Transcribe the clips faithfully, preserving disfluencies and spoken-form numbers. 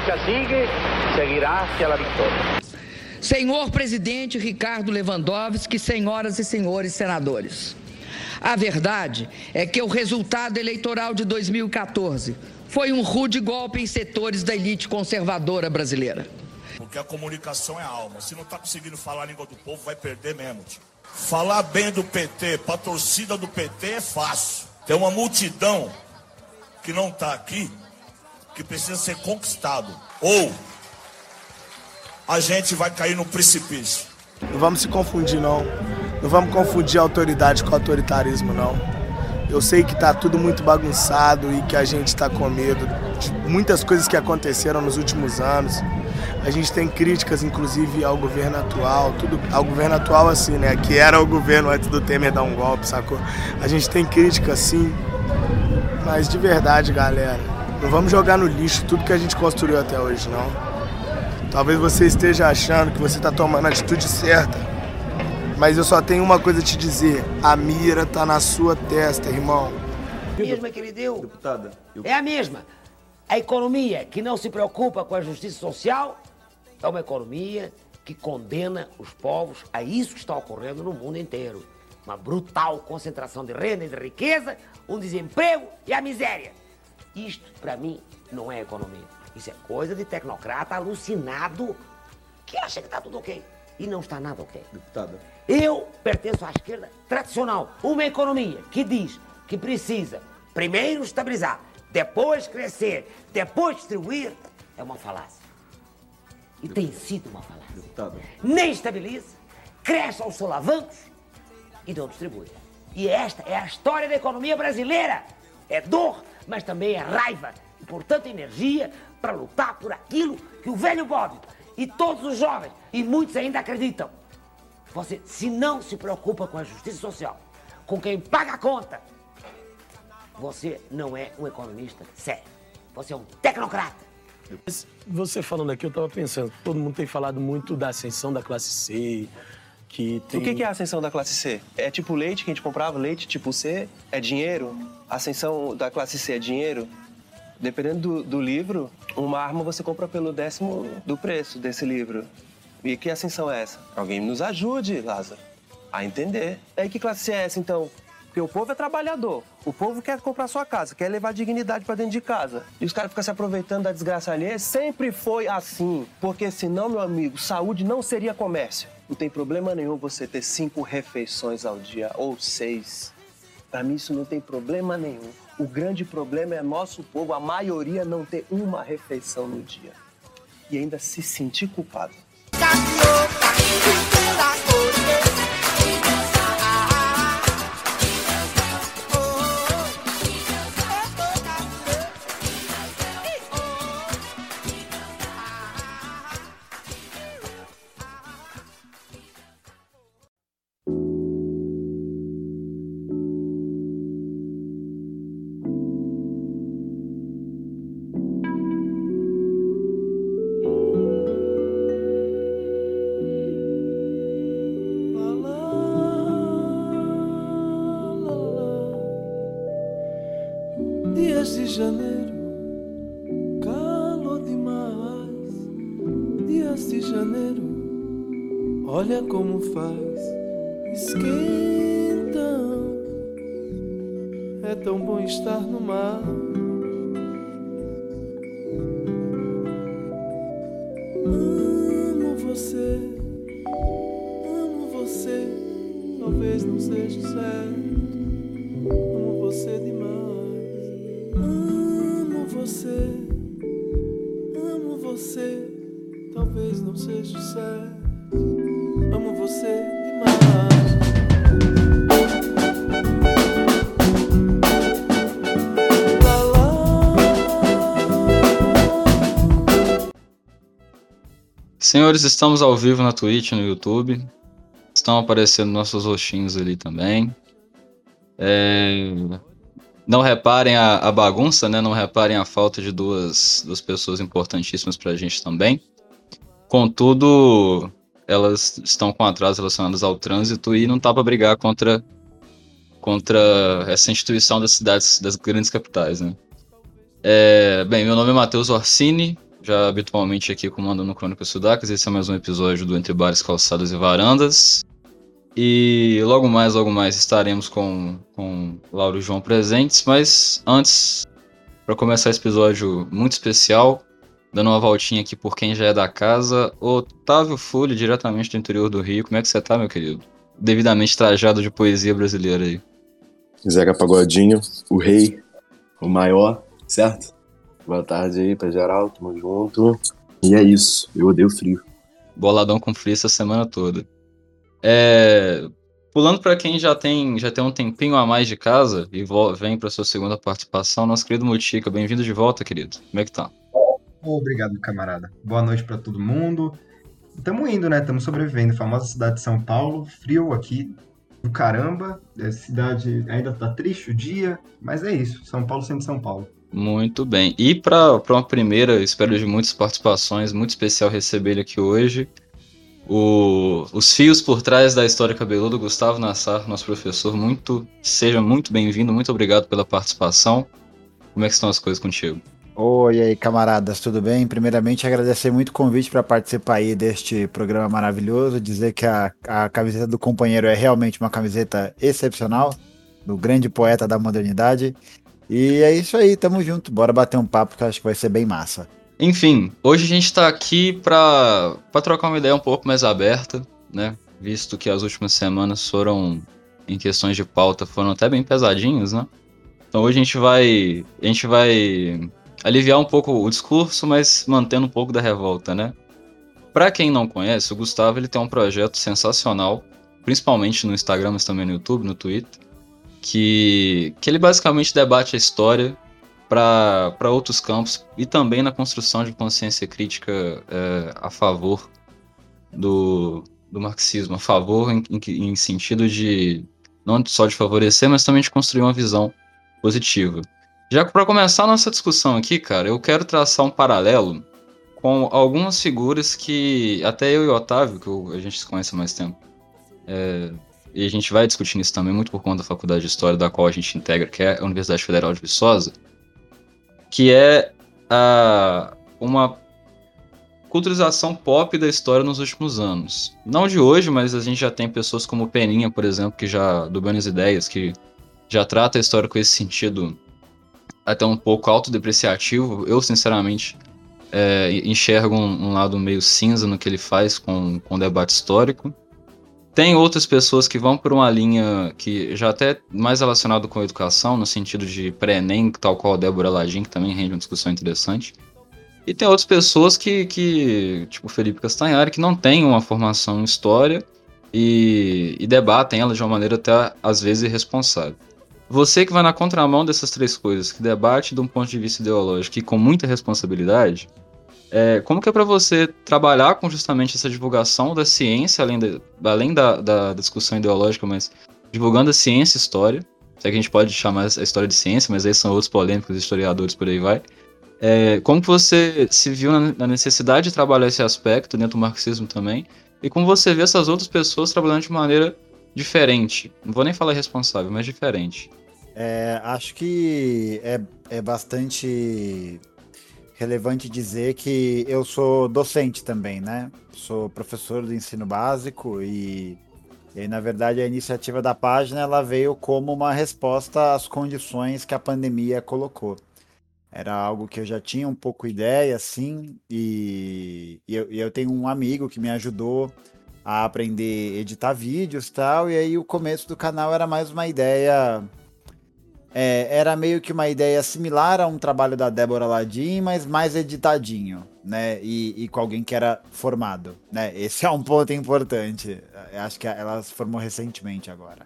lucha sigue, seguirá hacia la victoria. Senhor presidente Ricardo Lewandowski, senhoras e senhores senadores, a verdade é que o resultado eleitoral de dois mil e quatorze foi um rude golpe em setores da elite conservadora brasileira. Porque a comunicação é a alma. Se não está conseguindo falar a língua do povo, vai perder mesmo. Tio. Falar bem do P T para a torcida do P T é fácil. Tem uma multidão que não está aqui, que precisa ser conquistado. Ou a gente vai cair no precipício. Não vamos se confundir, não. Não vamos confundir autoridade com autoritarismo, não. Eu sei que está tudo muito bagunçado e que a gente está com medo de muitas coisas que aconteceram nos últimos anos. A gente tem críticas, inclusive, ao governo atual, tudo, ao governo atual assim, né, que era o governo antes do Temer dar um golpe, sacou? A gente tem crítica, sim, mas de verdade, galera, não vamos jogar no lixo tudo que a gente construiu até hoje, não. Talvez você esteja achando que você está tomando a atitude certa, mas eu só tenho uma coisa a te dizer, a mira tá na sua testa, irmão. A mesma que ele deu, Deputada, eu... é a mesma. A economia que não se preocupa com a justiça social é uma economia que condena os povos a isso que está ocorrendo no mundo inteiro. Uma brutal concentração de renda e de riqueza, um desemprego e a miséria. Isto, para mim, não é economia. Isso é coisa de tecnocrata alucinado que acha que está tudo ok. E não está nada ok. Deputada. Eu pertenço à esquerda tradicional. Uma economia que diz que precisa primeiro estabilizar, depois crescer, depois distribuir, é uma falácia. E tem sido uma falácia. Deputada. Nem estabiliza, cresce aos solavancos e não distribui. E esta é a história da economia brasileira. É dor, mas também é raiva. E, portanto, energia para lutar por aquilo que o velho Bob e todos os jovens, e muitos ainda acreditam. Você, se não se preocupa com a justiça social, com quem paga a conta, você não é um economista sério. Você é um tecnocrata. Você falando aqui, eu estava pensando, todo mundo tem falado muito da ascensão da classe C, que tem... O que é a ascensão da classe C? É tipo leite que a gente comprava, leite tipo C? É dinheiro? A ascensão da classe C é dinheiro? Dependendo do, do livro, uma arma você compra pelo décimo do preço desse livro. E que ascensão é essa? Alguém nos ajude, Lázaro, a entender. E aí, que classe C é essa, então? Porque o povo é trabalhador. O povo quer comprar sua casa, quer levar dignidade pra dentro de casa. E os caras ficam se aproveitando da desgraça alheia. Sempre foi assim. Porque senão, meu amigo, saúde não seria comércio. Não tem problema nenhum você ter cinco refeições ao dia, ou seis. Pra mim, isso não tem problema nenhum. O grande problema é nosso povo, a maioria não ter uma refeição no dia. E ainda se sentir culpado. Dias de janeiro, calor demais. Dias de janeiro, olha como faz, esquentam. É tão bom estar no mar. Amo você, amo você, talvez não seja certo. Amo você demais. Amo você, amo você, talvez não seja certo. Amo você demais. Lá, lá. Senhores, estamos ao vivo na Twitch, no YouTube. Estão aparecendo nossos rostinhos ali também. É... Não reparem a, a bagunça, né? Não reparem a falta de duas, duas pessoas importantíssimas pra gente também. Contudo, elas estão com atraso relacionados ao trânsito e não tá pra brigar contra, contra essa instituição das cidades, das grandes capitais, né? É, bem, meu nome é Matheus Orsini, já habitualmente aqui comandando o Crônicas Sudacas. Esse é mais um episódio do Entre Bares, Calçadas e Varandas. E logo mais, logo mais estaremos com, com Lauro e João presentes, mas antes, para começar esse episódio muito especial, dando uma voltinha aqui por quem já é da casa, Otávio Fulli, diretamente do interior do Rio. Como é que você tá, meu querido? Devidamente trajado de poesia brasileira aí. Zeca Pagodinho, o rei, o maior, certo? Boa tarde aí pra geral, tamo junto. E é isso, eu odeio frio. Boladão com frio essa semana toda. É... Pulando para quem já tem, já tem um tempinho a mais de casa e vo- vem para sua segunda participação, nosso querido Mutica, bem-vindo de volta, querido. Como é que tá? Obrigado, camarada. Boa noite pra todo mundo. Tamo indo, né? Tamo sobrevivendo. Famosa cidade de São Paulo, frio aqui do caramba. A cidade ainda tá triste o dia, mas é isso. São Paulo sendo São Paulo. Muito bem. E para uma primeira, espero de muitas participações, muito especial receber ele aqui hoje. O, os fios por trás da história cabeluda, Gustavo Nassar, nosso professor, muito, seja muito bem-vindo, muito obrigado pela participação. Como é que estão as coisas contigo? Oi, e aí, camaradas, tudo bem? Primeiramente, agradecer muito o convite para participar aí deste programa maravilhoso, dizer que a, a camiseta do companheiro é realmente uma camiseta excepcional, do grande poeta da modernidade. E é isso aí, tamo junto, bora bater um papo que eu acho que vai ser bem massa. Enfim, hoje a gente está aqui para trocar uma ideia um pouco mais aberta, né? Visto que as últimas semanas foram, em questões de pauta, foram até bem pesadinhas, né? Então hoje a gente vai, a gente vai aliviar um pouco o discurso, mas mantendo um pouco da revolta, né? Para quem não conhece, o Gustavo ele tem um projeto sensacional, principalmente no Instagram, mas também no YouTube, no Twitter, que, que ele basicamente debate a história para outros campos e também na construção de consciência crítica é, a favor do, do marxismo, a favor em, em, em sentido de não só de favorecer, mas também de construir uma visão positiva. Já para começar a nossa discussão aqui, cara, eu quero traçar um paralelo com algumas figuras que até eu e o Otávio, que eu, a gente se conhece há mais tempo, é, e a gente vai discutindo isso também muito por conta da faculdade de História da qual a gente integra, que é a Universidade Federal de Viçosa, que é a, uma culturização pop da história nos últimos anos. Não de hoje, mas a gente já tem pessoas como Peninha, por exemplo, que já, do Buenas Ideias, que já trata a história com esse sentido até um pouco autodepreciativo. Eu, sinceramente, é, enxergo um, um lado meio cinza no que ele faz com, com o debate histórico. Tem outras pessoas que vão por uma linha que já até mais relacionado com a educação, no sentido de pré-ENEM, tal qual a Débora Lagin, que também rende uma discussão interessante. E tem outras pessoas que, que tipo Felipe Castanhari, que não têm uma formação em história e, e debatem ela de uma maneira até, às vezes, irresponsável. Você que vai na contramão dessas três coisas, que debate de um ponto de vista ideológico e com muita responsabilidade, É, como que é para você trabalhar com justamente essa divulgação da ciência, além, de, além da, da discussão ideológica, mas divulgando a ciência e história, se é que a gente pode chamar a história de ciência, mas aí são outros polêmicos, historiadores, por aí vai. É, como que você se viu na, na necessidade de trabalhar esse aspecto dentro do marxismo também, e como você vê essas outras pessoas trabalhando de maneira diferente, não vou nem falar responsável, mas diferente. É, acho que é, é bastante relevante dizer que eu sou docente também, né? Sou professor do ensino básico e, e aí, na verdade, a iniciativa da página ela veio como uma resposta às condições que a pandemia colocou. Era algo que eu já tinha um pouco ideia, assim, e, e, eu, e eu tenho um amigo que me ajudou a aprender a editar vídeos e tal, e aí o começo do canal era mais uma ideia... É, era meio que uma ideia similar a um trabalho da Débora Lagin, mas mais editadinho, né? E, e com alguém que era formado, né? Esse é um ponto importante. Eu acho que ela se formou recentemente agora.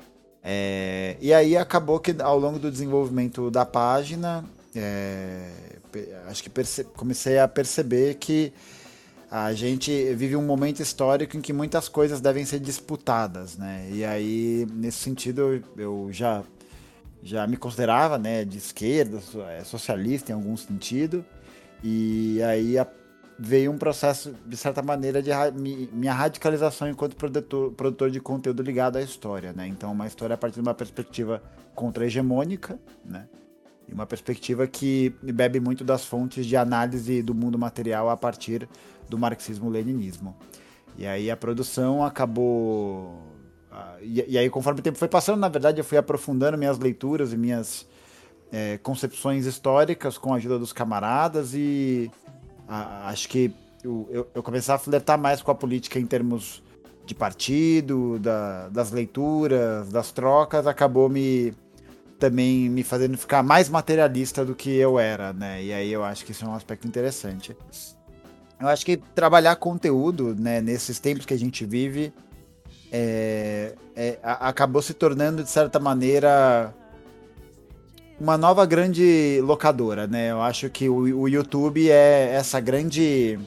É, e aí acabou que ao longo do desenvolvimento da página, é, acho que perce- comecei a perceber que a gente vive um momento histórico em que muitas coisas devem ser disputadas, né? E aí, nesse sentido, eu já... já me considerava, né, de esquerda, socialista em algum sentido, e aí a, veio um processo, de certa maneira, de ra, mi, minha radicalização enquanto produtor, produtor de conteúdo ligado à história, né, então uma história a partir de uma perspectiva contra-hegemônica, né, E uma perspectiva que bebe muito das fontes de análise do mundo material a partir do marxismo-leninismo. E aí a produção acabou... E, e aí, conforme o tempo foi passando, na verdade, eu fui aprofundando minhas leituras e minhas é, concepções históricas com a ajuda dos camaradas e a, acho que eu, eu, eu comecei a flertar mais com a política em termos de partido, da, das leituras, das trocas, acabou me... também me fazendo ficar mais materialista do que eu era, né? E aí eu acho que isso é um aspecto interessante. Eu acho que trabalhar conteúdo, né, nesses tempos que a gente vive, é, é, a, acabou se tornando, de certa maneira, uma nova grande locadora, né? Eu acho que o, o YouTube é essa grande...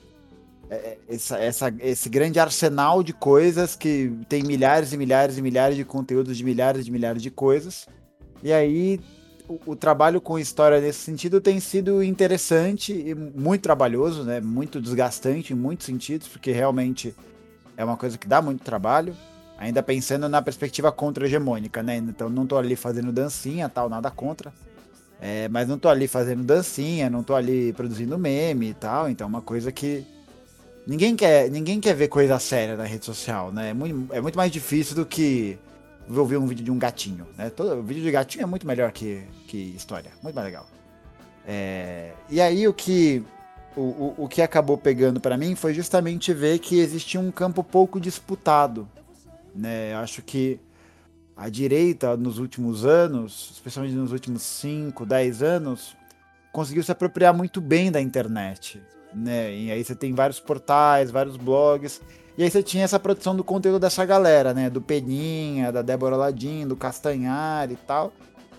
É, essa, essa, esse grande arsenal de coisas que tem milhares e milhares e milhares de conteúdos de milhares e milhares de coisas. E aí, o, o trabalho com história nesse sentido tem sido interessante e muito trabalhoso, né? Muito desgastante em muitos sentidos, porque realmente é uma coisa que dá muito trabalho, ainda pensando na perspectiva contra-hegemônica, né? Então, não tô ali fazendo dancinha, tal, nada contra, é, mas não tô ali fazendo dancinha, não tô ali produzindo meme e tal, então é uma coisa que ninguém quer, ninguém quer ver coisa séria na rede social, né? É muito, é muito mais difícil do que vou ver um vídeo de um gatinho, né? Todo, o vídeo de gatinho é muito melhor que, que história, muito mais legal. É, e aí o que, o, o, o que acabou pegando para mim foi justamente ver que existia um campo pouco disputado, né? Acho que a direita nos últimos anos, especialmente nos últimos cinco, dez anos, conseguiu se apropriar muito bem da internet, né? E aí você tem vários portais, vários blogs. E aí você tinha essa produção do conteúdo dessa galera, né? Do Peninha, da Débora Ladim, do Castanhari e tal.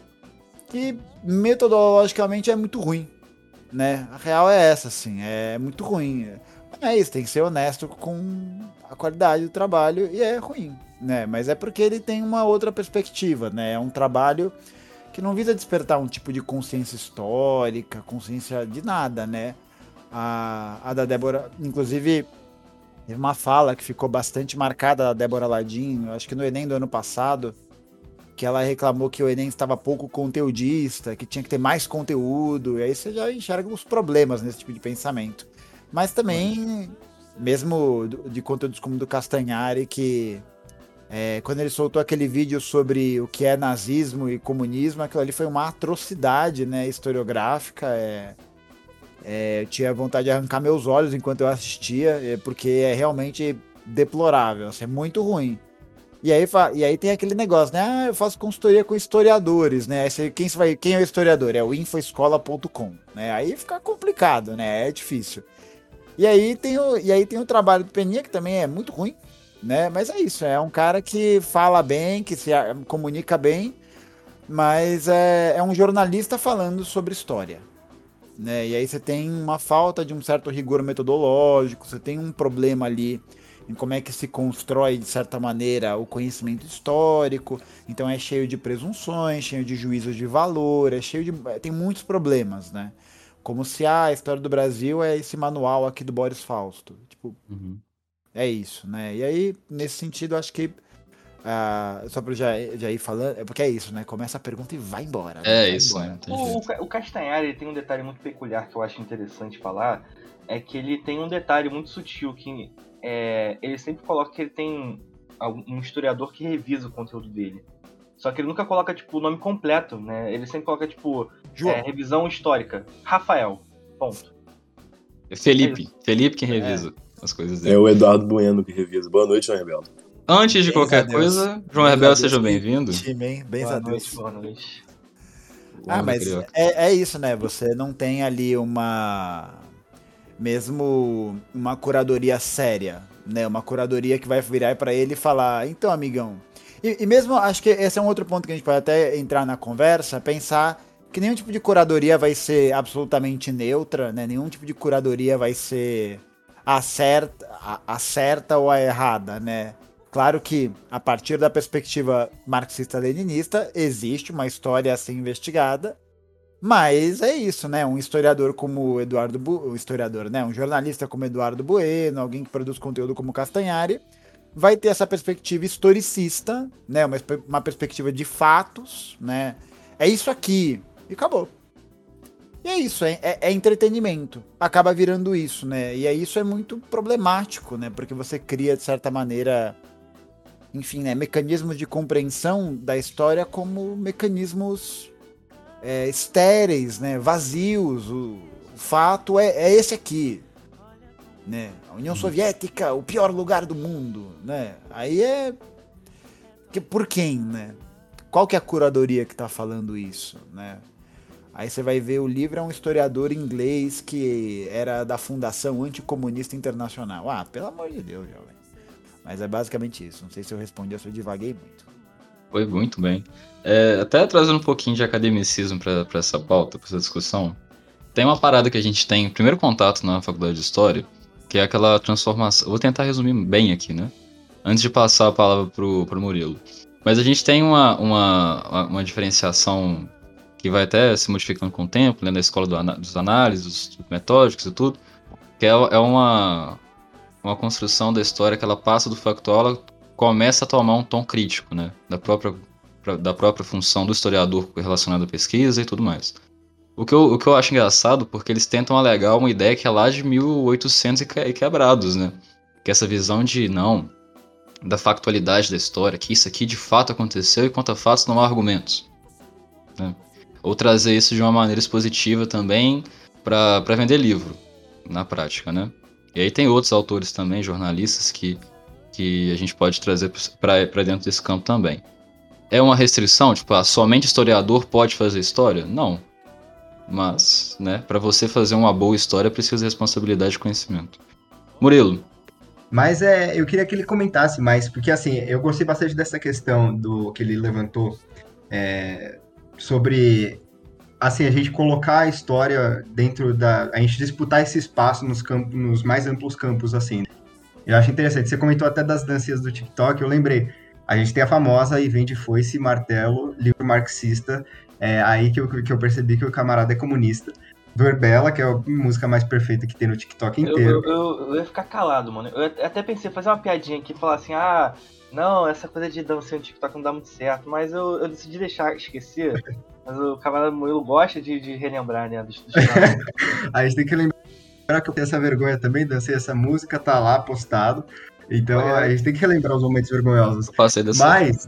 Que metodologicamente é muito ruim, né? A real é essa, assim. É muito ruim. É isso, tem que ser honesto com a qualidade do trabalho e é ruim, né? Mas é porque ele tem uma outra perspectiva, né? É um trabalho que não visa despertar um tipo de consciência histórica, consciência de nada, né? A, a da Débora, inclusive... Teve uma fala que ficou bastante marcada da Débora Ladim, acho que no Enem do ano passado, que ela reclamou que o Enem estava pouco conteudista, que tinha que ter mais conteúdo, e aí você já enxerga os problemas nesse tipo de pensamento. Mas também, mesmo de conteúdos como do Castanhari, que é, quando ele soltou aquele vídeo sobre o que é nazismo e comunismo, aquilo ali foi uma atrocidade, né, historiográfica, é... É, eu tinha vontade de arrancar meus olhos enquanto eu assistia, porque é realmente deplorável, assim, é muito ruim. E aí, e aí tem aquele negócio, né? Ah, eu faço consultoria com historiadores, né? Aí quem, vai, quem é o historiador? É o infoescola ponto com, né? Aí fica complicado, né? É difícil. E aí tem o, e aí tem o trabalho do Peninha, que também é muito ruim, né? Mas é isso, é um cara que fala bem, que se comunica bem, mas é, é um jornalista falando sobre história. Né? E aí você tem uma falta de um certo rigor metodológico, você tem um problema ali em como é que se constrói, de certa maneira, o conhecimento histórico. Então é cheio de presunções, cheio de juízos de valor, é cheio de... tem muitos problemas, né? Como se ah, a história do Brasil é esse manual aqui do Boris Fausto. Tipo, uhum. É isso, né? E aí, nesse sentido, acho que Ah, só pra já, já ir falando, é porque é isso, né? Começa a pergunta e vai embora. É né? isso, vai né? O, o Castanhari ele tem um detalhe muito peculiar que eu acho interessante falar, é que ele tem um detalhe muito sutil, que é, ele sempre coloca que ele tem um historiador que revisa o conteúdo dele. Só que ele nunca coloca, tipo, o nome completo, né? Ele sempre coloca, tipo, é, revisão histórica. Rafael, ponto. É Felipe, é Felipe quem revisa é. as coisas dele. É o Eduardo Bueno que revisa. Boa noite, João Rebelo. Antes de qualquer coisa, João Rebelo, seja bem-vindo. Bem boa a Deus. noite, boa noite. Ah, mas é, é isso, né? Você não tem ali uma... Mesmo uma curadoria séria, né? Uma curadoria que vai virar pra ele e falar, então, amigão... E, e mesmo, acho que esse é um outro ponto que a gente pode até entrar na conversa, pensar que nenhum tipo de curadoria vai ser absolutamente neutra, né? Nenhum tipo de curadoria vai ser a certa, a, a certa ou a errada, né? Claro que, a partir da perspectiva marxista-leninista, existe uma história a ser investigada, mas é isso, né? Um historiador como Eduardo Bu... o historiador, né? Um jornalista como Eduardo Bueno, alguém que produz conteúdo como Castanhari, vai ter essa perspectiva historicista, né? Uma, uma perspectiva de fatos, né? É isso aqui. E acabou. E é isso, é, é, é entretenimento. Acaba virando isso, né? E aí isso é muito problemático, né? Porque você cria, de certa maneira, enfim, né? Mecanismos de compreensão da história como mecanismos é, estéreis, né? Vazios. O, o fato é, é esse aqui, né? A União Soviética, o pior lugar do mundo, né? Aí é... Que, por quem, né? Qual que é a curadoria que tá falando isso, né? Aí você vai ver o livro, é um historiador inglês que era da Fundação Anticomunista Internacional. Ah, pelo amor de Deus, jovem. Mas é basicamente isso. Não sei se eu respondi, eu só divaguei muito. Foi muito bem. É, até trazendo um pouquinho de academicismo para essa pauta, para essa discussão, tem uma parada que a gente tem primeiro contato na faculdade de História, que é aquela transformação... Vou tentar resumir bem aqui, né? Antes de passar a palavra pro, pro Murilo. Mas a gente tem uma, uma, uma diferenciação que vai até se modificando com o tempo, né, na escola do, dos análises, dos metódicos e tudo, que é, é uma, uma construção da história que ela passa do factual, ela começa a tomar um tom crítico, né, da própria, da própria função do historiador relacionada à pesquisa e tudo mais. O que, eu, o que eu acho engraçado, porque eles tentam alegar uma ideia que é lá de mil e oitocentos e quebrados, né, que é essa visão de, não, da factualidade da história, que isso aqui de fato aconteceu e quanto a fatos não há argumentos, né? Ou trazer isso de uma maneira expositiva também para vender livro, na prática, né? E aí tem outros autores também, jornalistas, que, que a gente pode trazer para dentro desse campo também. É uma restrição? Tipo, ah, somente historiador pode fazer história? Não. Mas, né, para você fazer uma boa história, precisa de responsabilidade e conhecimento. Murilo. Mas é, eu queria que ele comentasse mais, porque assim, eu gostei bastante dessa questão do que ele levantou, é, sobre, assim, a gente colocar a história dentro da... A gente disputar esse espaço nos campos, nos mais amplos campos, assim. Eu acho interessante. Você comentou até das dancinhas do TikTok, eu lembrei. A gente tem a famosa E Vem de Foice e Martelo, livro marxista, é aí que eu, que eu percebi que o camarada é comunista. Do Herbella, que é a música mais perfeita que tem no TikTok inteiro. Eu, eu, eu, eu ia ficar calado, mano. Eu até pensei em fazer uma piadinha aqui e falar assim, ah... Não, essa coisa de dança no TikTok não dá muito certo, mas eu, eu decidi deixar, esquecer. Mas o camarada Murilo gosta de, de relembrar, né? Dos, dos a gente tem que lembrar que eu tenho essa vergonha também, dancei essa música, tá lá postado. Então é. A gente tem que relembrar os momentos vergonhosos. Eu passei dessa. Mas,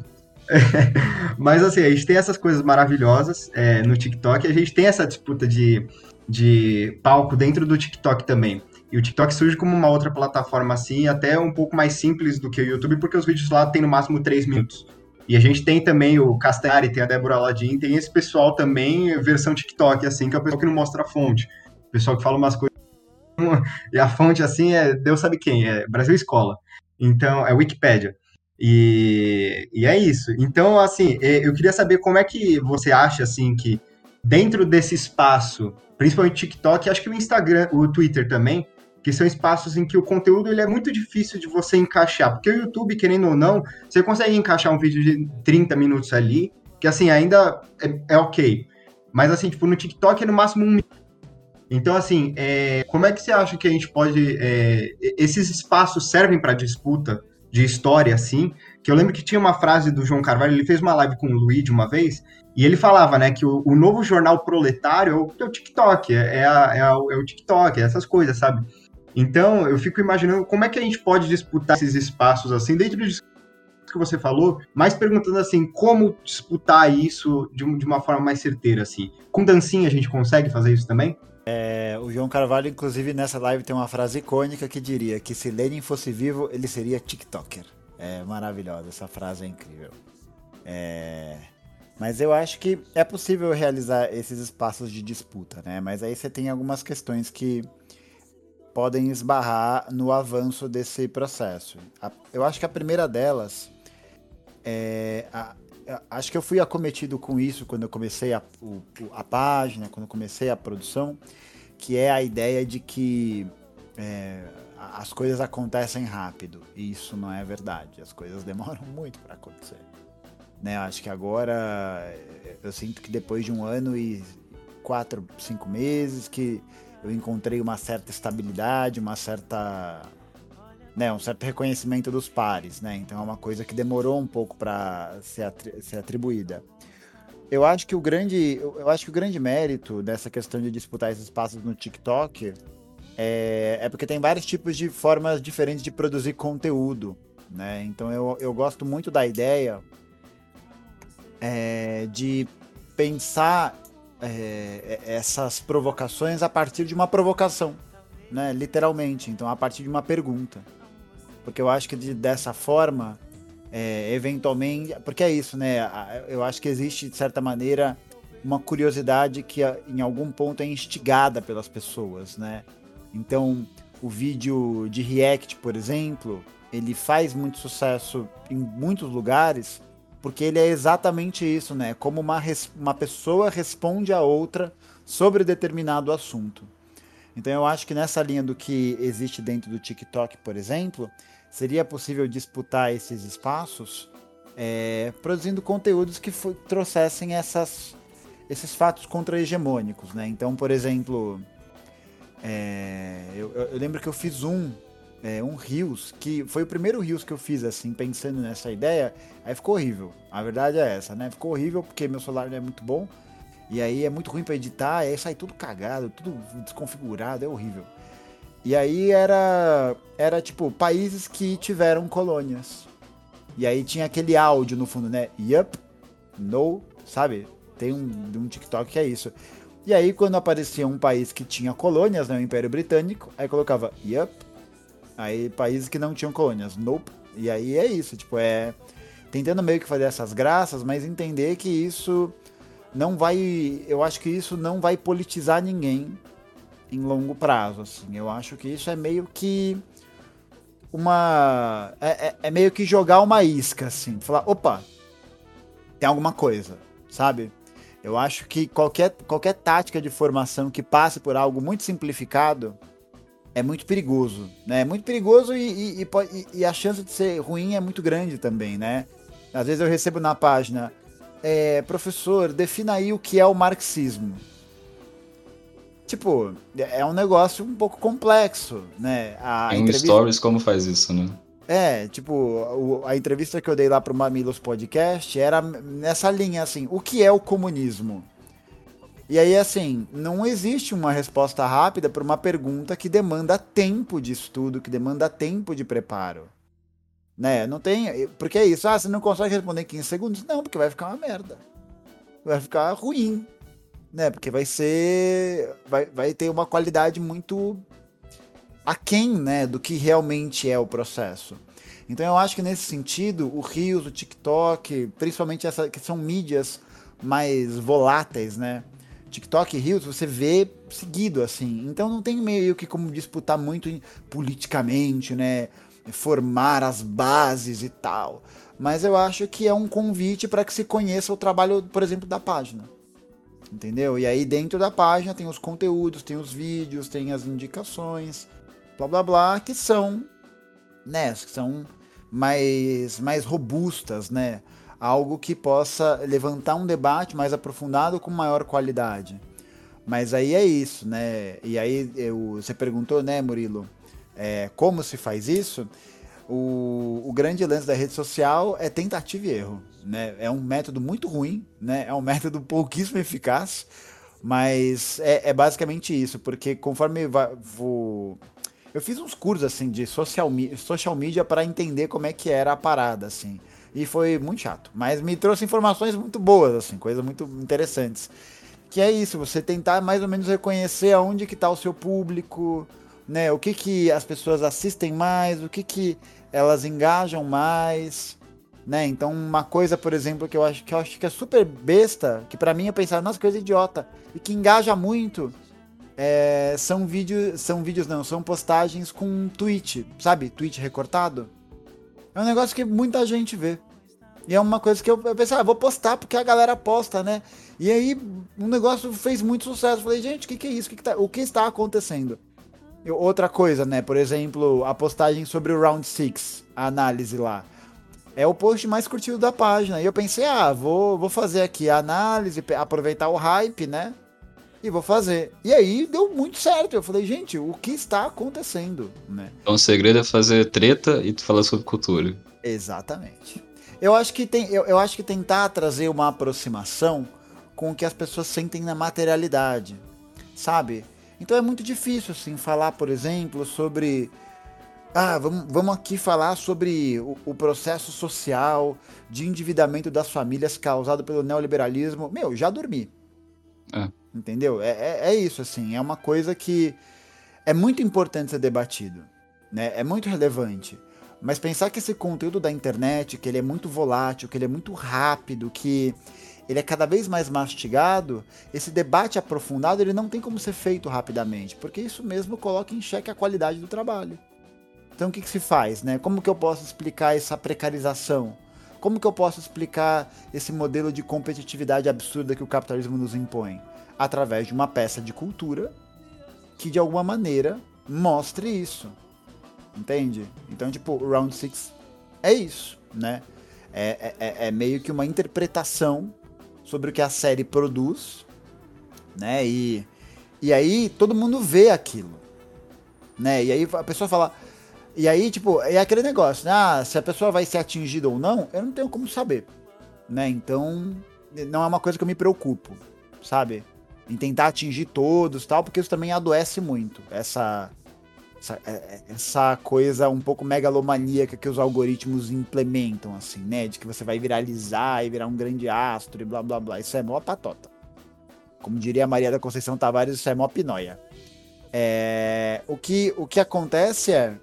mas assim, a gente tem essas coisas maravilhosas é, no TikTok, e a gente tem essa disputa de, de palco dentro do TikTok também. E o TikTok surge como uma outra plataforma assim, até um pouco mais simples do que o YouTube, porque os vídeos lá tem no máximo três minutos. E a gente tem também o Castanhari, tem a Débora Aladim, tem esse pessoal também, versão TikTok, assim, que é o pessoal que não mostra a fonte. O pessoal que fala umas coisas... E a fonte, assim, é Deus sabe quem, é Brasil Escola. Então, é Wikipédia. E, e é isso. Então, assim, eu queria saber como é que você acha, assim, que dentro desse espaço, principalmente TikTok, acho que o Instagram, o Twitter também, que são espaços em que o conteúdo ele é muito difícil de você encaixar, porque o YouTube, querendo ou não, você consegue encaixar um vídeo de trinta minutos ali, que assim, ainda é, é ok, mas assim, tipo, no TikTok é no máximo um minuto. Então, assim, é, como é que você acha que a gente pode... É, esses espaços servem para disputa de história, assim? Que eu lembro que tinha uma frase do João Carvalho, ele fez uma live com o Luigi uma vez, e ele falava, né, que o, o novo jornal proletário é o, é o TikTok, é, é, a, é, a, é o TikTok, é essas coisas, sabe? Então, eu fico imaginando como é que a gente pode disputar esses espaços, assim, dentro do que você falou, mas perguntando, assim, como disputar isso de, de uma forma mais certeira, assim. Com dancinha a gente consegue fazer isso também? É, o João Carvalho, inclusive, nessa live tem uma frase icônica que diria que se Lenin fosse vivo, ele seria TikToker. É maravilhosa, essa frase é incrível. É... Mas eu acho que é possível realizar esses espaços de disputa, né? Mas aí você tem algumas questões que podem esbarrar no avanço desse processo. A, eu acho que a primeira delas é... A, a, acho que eu fui acometido com isso quando eu comecei a, o, a página, quando eu comecei a produção, que é a ideia de que é, as coisas acontecem rápido. E isso não é verdade. As coisas demoram muito para acontecer. Né? Acho que agora eu sinto que depois de um ano e quatro, cinco meses que eu encontrei uma certa estabilidade, uma certa, né, um certo reconhecimento dos pares, né? Então é uma coisa que demorou um pouco para ser, atri- ser atribuída. eu acho que o grande, eu eu acho que o grande mérito dessa questão de disputar esses espaços no TikTok é, é porque tem vários tipos de formas diferentes de produzir conteúdo, né? Então eu, eu gosto muito da ideia é, de pensar é, essas provocações a partir de uma provocação, né? Literalmente, então a partir de uma pergunta. Porque eu acho que de, dessa forma, é, eventualmente, porque é isso, né? Eu acho que existe, de certa maneira, uma curiosidade que em algum ponto é instigada pelas pessoas, né? Então, o vídeo de react, por exemplo, ele faz muito sucesso em muitos lugares, porque ele é exatamente isso, né? Como uma, res- uma pessoa responde a outra sobre determinado assunto. Então eu acho que nessa linha do que existe dentro do TikTok, por exemplo, seria possível disputar esses espaços é, produzindo conteúdos que fo- trouxessem essas, esses fatos contra-hegemônicos, né? Então, por exemplo, é, eu, eu- eu lembro que eu fiz um, é, um Reels, que foi o primeiro Reels que eu fiz, assim, pensando nessa ideia, aí ficou horrível. A verdade é essa, né? Ficou horrível porque meu celular não é muito bom, e aí é muito ruim pra editar, e aí sai tudo cagado, tudo desconfigurado, é horrível. E aí era, era tipo, países que tiveram colônias. E aí tinha aquele áudio no fundo, né? Yup, no, sabe? Tem um, um TikTok que é isso. E aí quando aparecia um país que tinha colônias, né? O Império Britânico, aí colocava yup. Aí países que não tinham colônias, nope. E aí é isso, tipo, é tentando meio que fazer essas graças, mas entender que isso não vai, eu acho que isso não vai politizar ninguém em longo prazo, assim. Eu acho que isso é meio que uma, é, é, é meio que jogar uma isca, assim, falar, opa, tem alguma coisa, sabe? Eu acho que qualquer, qualquer tática de formação que passe por algo muito simplificado é muito perigoso, né? É muito perigoso e, e, e, pode- e a chance de ser ruim é muito grande também, né? Às vezes eu recebo na página, é, professor, defina aí o que é o marxismo. Tipo, é um negócio um pouco complexo, né? A Tem um entrevista... Stories como faz isso, né? É, tipo, o- a entrevista que eu dei lá pro Mamilos Podcast era nessa linha, assim, o que é o comunismo? E aí, assim, não existe uma resposta rápida para uma pergunta que demanda tempo de estudo, que demanda tempo de preparo. Né? Não tem. Porque é isso, ah, você não consegue responder em quinze segundos? Não, porque vai ficar uma merda. Vai ficar ruim. Né? Porque vai ser. Vai, vai ter uma qualidade muito aquém, né, do que realmente é o processo. Então eu acho que nesse sentido, o Reels, o TikTok, principalmente essa que são mídias mais voláteis, né? TikTok e Reels você vê seguido, assim. Então não tem meio que como disputar muito politicamente, né? Formar as bases e tal. Mas eu acho que é um convite para que se conheça o trabalho, por exemplo, da página. Entendeu? E aí dentro da página tem os conteúdos, tem os vídeos, tem as indicações, blá blá blá, que são, né, que são mais, mais robustas, né? Algo que possa levantar um debate mais aprofundado com maior qualidade. Mas aí é isso, né? E aí eu, você perguntou, né, Murilo, é, como se faz isso? O, o grande lance da rede social é tentativa e erro, né? É um método muito ruim, né? É um método pouquíssimo eficaz, mas é, é basicamente isso, porque conforme va- vou... Eu fiz uns cursos, assim, de social, me- social media para entender como é que era a parada, assim. E foi muito chato, mas me trouxe informações muito boas, assim, coisas muito interessantes. Que é isso, você tentar mais ou menos reconhecer aonde que tá o seu público, né? O que que as pessoas assistem mais, o que que elas engajam mais, né? Então uma coisa, por exemplo, que eu acho que eu acho que é super besta, que pra mim eu pensava, nossa, coisa idiota, e que engaja muito, é, são vídeos, são vídeos não, são postagens com tweet, sabe? Tweet recortado. É um negócio que muita gente vê. E é uma coisa que eu, eu pensei, ah, vou postar porque a galera posta, né? E aí um negócio fez muito sucesso. Falei, gente, o que, que é isso? O que, que tá, o que está acontecendo? E outra coisa, né? Por exemplo, a postagem sobre o Round six, a análise lá. É o post mais curtido da página. E eu pensei, ah, vou, vou fazer aqui a análise, pe- aproveitar o hype, né? E vou fazer. E aí deu muito certo. Eu falei, gente, o que está acontecendo, né? Então o segredo é fazer treta e tu falar sobre cultura. Exatamente. Eu acho que tem, eu, eu acho que tentar trazer uma aproximação com o que as pessoas sentem na materialidade, sabe? Então é muito difícil, assim, falar, por exemplo, sobre... Ah, vamos, vamos aqui falar sobre o, o processo social de endividamento das famílias causado pelo neoliberalismo. Meu, já dormi. É. Entendeu? É, é, é isso, assim. É uma coisa que é muito importante ser debatido, né? É muito relevante. Mas pensar que esse conteúdo da internet, que ele é muito volátil, que ele é muito rápido, que ele é cada vez mais mastigado, esse debate aprofundado, ele não tem como ser feito rapidamente, porque isso mesmo coloca em xeque a qualidade do trabalho. Então o que, que se faz, né? Como que eu posso explicar essa precarização? Como que eu posso explicar esse modelo de competitividade absurda que o capitalismo nos impõe? Através de uma peça de cultura que, de alguma maneira, mostre isso. Entende? Então, tipo, o Round Six é isso, né? É, é, é meio que uma interpretação sobre o que a série produz, né? E, e aí todo mundo vê aquilo, né? E aí a pessoa fala... E aí, tipo, é aquele negócio, né? Ah, se a pessoa vai ser atingida ou não, eu não tenho como saber, né? Então, não é uma coisa que eu me preocupo, sabe? Em tentar atingir todos e tal, porque isso também adoece muito. Essa, essa, essa coisa um pouco megalomaníaca que os algoritmos implementam, assim, né? De que você vai viralizar e virar um grande astro e blá, blá, blá. Isso é mó patota. Como diria a Maria da Conceição Tavares, isso é mó pinóia. É, o, que, o que acontece é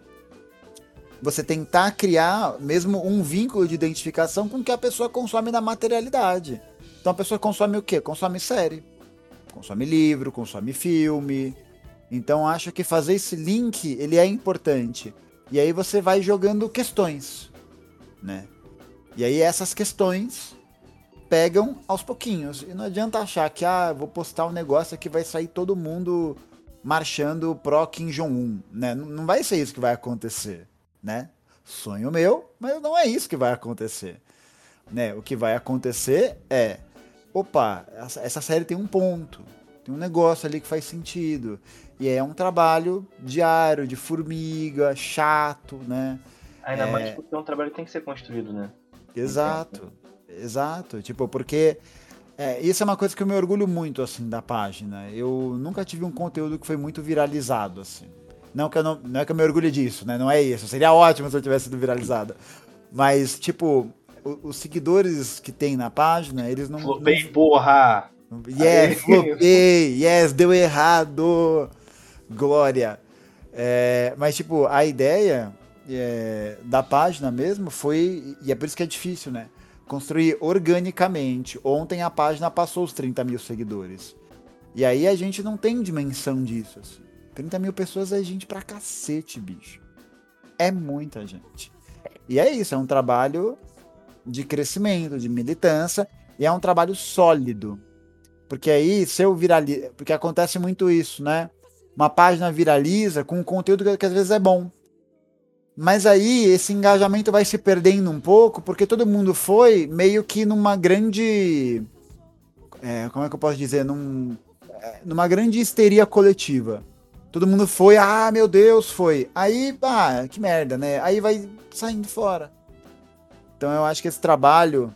você tentar criar mesmo um vínculo de identificação com o que a pessoa consome na materialidade. Então a pessoa consome o quê? Consome série, consome livro, consome filme. Então acho que fazer esse link, ele é importante. E aí você vai jogando questões, né? E aí essas questões pegam aos pouquinhos. E não adianta achar que, ah, vou postar um negócio aqui, vai sair todo mundo marchando pró Kim Jong-un, né? Não vai ser isso que vai acontecer, né? Sonho meu, mas não é isso que vai acontecer, né? O que vai acontecer é, opa, essa, essa série tem um ponto, tem um negócio ali que faz sentido, e é um trabalho diário, de formiga, chato, né? Ainda é... mais porque é um trabalho que tem que ser construído, né? Exato, exato, tipo, porque é, isso é uma coisa que eu me orgulho muito, assim, da página. Eu nunca tive um conteúdo que foi muito viralizado, assim. Não que eu não, não é que eu me orgulho disso, né? Não é isso. Seria ótimo se eu tivesse sido viralizado. Mas, tipo, os, os seguidores que tem na página, eles não... Flopei, porra! Yes, flopei! Yes, deu errado! Glória! É, mas, tipo, a ideia é, da página mesmo foi... E é por isso que é difícil, né? Construir organicamente. Ontem a página passou os trinta mil seguidores. E aí a gente não tem dimensão disso, assim. trinta mil pessoas é gente pra cacete, bicho. É muita gente. E é isso, é um trabalho de crescimento, de militância, e é um trabalho sólido. Porque aí, se eu viralizo... Porque acontece muito isso, né? Uma página viraliza com um conteúdo que, que às vezes é bom. Mas aí, esse engajamento vai se perdendo um pouco, porque todo mundo foi meio que numa grande... É, como é que eu posso dizer? Num, é, numa grande histeria coletiva. Todo mundo foi, ah, meu Deus, foi. Aí, ah, que merda, né? Aí vai saindo fora. Então eu acho que esse trabalho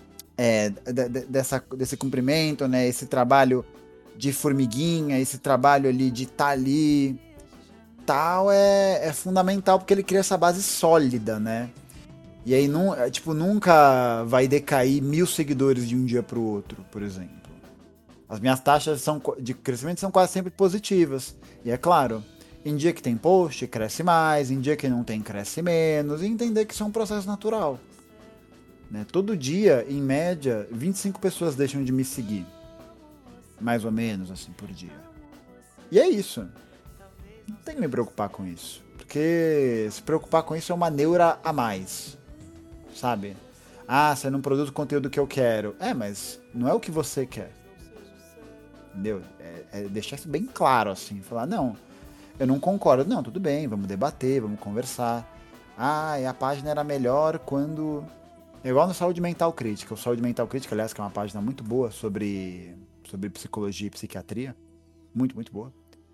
é, de, de, dessa, desse cumprimento, né? Esse trabalho de formiguinha, esse trabalho ali de estar tá ali, tal, é, é fundamental porque ele cria essa base sólida, né? E aí, não, tipo, nunca vai decair mil seguidores de um dia pro outro, por exemplo. As minhas taxas são, de crescimento são quase sempre positivas. E é claro, em dia que tem post, cresce mais, em dia que não tem, cresce menos, e entender que isso é um processo natural. Né? Todo dia, em média, vinte e cinco pessoas deixam de me seguir. Mais ou menos, assim, por dia. E é isso. Não tem que me preocupar com isso. Porque se preocupar com isso é uma neura a mais. Sabe? Ah, você não produz o conteúdo que eu quero. É, mas não é o que você quer. Entendeu? É, é deixar isso bem claro, assim. Falar, não, eu não concordo. Não, tudo bem, vamos debater, vamos conversar. Ah, e a página era melhor quando... É igual no Saúde Mental Crítica. O Saúde Mental Crítica, aliás, que é uma página muito boa sobre, sobre psicologia e psiquiatria. Muito, muito boa.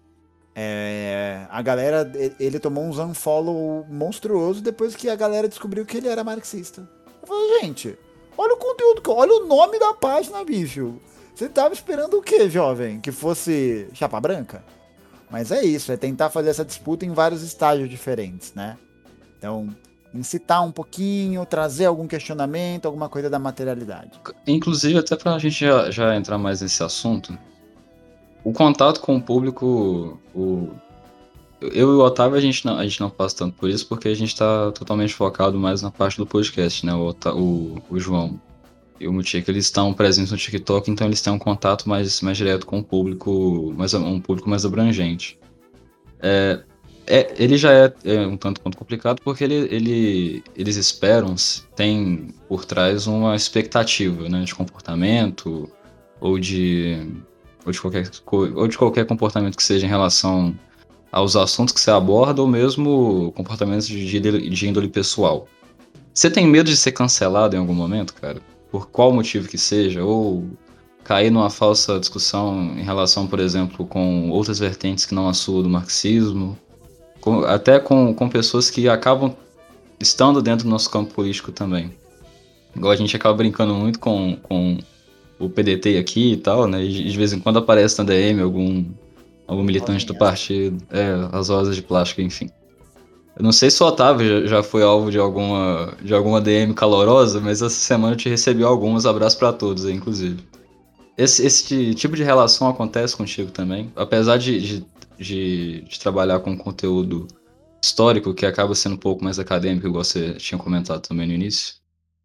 É, a galera, ele tomou um unfollow monstruoso depois que a galera descobriu que ele era marxista. Eu falei, gente, olha o conteúdo, olha o nome da página, bicho. Você tava esperando o quê, jovem? Que fosse chapa branca? Mas é isso, é tentar fazer essa disputa em vários estágios diferentes, né? Então, incitar um pouquinho, trazer algum questionamento, alguma coisa da materialidade. Inclusive, até pra gente já, já entrar mais nesse assunto, o contato com o público, o... eu e o Otávio, a gente, não, a gente não passa tanto por isso, porque a gente tá totalmente focado mais na parte do podcast, né? O, o, o João e o Mutica, eles estão presentes no TikTok, então eles têm um contato mais, mais direto com o público, mais, um público mais abrangente. É, é, ele já é, é um tanto quanto complicado, porque ele, ele, eles esperam, tem por trás uma expectativa, né, de comportamento, ou de, ou, de qualquer, ou de qualquer comportamento que seja em relação aos assuntos que você aborda, ou mesmo comportamentos de, de, de índole pessoal. Você tem medo de ser cancelado em algum momento, cara? Por qual motivo que seja, ou cair numa falsa discussão em relação, por exemplo, com outras vertentes que não a sua do marxismo, com, até com, com pessoas que acabam estando dentro do nosso campo político também. Igual a gente acaba brincando muito com, com o P D T aqui e tal, né? E de vez em quando aparece na D M algum, algum militante do partido, é, as rosas de plástico, enfim. Eu não sei se o Otávio já foi alvo de alguma, de alguma D M calorosa, mas essa semana eu te recebi algumas, abraço pra todos aí, inclusive. Esse, esse tipo de relação acontece contigo também? Apesar de, de, de, de trabalhar com conteúdo histórico, que acaba sendo um pouco mais acadêmico, igual você tinha comentado também no início?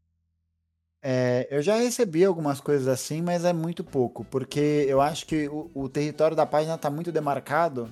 É, eu já recebi algumas coisas assim, mas é muito pouco, porque eu acho que o, o território da página tá muito demarcado.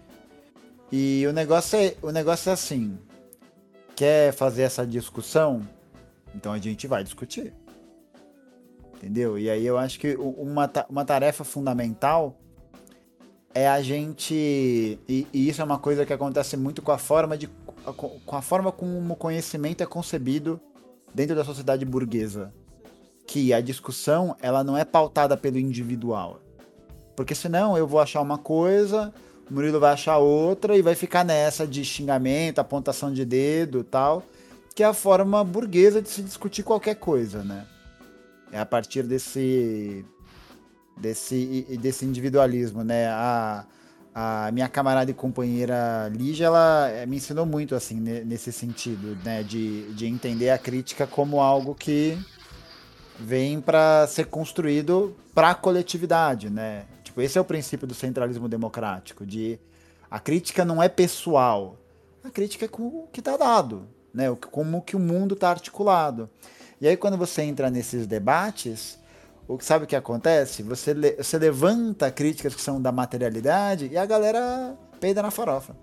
E o negócio é, o negócio é assim, quer fazer essa discussão? Então a gente vai discutir. Entendeu? E aí eu acho que uma, uma tarefa fundamental é a gente... E, e isso é uma coisa que acontece muito com a forma de, com a forma como o conhecimento é concebido dentro da sociedade burguesa. Que a discussão, ela não é pautada pelo individual. Porque senão eu vou achar uma coisa... O Murilo vai achar outra e vai ficar nessa de xingamento, apontação de dedo e tal, que é a forma burguesa de se discutir qualquer coisa, né? É a partir desse, desse, desse individualismo, né? A, a minha camarada e companheira Lígia, ela me ensinou muito, assim, nesse sentido, né? De, de entender a crítica como algo que vem para ser construído para a coletividade, né? Tipo, esse é o princípio do centralismo democrático, de a crítica não é pessoal, a crítica é com o que está dado, né? Como que o mundo está articulado. E aí quando você entra nesses debates, o que sabe o que acontece? Você, le- você levanta críticas que são da materialidade e a galera peida na farofa.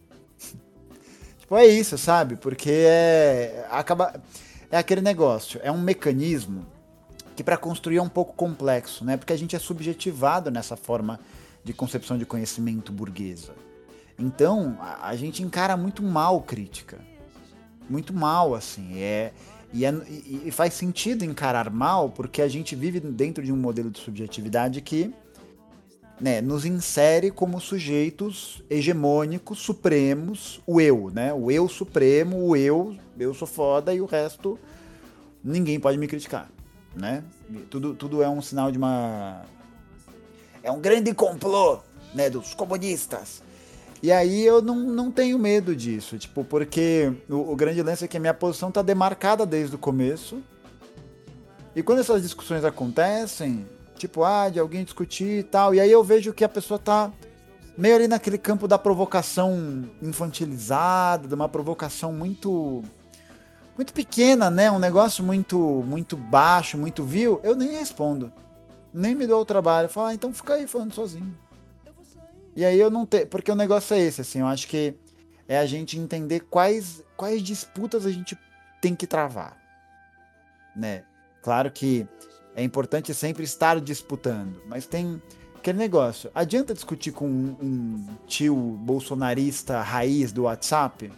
Tipo, é isso, sabe? Porque é, acaba, é aquele negócio, é um mecanismo que para construir é um pouco complexo, né? Porque a gente é subjetivado nessa forma de concepção de conhecimento burguesa. Então, a, a gente encara muito mal crítica. Muito mal, assim. É, e, é, e, e faz sentido encarar mal porque a gente vive dentro de um modelo de subjetividade que, né, nos insere como sujeitos hegemônicos, supremos, o eu, né? O eu supremo, o eu, eu sou foda e o resto ninguém pode me criticar. Né? Tudo, tudo é um sinal de uma... É um grande complô, né, dos comunistas. E aí eu não, não tenho medo disso, tipo, porque o, o grande lance é que a minha posição tá demarcada desde o começo. E quando essas discussões acontecem, tipo, ah, de alguém discutir e tal, e aí eu vejo que a pessoa tá meio ali naquele campo da provocação infantilizada, de uma provocação muito... muito pequena, né? Um negócio muito, muito baixo, muito vil, eu nem respondo. Nem me dou o trabalho. Falo, ah, então fica aí falando sozinho. E aí eu não tenho... Porque o negócio é esse, assim, eu acho que é a gente entender quais, quais disputas a gente tem que travar. Né? Claro que é importante sempre estar disputando, mas tem aquele negócio. Adianta discutir com um, um tio bolsonarista raiz do WhatsApp?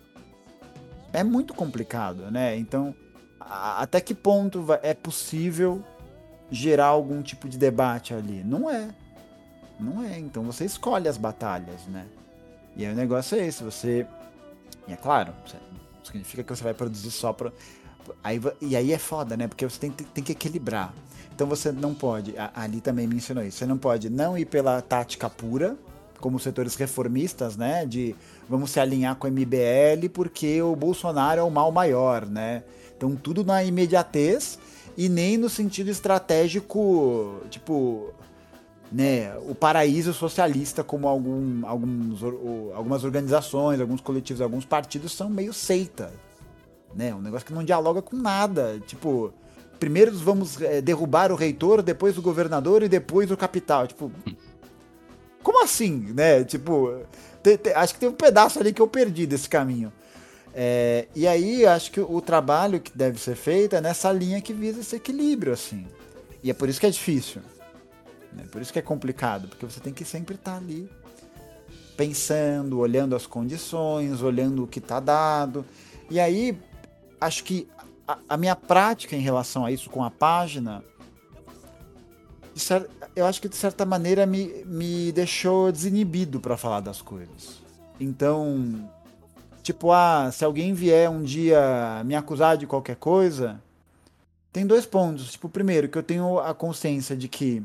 É muito complicado, né? Então, a, até que ponto vai, é possível gerar algum tipo de debate ali? Não é. Não é. Então, você escolhe as batalhas, né? E aí o negócio é esse. Você... E é claro, não significa que você vai produzir só... Pro... Aí, e aí é foda, né? Porque você tem, tem que equilibrar. Então você não pode, a Ali também me ensinou isso, você não pode não ir pela tática pura, como os setores reformistas, né? De vamos se alinhar com o M B L porque o Bolsonaro é o mal maior, né? Então tudo na imediatez e nem no sentido estratégico, tipo, né? O paraíso socialista, como algum, alguns, algumas organizações, alguns coletivos, alguns partidos são meio seita, né? Um negócio que não dialoga com nada, tipo... Primeiro vamos é, derrubar o reitor, depois o governador e depois o capital. Tipo, como assim, né? Tipo, te, te, acho que tem um pedaço ali que eu perdi desse caminho. É, e aí, acho que o, o trabalho que deve ser feito é nessa linha que visa esse equilíbrio, assim. E é por isso que é difícil. Né? Por isso que é complicado, porque você tem que sempre estar ali pensando, olhando as condições, olhando o que está dado. E aí, acho que A, a minha prática em relação a isso com a página, cer- eu acho que de certa maneira me, me deixou desinibido para falar das coisas. Então, tipo, ah, se alguém vier um dia me acusar de qualquer coisa, tem dois pontos. Tipo, primeiro, que eu tenho a consciência de que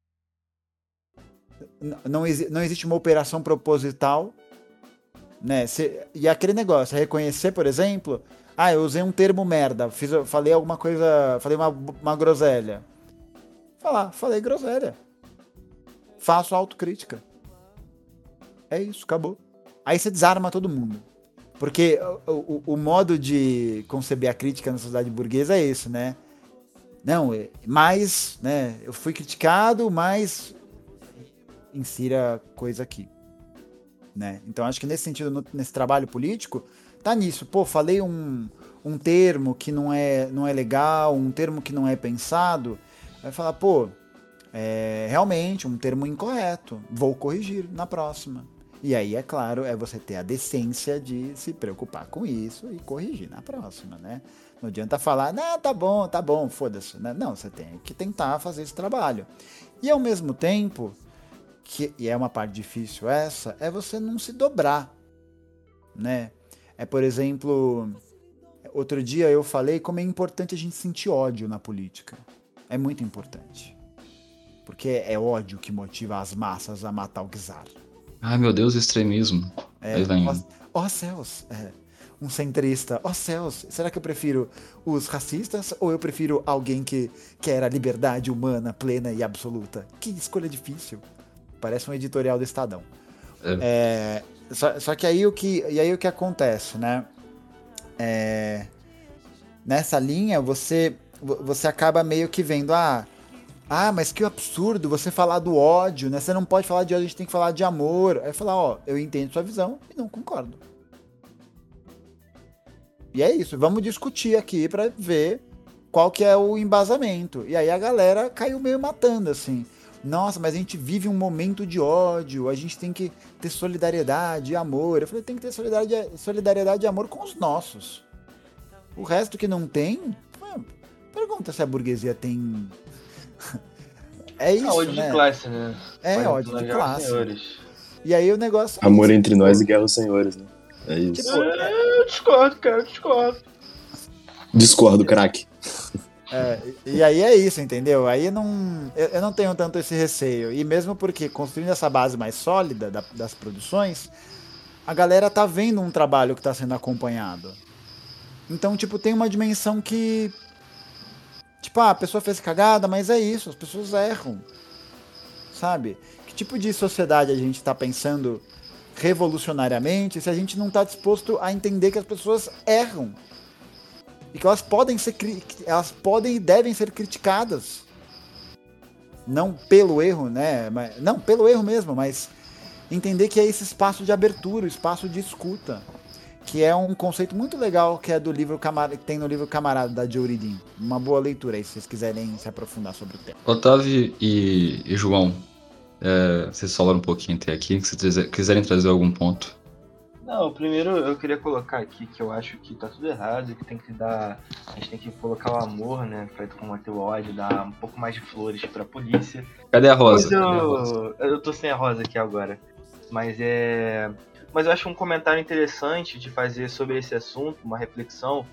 n- não, exi- não existe uma operação proposital, né? Se, e aquele negócio, reconhecer, por exemplo... Ah, eu usei um termo merda, fiz, falei alguma coisa, falei uma, uma groselha. Falar, falei groselha. Faço autocrítica. É isso, acabou. Aí você desarma todo mundo. Porque o, o, o modo de conceber a crítica na sociedade burguesa é isso, né? Não, mais, né? Eu fui criticado, mas insira coisa aqui. Né? Então acho que nesse sentido, no, nesse trabalho político, tá nisso. Pô, falei um, um termo que não é, não é legal, um termo que não é pensado. Vai falar, pô, é realmente um termo incorreto. Vou corrigir na próxima. E aí, é claro, é você ter a decência de se preocupar com isso e corrigir na próxima, né? Não adianta falar, não, tá bom, tá bom, foda-se. Né? Não, você tem que tentar fazer esse trabalho. E ao mesmo tempo, que, e é uma parte difícil essa, é você não se dobrar, né? É, por exemplo, outro dia eu falei como é importante a gente sentir ódio na política. É muito importante. Porque é ódio que motiva as massas a matar o czar. Ai, meu Deus, extremismo. É, Aí vem. Ó oh, céus, é, um centrista. Ó oh, céus, será que eu prefiro os racistas ou eu prefiro alguém que quer a liberdade humana plena e absoluta? Que escolha difícil. Parece um editorial do Estadão. É... É, Só, só que aí o que, e aí o que acontece, né? É, nessa linha, você, você acaba meio que vendo, ah, ah, mas que absurdo você falar do ódio, né? Você não pode falar de ódio, a gente tem que falar de amor. Aí falar, ó, eu entendo sua visão e não concordo. E é isso, vamos discutir aqui pra ver qual que é o embasamento. E aí a galera caiu meio matando, assim. Nossa, mas a gente vive um momento de ódio, a gente tem que ter solidariedade e amor. Eu falei, tem que ter solidariedade, solidariedade e amor com os nossos. O resto que não tem, pergunta se a burguesia tem... É isso, ah, ódio né? de classe, né? É, Vai ódio de classe. Senhores. E aí o negócio... É amor isso, entre nós e guerra aos senhores, né? É isso. Tipo, é... Eu discordo, cara, eu discordo. Discordo, craque. É, e aí é isso, entendeu? Aí não, eu, eu não tenho tanto esse receio. E mesmo porque construindo essa base mais sólida da, das produções, a galera tá vendo um trabalho que tá sendo acompanhado. Então, tipo, tem uma dimensão que... Tipo, ah, a pessoa fez cagada, mas é isso, as pessoas erram. Sabe? Que tipo de sociedade a gente tá pensando revolucionariamente se a gente não tá disposto a entender que as pessoas erram? E que elas podem ser, elas podem e devem ser criticadas. Não pelo erro, né? Mas, não, pelo erro mesmo, mas entender que é esse espaço de abertura, espaço de escuta. Que é um conceito muito legal que é do livro Camar- que tem no livro Camarada, da Dioridin. Uma boa leitura aí, se vocês quiserem se aprofundar sobre o tema. Otávio e, e João, é, vocês falaram um pouquinho até aqui, se vocês quiserem trazer algum ponto. Não, primeiro eu queria colocar aqui que eu acho que tá tudo errado, que tem que dar. A gente tem que colocar o amor, né? Feito com o ódio, dar um pouco mais de flores pra polícia. Cadê a Rosa? Mas eu, Cadê a Rosa? eu tô sem a Rosa aqui agora. Mas é. Mas eu acho um comentário interessante de fazer sobre esse assunto, uma reflexão.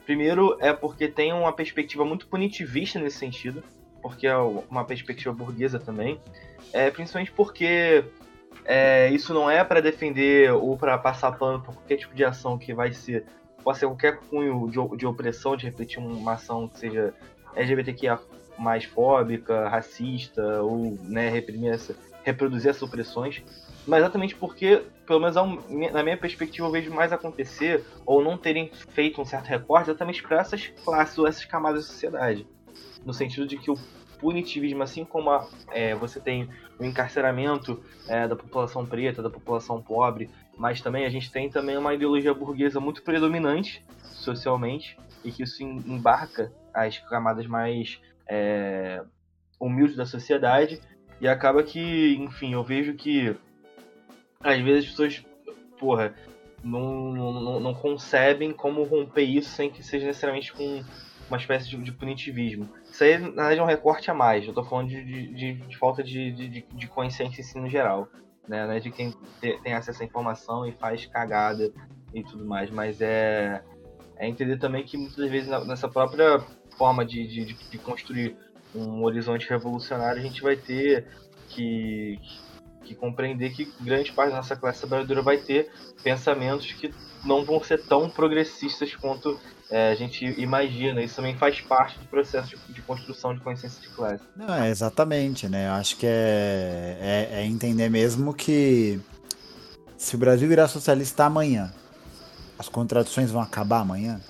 Primeiro é porque tem uma perspectiva muito punitivista nesse sentido, porque é uma perspectiva burguesa também, é, principalmente porque é, isso não é para defender ou para passar pano por qualquer tipo de ação que vai ser, pode ser qualquer cunho de, de opressão, de refletir uma ação que seja L G B T Q I A mais fóbica, racista, ou né, reprimir essa, reproduzir essas opressões, mas exatamente porque, pelo menos na minha perspectiva, eu vejo mais acontecer, ou não terem feito um certo recorte, exatamente para essas classes ou essas camadas da sociedade. No sentido de que o punitivismo, assim como a, é, você tem o encarceramento é, da população preta, da população pobre, mas também a gente tem também uma ideologia burguesa muito predominante socialmente, e que isso embarca as camadas mais é, humildes da sociedade, e acaba que, enfim, eu vejo que às vezes as pessoas, porra, não, não, não concebem como romper isso sem que seja necessariamente com uma espécie de, de punitivismo. Isso aí, na verdade, é um recorte a mais. Eu tô falando de, de, de falta de, de, de consciência em si no geral, né? Não é de quem tem acesso à informação e faz cagada e tudo mais, mas é, é entender também que muitas vezes nessa própria forma de, de, de construir um horizonte revolucionário, a gente vai ter que... que compreender que grande parte da nossa classe trabalhadora vai ter pensamentos que não vão ser tão progressistas quanto é, a gente imagina. Isso também faz parte do processo de, de construção de consciência de classe. Não, é exatamente, né? Eu acho que é, é, é entender mesmo que se o Brasil virar socialista amanhã, as contradições vão acabar amanhã?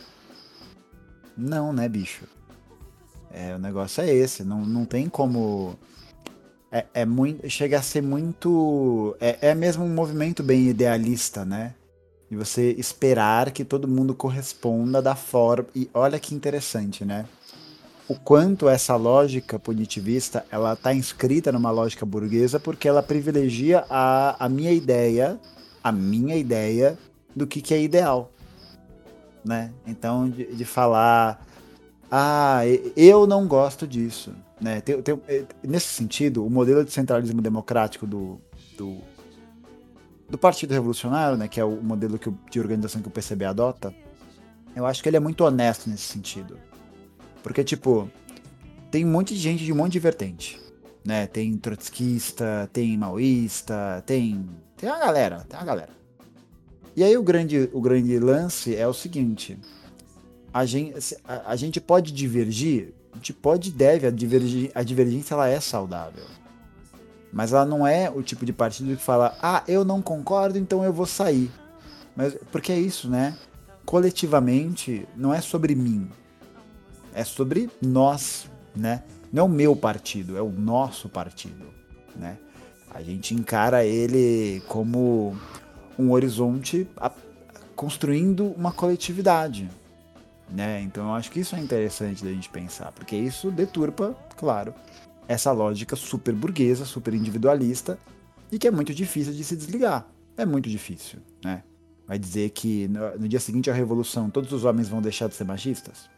Não, né, bicho? É, o negócio é esse, não, não tem como... É, é muito, chega a ser muito... É, é mesmo um movimento bem idealista, né? De você esperar que todo mundo corresponda da forma... E olha que interessante, né? O quanto essa lógica punitivista, ela tá inscrita numa lógica burguesa porque ela privilegia a, a minha ideia, a minha ideia do que, que é ideal, né? Então, de, de falar... Ah, eu não gosto disso. Né? Tem, tem, nesse sentido, o modelo de centralismo democrático do, do, do Partido Revolucionário, né, que é o modelo que, de organização que o P C B adota, eu acho que ele é muito honesto nesse sentido. Porque, tipo, tem um monte de gente de um monte de vertente. Né? Tem trotskista, tem maoísta, tem, tem uma galera, tem uma galera. E aí o grande, o grande lance é o seguinte... A gente, a, a gente pode divergir, a gente pode e deve, a, divergir, a divergência ela é saudável. Mas ela não é o tipo de partido que fala, ah, eu não concordo, então eu vou sair. Mas, porque é isso, né? Coletivamente, não é sobre mim. É sobre nós, né? Não é o meu partido, é o nosso partido, né? A gente encara ele como um horizonte a, construindo uma coletividade. Né? Então eu acho que isso é interessante da gente pensar, porque isso deturpa, claro, essa lógica super burguesa, super individualista e que é muito difícil de se desligar. É muito difícil, né? Vai dizer que no, no dia seguinte à revolução todos os homens vão deixar de ser machistas?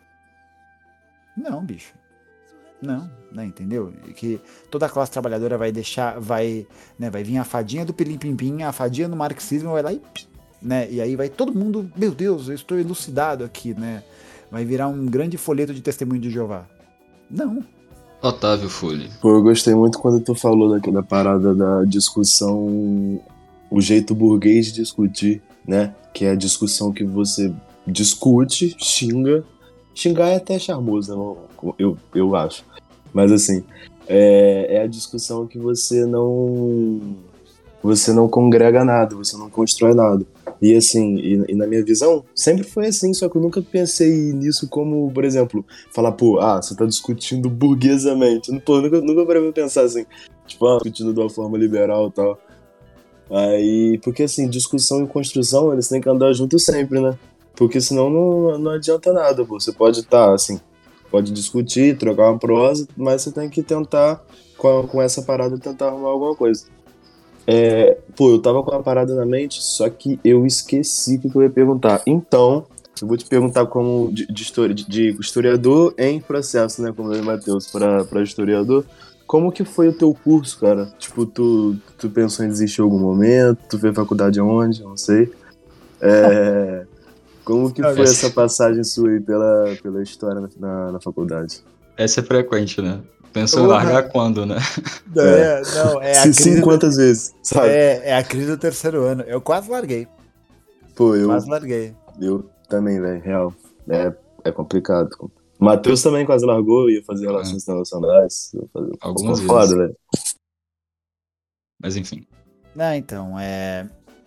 Não, bicho. Não, né? Entendeu? E que toda a classe trabalhadora vai deixar, vai, né, vai vir a fadinha do pilim-pim-pim, a fadinha do marxismo, vai lá e... Né? E aí vai todo mundo, meu Deus, eu estou elucidado aqui, né? Vai virar um grande folheto de testemunho de Jeová. Não. Otávio Folha. Pô, eu gostei muito quando tu falou daquela parada da discussão, o jeito burguês de discutir, né? Que é a discussão que você discute, xinga. Xingar é até charmoso, né? eu, eu acho. Mas assim, é, é a discussão que você não... Você não congrega nada, você não constrói nada. E assim, e, e na minha visão, sempre foi assim, só que eu nunca pensei nisso como, por exemplo, falar, pô, ah, você tá discutindo burguesamente. Pô, nunca, nunca parei pra pensar assim, tipo, ah, discutindo de uma forma liberal e tal. Aí, porque assim, discussão e construção, eles têm que andar juntos sempre, né? Porque senão não, não adianta nada, pô. Você pode estar, tá, assim, pode discutir, trocar uma prosa, mas você tem que tentar, com, com essa parada, tentar arrumar alguma coisa. É, pô, eu tava com uma parada na mente, só que eu esqueci o que eu ia perguntar. Então, eu vou te perguntar como de, de, histori- de historiador em processo, né? Como eu e Matheus, pra, pra historiador. Como que foi o teu curso, cara? Tipo, tu, tu pensou em desistir em algum momento? Tu fez faculdade aonde? Não sei. É, Como que foi essa passagem sua aí pela, pela história na, na, na faculdade? Essa é frequente, né? Pensou em Porra. largar quando, né? Não, é, não, é a Se crise sim, do- quantas vezes? Sabe? É, é a crise do terceiro ano. Eu quase larguei. Pô, eu, Quase larguei. eu também, velho, real. É, é complicado. O Matheus também quase largou, ia fazer relações internacionais. ia fazer- Algumas Ficou foda, vezes. velho. Mas enfim. Não, então, é.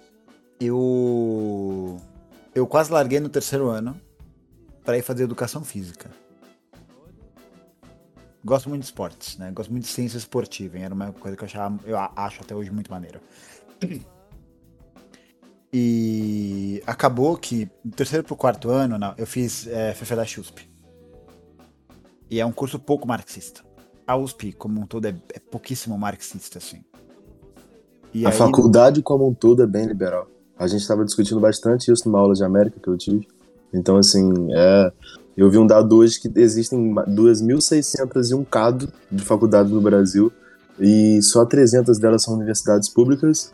Eu. Eu quase larguei no terceiro ano pra ir fazer educação física. Gosto muito de esportes, né? Gosto muito de ciência esportiva, hein? Era uma coisa que eu achava, eu a- acho até hoje muito maneiro. E acabou que do terceiro pro quarto ano, não, eu fiz é, F F da U S P. E é um curso pouco marxista. A U S P, como um todo, é, é pouquíssimo marxista, assim. E A aí, faculdade como um todo é bem liberal. A gente estava discutindo bastante isso numa aula de América que eu tive. Então, assim, é... eu vi um dado hoje que existem dois mil seiscentos e um C A D de faculdades no Brasil e só trezentas delas são universidades públicas.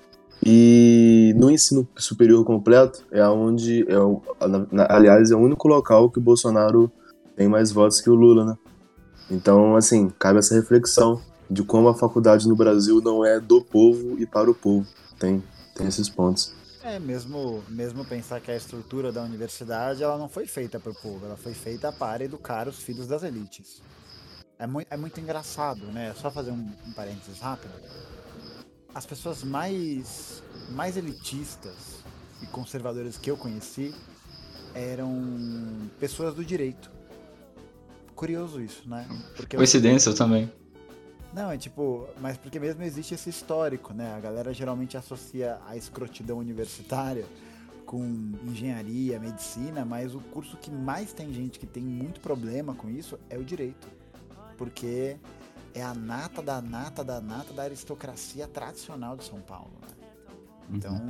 E no ensino superior completo é onde, é o, na- aliás, é o único local que o Bolsonaro tem mais votos que o Lula, né? Então, assim, cabe essa reflexão de como a faculdade no Brasil não é do povo e para o povo. Tem, tem esses pontos. é mesmo, mesmo pensar que a estrutura da universidade ela não foi feita para o povo, ela foi feita para educar os filhos das elites. É, mui- é muito engraçado, né? Só fazer um, um parênteses rápido. As pessoas mais, mais elitistas e conservadoras que eu conheci eram pessoas do direito. Curioso isso, né? Porque eu- Coincidência, eu também. Não, é tipo, mas porque mesmo existe esse histórico, né? A galera geralmente associa a escrotidão universitária com engenharia, medicina, mas o curso que mais tem gente que tem muito problema com isso é o direito. Porque é a nata da nata da nata da aristocracia tradicional de São Paulo, né? Então,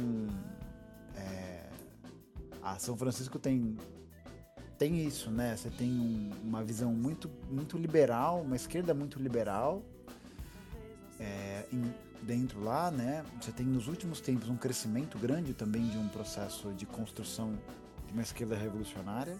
é, a São Francisco tem tem isso, né? Você tem um- uma visão muito, muito liberal, uma esquerda muito liberal é, em- dentro lá, né? Você tem nos últimos tempos um crescimento grande também de um processo de construção de uma esquerda revolucionária,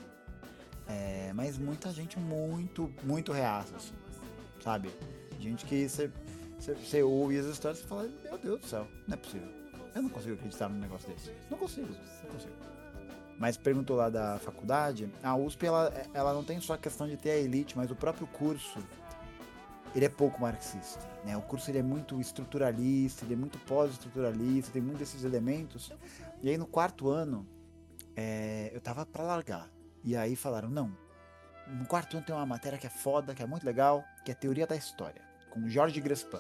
é, mas muita gente muito, muito reaça, assim, sabe? Gente que você você ouve as histórias e fala, meu Deus do céu, não é possível. Eu não consigo acreditar num negócio desse. Não consigo, não consigo. Mas perguntou lá da faculdade, a U S P ela, ela não tem só a questão de ter a elite, mas o próprio curso, ele é pouco marxista, né? O curso ele é muito estruturalista, ele é muito pós-estruturalista, tem muitos desses elementos. E aí no quarto ano, é, eu tava pra largar. E aí falaram, não, no quarto ano tem uma matéria que é foda, que é muito legal, que é Teoria da História, com Jorge Grespin.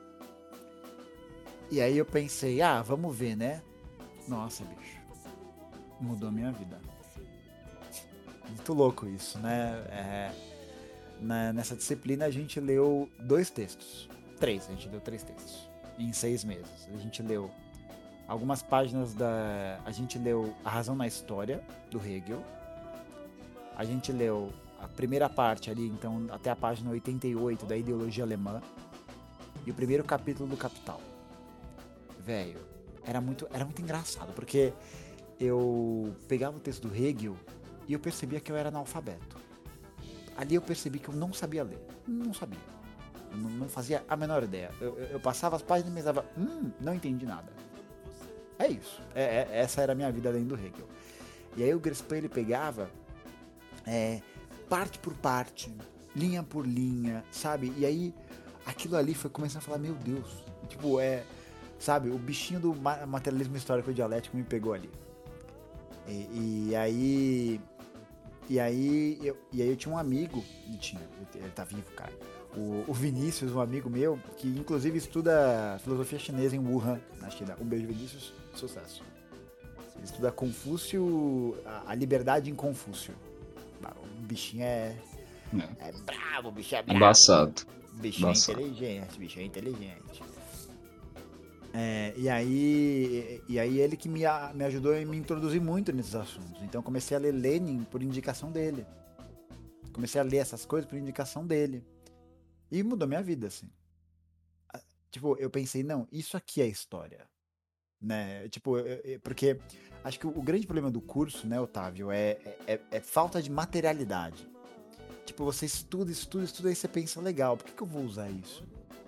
E aí eu pensei, ah, vamos ver, né? Nossa, bicho, mudou a minha vida. Muito louco isso, né? É, na, nessa disciplina a gente leu dois textos. Três, a gente leu três textos. Em seis meses. A gente leu algumas páginas da... A gente leu A Razão na História, do Hegel. A gente leu a primeira parte ali, então, até a página oitenta e oito da Ideologia Alemã. E o primeiro capítulo do Capital. Velho, era muito, era muito engraçado, porque eu pegava o texto do Hegel e eu percebia que eu era analfabeto. Ali eu percebi que eu não sabia ler. Não sabia. Eu não, não fazia a menor ideia. Eu, eu, eu passava as páginas e pensava, hum, não entendi nada. É isso. É, é, essa era a minha vida além do Hegel. E aí o Grespin, ele pegava é, parte por parte, linha por linha, sabe? E aí aquilo ali foi começando a falar, meu Deus. Tipo, é... Sabe, o bichinho do materialismo histórico e dialético me pegou ali. E, e aí... E aí, eu, e aí eu tinha um amigo, ele tinha, ele tá vivo, cara. O, o Vinícius, um amigo meu, que inclusive estuda filosofia chinesa em Wuhan, na China. Um beijo, Vinícius, sucesso. Ele estuda Confúcio, a, a liberdade em Confúcio. O bichinho é... É bravo, o bicho é bravo. Embaçado. O bichinho Embaçado. é inteligente, o bichinho é inteligente. É, e aí, e aí ele que me, me ajudou a me introduzir muito nesses assuntos. Então eu comecei a ler Lenin por indicação dele. Comecei a ler essas coisas por indicação dele. E mudou minha vida, assim. Tipo, eu pensei, não, isso aqui é história. né? Tipo, eu- eu- porque acho que o, o grande problema do curso, né, Otávio, é, é, é falta de materialidade. Tipo, você estuda, estuda, estuda, aí você pensa, legal, por que, que eu vou usar isso?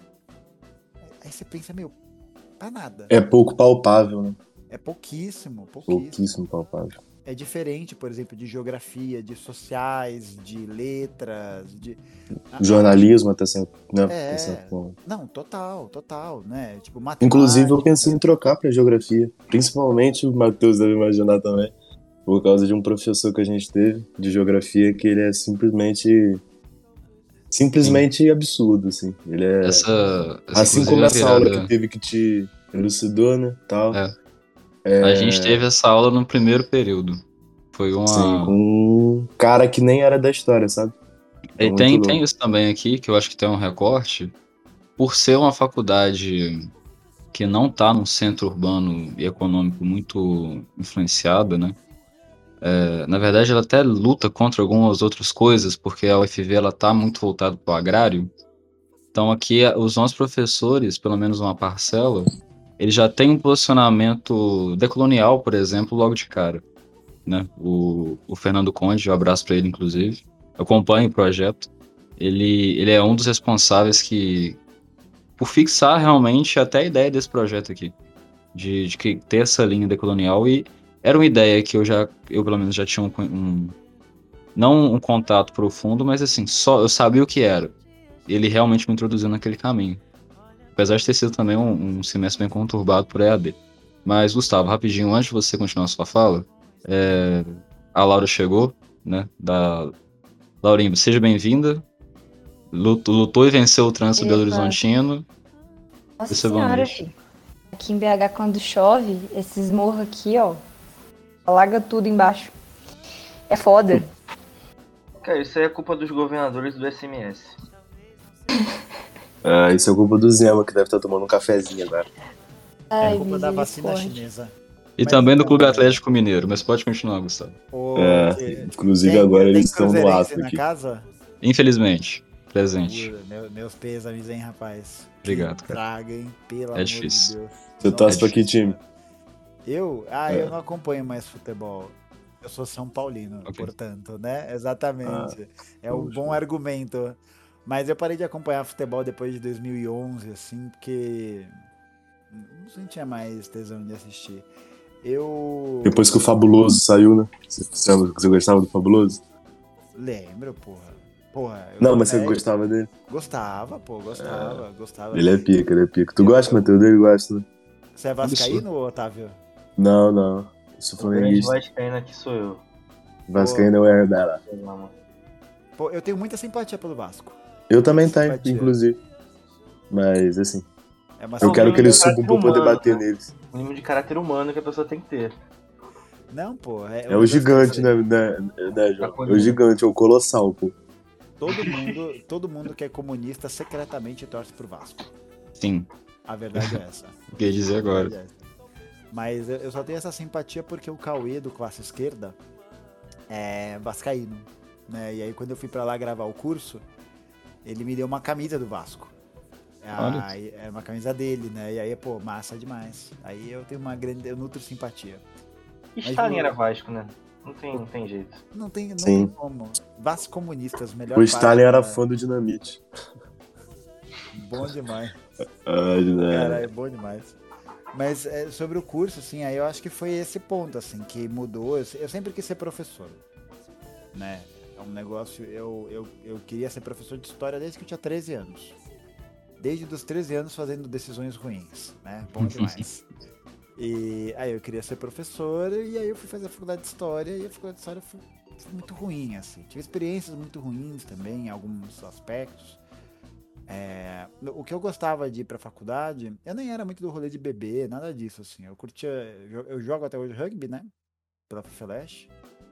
Aí você pensa, meu, pra nada. É pouco palpável, né? É pouquíssimo, pouquíssimo. Pouquíssimo palpável. É diferente, por exemplo, de geografia, de sociais, de letras, de... O jornalismo até certo, né? É, até certo ponto. não, total, total, né? Tipo, matemática... Inclusive, eu pensei em trocar pra geografia. Principalmente o Matheus deve imaginar também. Por causa de um professor que a gente teve de geografia, que ele é simplesmente. Simplesmente absurdo, assim. Ele é. Essa, essa assim inclusive, como é a essa aula virada- que teve que te elucidou, né? Tal. É. É, A gente teve essa aula no primeiro período. Foi uma. Sim, com um cara que nem era da história, sabe? E Então, tem, muito tem louco. isso também aqui, que eu acho que tem um recorte. Por ser uma faculdade que não está num centro urbano e econômico muito influenciado, né? É, na verdade, ela até luta contra algumas outras coisas, porque a U F V ela está muito voltada para o agrário. Então aqui a- os nossos professores, pelo menos uma parcela, eles já têm um posicionamento decolonial, por exemplo, logo de cara, né? O, o Fernando Conde, um abraço para ele, inclusive. Eu acompanho o projeto. Ele, ele é um dos responsáveis que, por fixar realmente até a ideia desse projeto aqui, de, de que ter essa linha decolonial, e era uma ideia que eu já, eu pelo menos já tinha um, um não um contato profundo, mas assim, só eu sabia o que era. Ele realmente me introduziu naquele caminho. Apesar de ter sido também um, um semestre bem conturbado por E A D. Mas, Gustavo, rapidinho, antes de você continuar a sua fala, é, a Laura chegou, né? Da... Laurinha, seja bem-vinda. Lutou, lutou e venceu o trânsito Epa. Belo Horizontino. Nossa Esse é bom senhora, mesmo. filho. Aqui em B H, quando chove, esses morros aqui, ó, alaga tudo embaixo. É foda. Cara, isso aí é culpa dos governadores do S M S. Ah, isso é culpa do Zema, que deve estar tomando um cafezinho agora. Ai, É culpa da vacina misericórdia. chinesa. E Mas também do então, Clube é- Atlético Mineiro, mas pode continuar, Gustavo. Ô, É, que- inclusive tem- agora tem eles estão no cruzeirense ato na aqui. casa? Infelizmente, presente. Pura, meu- meus pêsames, hein, rapaz. Obrigado, Que cara. traga, hein? Pelo É amor difícil. de Deus. Você torce É pra que difícil. time? Eu? Ah, É. eu não acompanho mais futebol. Eu sou São Paulino, Ok. portanto, né? Exatamente. é um poxa. bom argumento. Mas eu parei de acompanhar futebol depois de dois mil e onze, assim, porque não tinha mais tesão de assistir. Eu Depois que o Fabuloso saiu, né? Você, você lembra que você gostava do Fabuloso? lembro, porra. Porra, eu Não, sou mas você velho. gostava dele? Gostava, pô, gostava, gostava. Ele é pica, ele é pica. Tu Eu- gosta, Matheus, dele? Gosta, né? Você é vascaíno, Otávio? Não, não. Eu sou O grande flamenguista. vascaíno aqui sou eu. Vascaíno é o Herdala. Sei lá, mano. Pô, eu tenho muita simpatia pelo Vasco. Eu também tenho, Simpatia. inclusive. Mas, assim, É uma eu quero que eles Caráter subam pra eu poder humano, bater né? neles. O mínimo de caráter humano que a pessoa tem que ter. Não, pô. É, É o gigante, né, né, né João? É o gigante, é o colossal, pô. Todo mundo, todo mundo que é comunista secretamente torce pro Vasco. Sim, A verdade é essa. o que eu ia dizer A agora. verdade é essa. Mas eu eu só tenho essa simpatia porque o Cauê do Classe Esquerda é vascaíno, né? E aí quando eu fui pra lá gravar o curso, ele me deu uma camisa do Vasco. Olha. Aí, é uma camisa dele, né? E aí, pô, massa demais. Aí eu tenho uma grande, eu nutro simpatia. E Mas Stalin o- era Vasco, né? Não tem, não tem jeito. Não tem, não Sim. tem como. Vasco comunistas, melhor O Stalin parte, era né? fã do Dinamite. Bom demais. Ah, né? Cara, é bom demais. Mas é, sobre o curso, assim, aí eu acho que foi esse ponto, assim, que mudou. Eu, se- eu sempre quis ser professor, né? É um negócio, eu, eu, eu queria ser professor de história desde que eu tinha treze anos. Desde os treze anos fazendo decisões ruins, né? Bom demais. E aí eu queria ser professor, e aí eu fui fazer a faculdade de História, e a faculdade de História foi, foi muito ruim, assim. Tive experiências muito ruins também, em alguns aspectos. É, o que eu gostava de ir pra faculdade, eu nem era muito do rolê de beber, nada disso, assim. Eu curtia, eu, eu jogo até hoje rugby, né? Pela FEFELESH.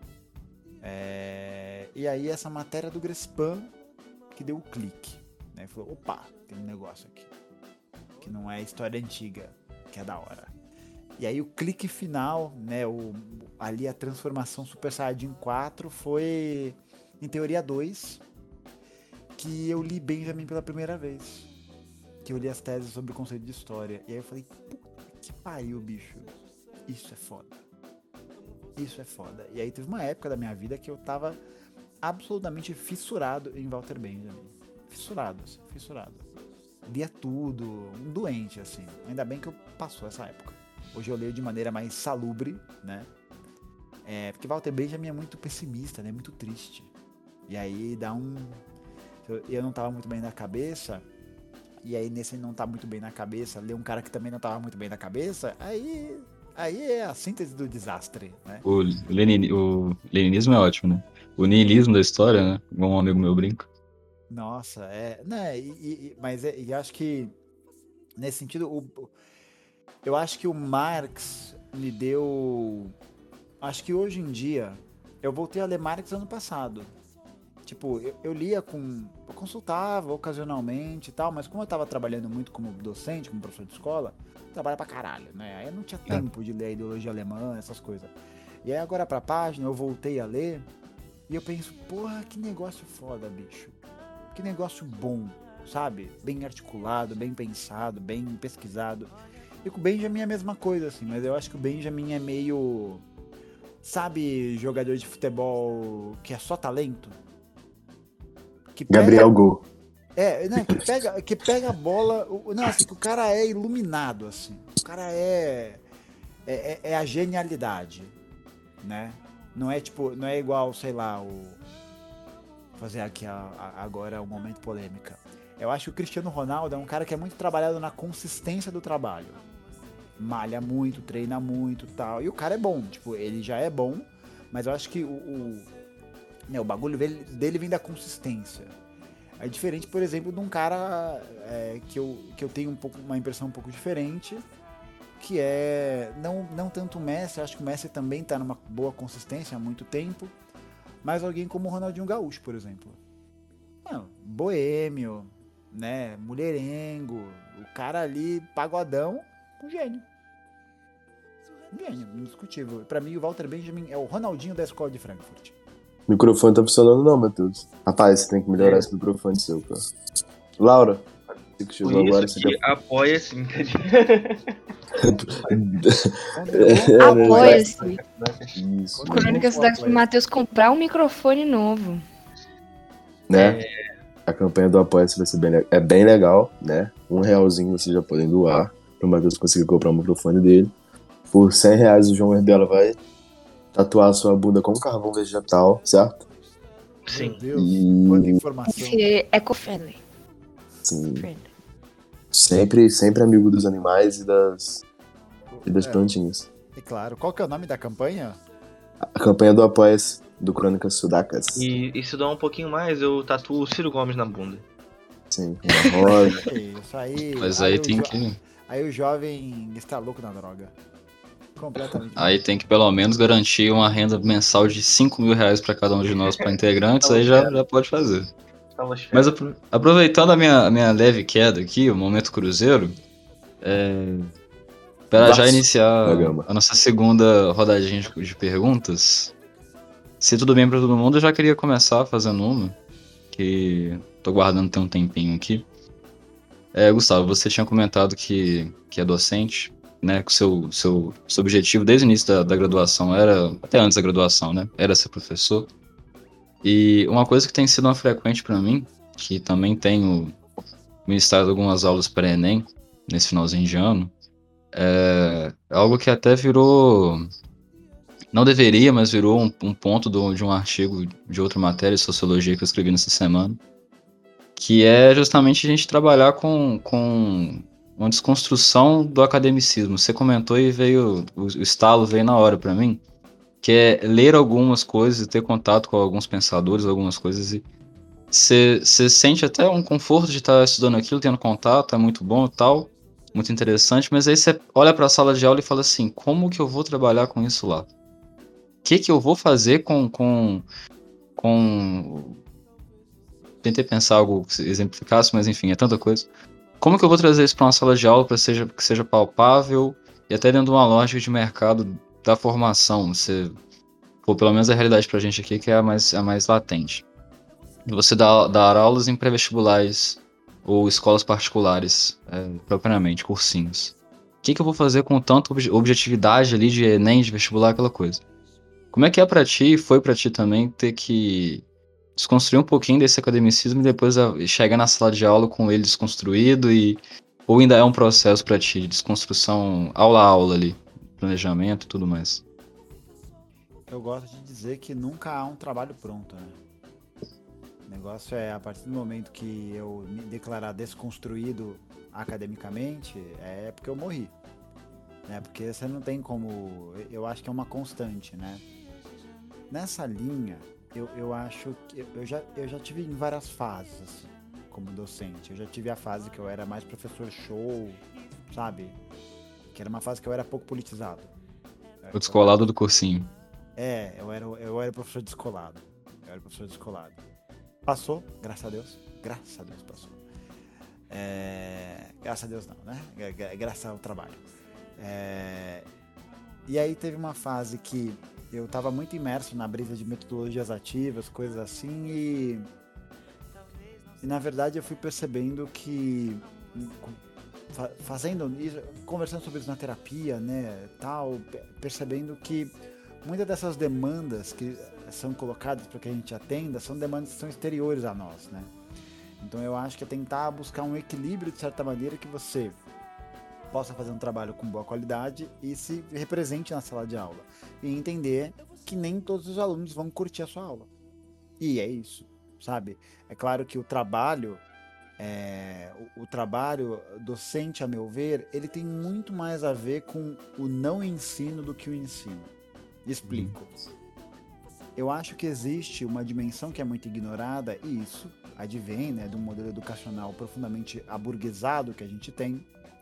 É, e aí essa matéria do Grespan que deu o clique, né? Falou, opa, tem um negócio aqui. Que não é história antiga, que é da hora. E aí o clique final, né? O, ali a transformação Super Saiyajin quatro foi em Teoria dois, que eu li Benjamin pela primeira vez. Que eu li as teses sobre o conceito de história. E aí eu falei, puta que pariu, bicho. Isso é foda. Isso é foda. E aí teve uma época da minha vida que eu tava absolutamente fissurado em Walter Benjamin. Fissurado, assim, fissurado. Lia tudo, um doente, assim. Ainda bem que eu passou essa época. Hoje eu leio de maneira mais salubre, né? É, porque Walter Benjamin é muito pessimista, né? Muito triste. E aí dá um... Eu, eu não tava muito bem na cabeça, e aí nesse não tá muito bem na cabeça, ler um cara que também não tava muito bem na cabeça, aí... Aí é a síntese do desastre, né? O, Lenin, o leninismo é ótimo, né? O niilismo da história, né? Como um amigo meu brinca. Nossa, é... Né, e, e, mas é, e acho que, nesse sentido, o, eu acho que o Marx me deu... Acho que hoje em dia, eu voltei a ler Marx ano passado. Tipo, eu, eu lia com... Eu consultava ocasionalmente e tal, mas como eu tava trabalhando muito como docente, como professor de escola, trabalha pra caralho, né? Aí eu não tinha tempo de ler a ideologia alemã, essas coisas. E aí agora pra página, eu voltei a ler e eu penso, porra, que negócio foda, bicho. Que negócio bom, sabe? Bem articulado, bem pensado, bem pesquisado. E com o Benjamin é a mesma coisa, assim, mas eu acho que o Benjamin é meio... Sabe, jogador de futebol que é só talento? Que pega... Gabriel Gol. É, né, que pega, que pega a bola... Não, assim, que o cara é iluminado, assim. O cara é... É, é a genialidade, né? Não é tipo... Não é igual, sei lá, o... Vou fazer aqui a, a, agora um momento polêmica. Eu acho que o Cristiano Ronaldo é um cara que é muito trabalhado na consistência do trabalho. Malha muito, treina muito e tal. E o cara é bom, tipo, ele já é bom, mas eu acho que o, o, né, o bagulho dele, dele vem da consistência. É diferente, por exemplo, de um cara é, que, eu, que eu tenho um pouco, uma impressão um pouco diferente, que é, não, não tanto o Messi, acho que o Messi também tá numa boa consistência há muito tempo, mas alguém como o Ronaldinho Gaúcho, por exemplo. Não, boêmio, né, mulherengo, o cara ali, pagodão, um gênio. Um gênio, indiscutível. Pra mim, o Walter Benjamin é o Ronaldinho da escola de Frankfurt. O microfone tá funcionando não, Matheus. Rapaz, você tem que melhorar é. esse microfone seu, cara. Laura, você que chegou Por agora... Isso você que já... apoia-se, Apoia-se. Isso. Crônicas Sudaca pro Matheus comprar um microfone novo. Né? É... A campanha do Apoia-se vai ser bem, é bem legal, né? Um realzinho vocês já podem doar pro Matheus conseguir comprar o microfone dele. Por cem reais o João Herbela vai tatuar a sua bunda com carvão vegetal, certo? Sim. Meu Deus, e... quanta informação. Esse eco-friendly. Sim. Sempre, sempre amigo dos animais e das, e das é. plantinhas. E claro, qual que é o nome da campanha? A campanha do Apoia-se, do Crônicas Sudacas. E, e se dá um pouquinho mais, eu tatuo o Ciro Gomes na bunda. Sim, uma rosa. Isso aí. Mas aí, aí tem jo... que... Aí o jovem está louco na droga. Completamente. Aí tem que pelo menos garantir uma renda mensal de cinco mil reais para cada um de nós, para integrantes, aí já, já pode fazer. Mas aproveitando a minha, a minha leve queda aqui, o momento cruzeiro, é, para já iniciar a nossa segunda rodadinha de, de perguntas, se tudo bem para todo mundo, eu já queria começar fazendo uma, que tô guardando tem um tempinho aqui. É, Gustavo, você tinha comentado que, que é docente, né, que o seu, seu, seu objetivo desde o início da, da graduação era, até antes da graduação, né, era ser professor. E uma coisa que tem sido uma frequente para mim, que também tenho ministrado algumas aulas para Enem, nesse finalzinho de ano, é algo que até virou, não deveria, mas virou um, um ponto do, de um artigo de outra matéria de sociologia que eu escrevi nessa semana, que é justamente a gente trabalhar com, com uma desconstrução do academicismo. Você comentou e veio, o, o estalo veio na hora para mim, que é ler algumas coisas e ter contato com alguns pensadores, algumas coisas, e você sente até um conforto de estar estudando aquilo, tendo contato, é muito bom e tal, muito interessante, mas aí você olha para a sala de aula e fala assim, como que eu vou trabalhar com isso lá? O que que eu vou fazer com... com, com... Tentei pensar algo que exemplificasse, mas enfim, é tanta coisa. Como que eu vou trazer isso para uma sala de aula para seja, que seja palpável e até dentro de uma lógica de mercado da formação? Você, pô, pelo menos a realidade pra gente aqui que é a mais, a mais latente. Você dá, dar aulas em pré-vestibulares ou escolas particulares, é, propriamente, cursinhos. que, que eu vou fazer com tanta obje- objetividade ali de Enem, de vestibular, aquela coisa. Como é que é pra ti, e foi pra ti também, ter que desconstruir um pouquinho desse academicismo e depois a- chegar na sala de aula com ele desconstruído e... Ou ainda é um processo pra ti, de desconstrução aula a aula ali, planejamento e tudo mais? Eu gosto de dizer que nunca há um trabalho pronto, né? O negócio é, a partir do momento que eu me declarar desconstruído academicamente, é porque eu morri. Né? Porque você não tem como... Eu acho que é uma constante, né? Nessa linha, eu, eu acho que... Eu já, eu já tive em várias fases, assim, como docente. Eu já tive a fase que eu era mais professor show, sabe? Que era uma fase que eu era pouco politizado. O descolado do cursinho. É, eu era, eu era professor descolado. Eu era professor descolado. Passou, graças a Deus. Graças a Deus passou. É, graças a Deus não, né? Graças ao trabalho. É, e aí teve uma fase que eu estava muito imerso na brisa de metodologias ativas, coisas assim, e, e na verdade eu fui percebendo que fazendo isso, conversando sobre isso na terapia, né, tal, percebendo que muitas dessas demandas que são colocadas para que a gente atenda são demandas que são exteriores a nós, né? Então eu acho que é tentar buscar um equilíbrio de certa maneira que você possa fazer um trabalho com boa qualidade e se represente na sala de aula. E entender que nem todos os alunos vão curtir a sua aula. E é isso, sabe? É claro que o trabalho, é, o, o trabalho docente, a meu ver, ele tem muito mais a ver com o não ensino do que o ensino. Explico. Eu acho que existe uma dimensão que é muito ignorada, e isso advém, né, de um modelo educacional profundamente aburguesado que a gente tem,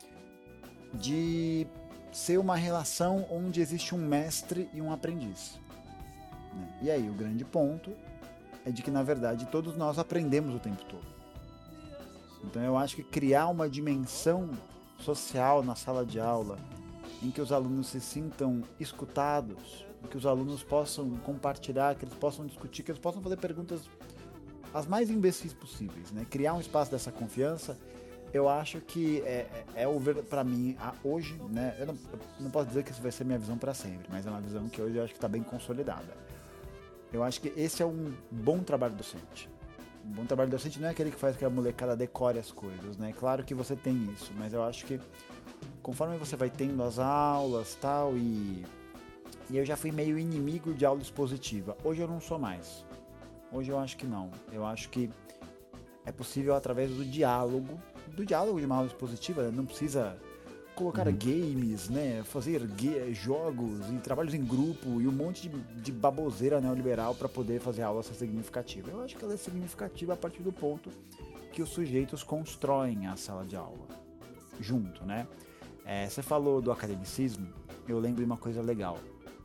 de ser uma relação onde existe um mestre e um aprendiz. Né? E aí o grande ponto é de que, na verdade, todos nós aprendemos o tempo todo. Então eu acho que criar uma dimensão social na sala de aula em que os alunos se sintam escutados, que os alunos possam compartilhar, que eles possam discutir, que eles possam fazer perguntas as mais imbecis possíveis, né? Criar um espaço dessa confiança, eu acho que é, é, é o ver para mim a, hoje, né? Eu não, eu não posso dizer que isso vai ser minha visão para sempre, mas é uma visão que hoje eu acho que está bem consolidada. Eu acho que esse é um bom trabalho docente. Um bom trabalho docente não é aquele que faz que a molecada decore as coisas, né? Claro que você tem isso, mas eu acho que conforme você vai tendo as aulas tal, e E eu já fui meio inimigo de aula expositiva. Hoje eu não sou mais. Hoje eu acho que não. Eu acho que é possível através do diálogo, do diálogo de uma aula expositiva, né? Não precisa colocar uhum. games, né? Fazer ga- jogos e trabalhos em grupo e um monte de, de baboseira neoliberal para poder fazer a aula ser significativa. Eu acho que ela é significativa a partir do ponto que os sujeitos constroem a sala de aula junto, né? É, você falou do academicismo, eu lembro de uma coisa legal.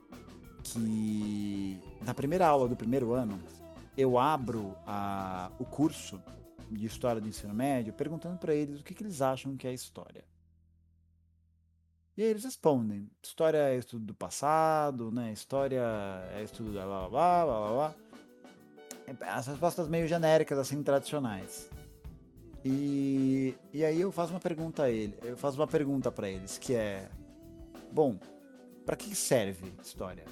Que na primeira aula do primeiro ano, eu abro a, o curso de História do Ensino Médio perguntando para eles o que, que eles acham que é história. E aí eles respondem, história é estudo do passado, né? História é estudo da blá blá blá blá blá. As respostas meio genéricas, assim, tradicionais. E, e aí eu faço uma pergunta a ele, eu faço uma pergunta para eles, que é, bom, para que serve história?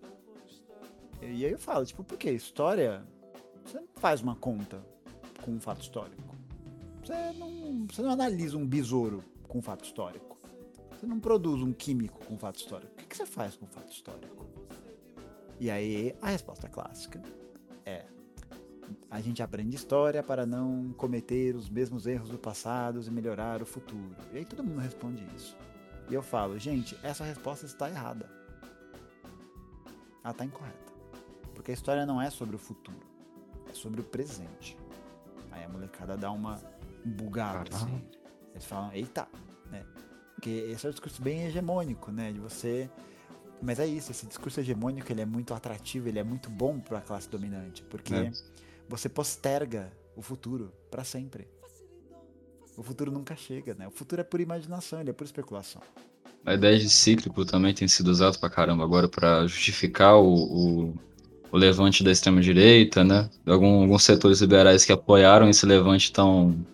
E aí eu falo, tipo, por que história? Você não faz uma conta com um fato histórico. Você não, você não analisa um besouro com um fato histórico. Você não produz um químico com um fato histórico. O que, que você faz com um fato histórico? E aí a resposta clássica é: a gente aprende história para não cometer os mesmos erros do passado e melhorar o futuro. E aí todo mundo responde isso. E eu falo, gente, essa resposta está errada. Ela está incorreta. Porque a história não é sobre o futuro, é sobre o presente. Aí a molecada dá uma bugada, assim. Eles falam, eita, né? Porque esse é um discurso bem hegemônico, né? De você... Mas é isso, esse discurso hegemônico, ele é muito atrativo, ele é muito bom para a classe dominante, porque é. você posterga o futuro para sempre. O futuro nunca chega, né? O futuro é por imaginação, ele é por especulação. A ideia de cíclico também tem sido usada pra caramba agora para justificar o, o, o levante da extrema-direita, né? Algum, alguns setores liberais que apoiaram esse levante estão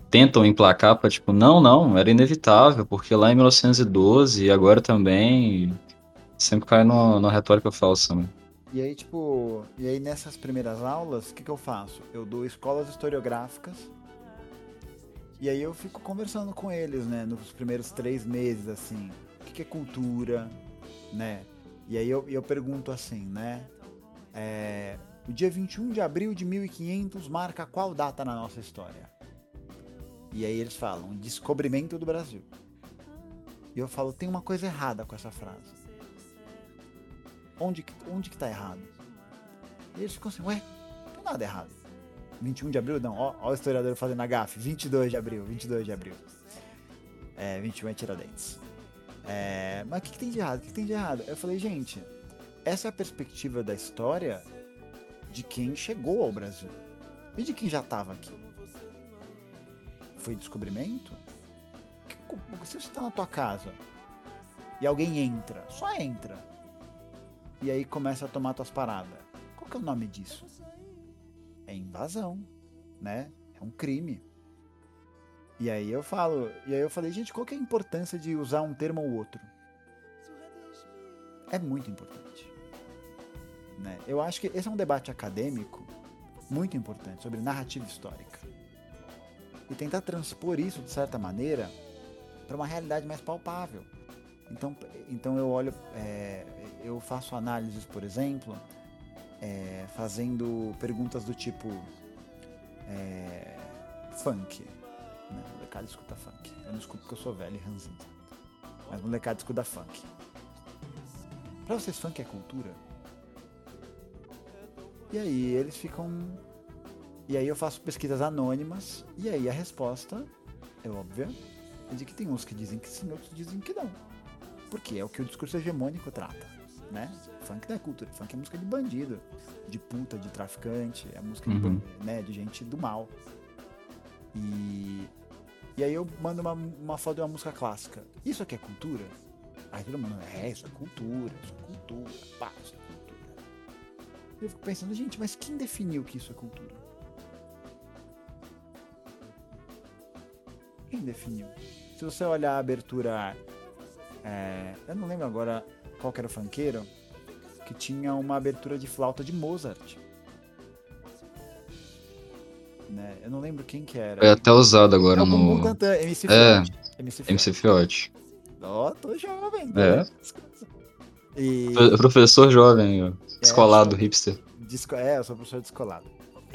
tentam emplacar pra, tipo, não, não, era inevitável, porque lá em mil novecentos e doze e agora também, sempre cai no, no retórica falsa, né? E aí, tipo, e aí nessas primeiras aulas, o que, que eu faço? Eu dou escolas historiográficas e aí eu fico conversando com eles, né, nos primeiros três meses, assim, o que, que é cultura, né? E aí eu, eu pergunto assim, né, é, o dia vinte e um de abril de mil e quinhentos marca qual data na nossa história? E aí eles falam, descobrimento do Brasil. E eu falo, tem uma coisa errada com essa frase. Onde que, onde que tá errado? E eles ficam assim, ué, não tem nada errado. vinte e um de abril? Não, ó, ó o historiador fazendo a gafe. vinte e dois de abril, vinte e dois de abril. É, vinte e um é Tiradentes. É, mas o que, que tem de errado? O que, que tem de errado? Eu falei, gente, essa é a perspectiva da história de quem chegou ao Brasil. E de quem já estava aqui. Foi descobrimento? Se você está na tua casa e alguém entra, só entra, e aí começa a tomar tuas paradas, qual que é o nome disso? É invasão, né? É um crime. E aí eu falo, e aí eu falei, gente, qual que é a importância de usar um termo ou outro? É muito importante, né? Eu acho que esse é um debate acadêmico muito importante sobre narrativa histórica. E tentar transpor isso, de certa maneira, para uma realidade mais palpável. Então, então eu olho, é, eu faço análises, por exemplo, é, fazendo perguntas do tipo é, funk, né? Molecada escuta funk. Eu não escuto porque eu sou velho e ranzinho, mas molecada escuta funk. Pra vocês, funk é cultura? E aí eles ficam... E aí eu faço pesquisas anônimas, e aí a resposta é óbvia, é de que tem uns que dizem que sim, outros dizem que não. Porque é o que o discurso hegemônico trata, né? Funk não é cultura, funk é música de bandido, de puta, de traficante, é música Uhum. de, né, de gente do mal. E, e aí eu mando uma, uma foto de uma música clássica. Isso aqui é cultura? Aí todo mundo, é, isso é cultura, isso é cultura, pá, isso é cultura. E eu fico pensando, gente, mas quem definiu que isso é cultura? Quem definiu? Se você olhar a abertura, é, eu não lembro agora qual que era o funkeiro, que tinha uma abertura de flauta de Mozart. Né? Eu não lembro quem que era. Foi até usado agora é o Bumbum no... Tantan, M C É, Fiote. M C Fiote. M C Fiote. Ó, oh, tô jovem. É. Né? E... Professor jovem, ó. Descolado, é, hipster. Desco... É, eu sou professor descolado.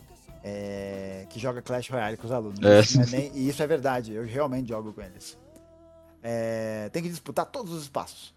É... Que joga Clash Royale com os alunos. É. Isso não é nem... E isso é verdade, eu realmente jogo com eles. É... Tem que disputar todos os espaços.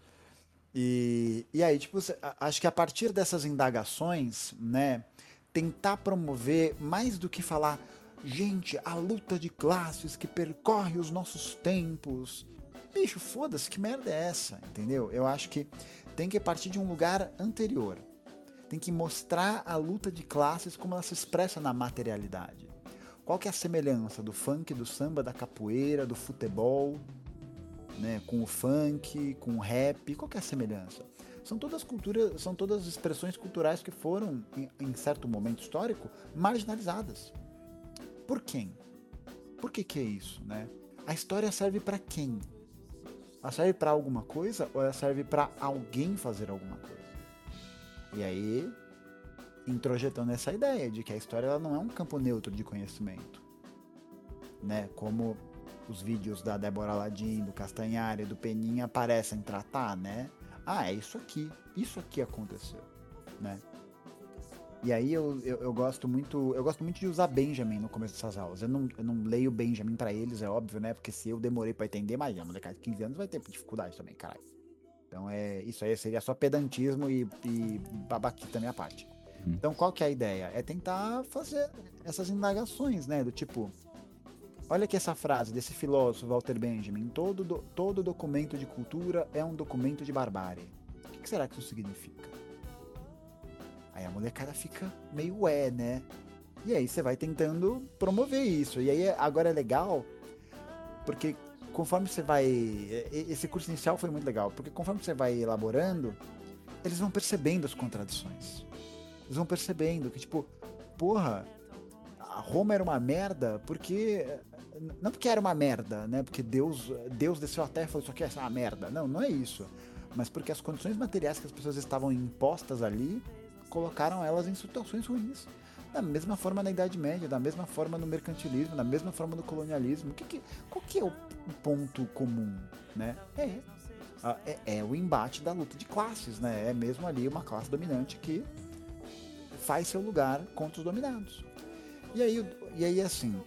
E, e aí, tipo, acho que a partir dessas indagações, né, tentar promover mais do que falar, gente, a luta de classes que percorre os nossos tempos. Bicho, foda-se, que merda é essa, entendeu? Eu acho que tem que partir de um lugar anterior. Tem que mostrar a luta de classes como ela se expressa na materialidade. Qual que é a semelhança do funk, do samba, da capoeira, do futebol, né, com o funk, com o rap? Qual que é a semelhança? São todas culturas, são todas expressões culturais que foram, em, em certo momento histórico, marginalizadas. Por quem? Por que que é isso, né? A história serve para quem? Ela serve para alguma coisa ou ela serve para alguém fazer alguma coisa? E aí, introjetando essa ideia de que a história ela não é um campo neutro de conhecimento, né? Como os vídeos da Débora Ladim, do Castanhari e do Peninha parecem tratar, né? Ah, é isso aqui, isso aqui aconteceu, né? E aí eu, eu, eu gosto muito eu gosto muito de usar Benjamin no começo dessas aulas. Eu não, eu não leio Benjamin pra eles, é óbvio, né? Porque se eu demorei pra entender, mas a molecada de quinze anos vai ter dificuldade também, caralho. Então é, isso aí seria só pedantismo e, e babaquice da minha parte. Então qual que é a ideia? É tentar fazer essas indagações, né? Do tipo, olha aqui essa frase desse filósofo Walter Benjamin: todo, do, todo documento de cultura é um documento de barbárie. O que, que será que isso significa? Aí a molecada fica meio ué, né? E aí você vai tentando promover isso. E aí agora é legal, porque conforme você vai... Esse curso inicial foi muito legal, porque conforme você vai elaborando, eles vão percebendo as contradições. Eles vão percebendo que, tipo, porra, a Roma era uma merda porque não porque era uma merda, né? Porque Deus, Deus desceu à terra e falou, isso aqui é uma merda. Não, não é isso. Mas porque as condições materiais que as pessoas estavam impostas ali colocaram elas em situações ruins. Da mesma forma na Idade Média, da mesma forma no mercantilismo, da mesma forma no colonialismo. Que que, qual que é o ponto comum, né? É, é, é o embate da luta de classes, né? É mesmo ali uma classe dominante que faz seu lugar contra os dominados. E aí, e aí assim,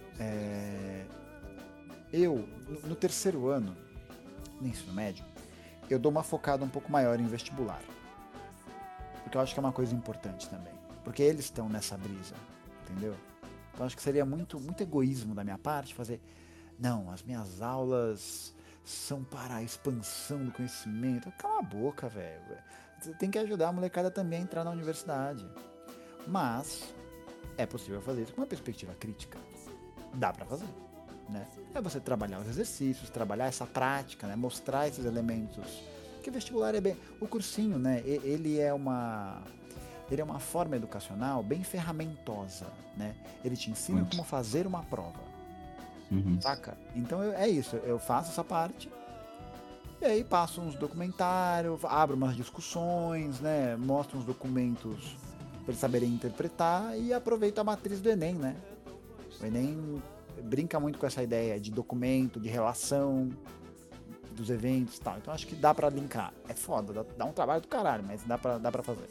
é, eu, no terceiro ano do ensino médio, eu dou uma focada um pouco maior em vestibular. Porque eu acho que é uma coisa importante também. Porque eles estão nessa brisa, entendeu? Então acho que seria muito, muito egoísmo da minha parte fazer... Não, as minhas aulas são para a expansão do conhecimento. Cala a boca, velho. Você tem que ajudar a molecada também a entrar na universidade. Mas é possível fazer isso com uma perspectiva crítica. Dá pra fazer, né? É você trabalhar os exercícios, trabalhar essa prática, né? Mostrar esses elementos. Porque vestibular é bem... O cursinho, né? Ele é uma... Ele é uma forma educacional bem ferramentosa, né? Ele te ensina Muito. como fazer uma prova. Uhum. Saca? Então eu, é isso, eu faço essa parte e aí passo uns documentários, abro umas discussões, né? Mostro uns documentos para eles saberem interpretar e aproveito a matriz do Enem, né? O Enem brinca muito com essa ideia de documento, de relação dos eventos e tal. Então acho que dá pra linkar. É foda, dá, dá um trabalho do caralho, mas dá pra, dá pra fazer.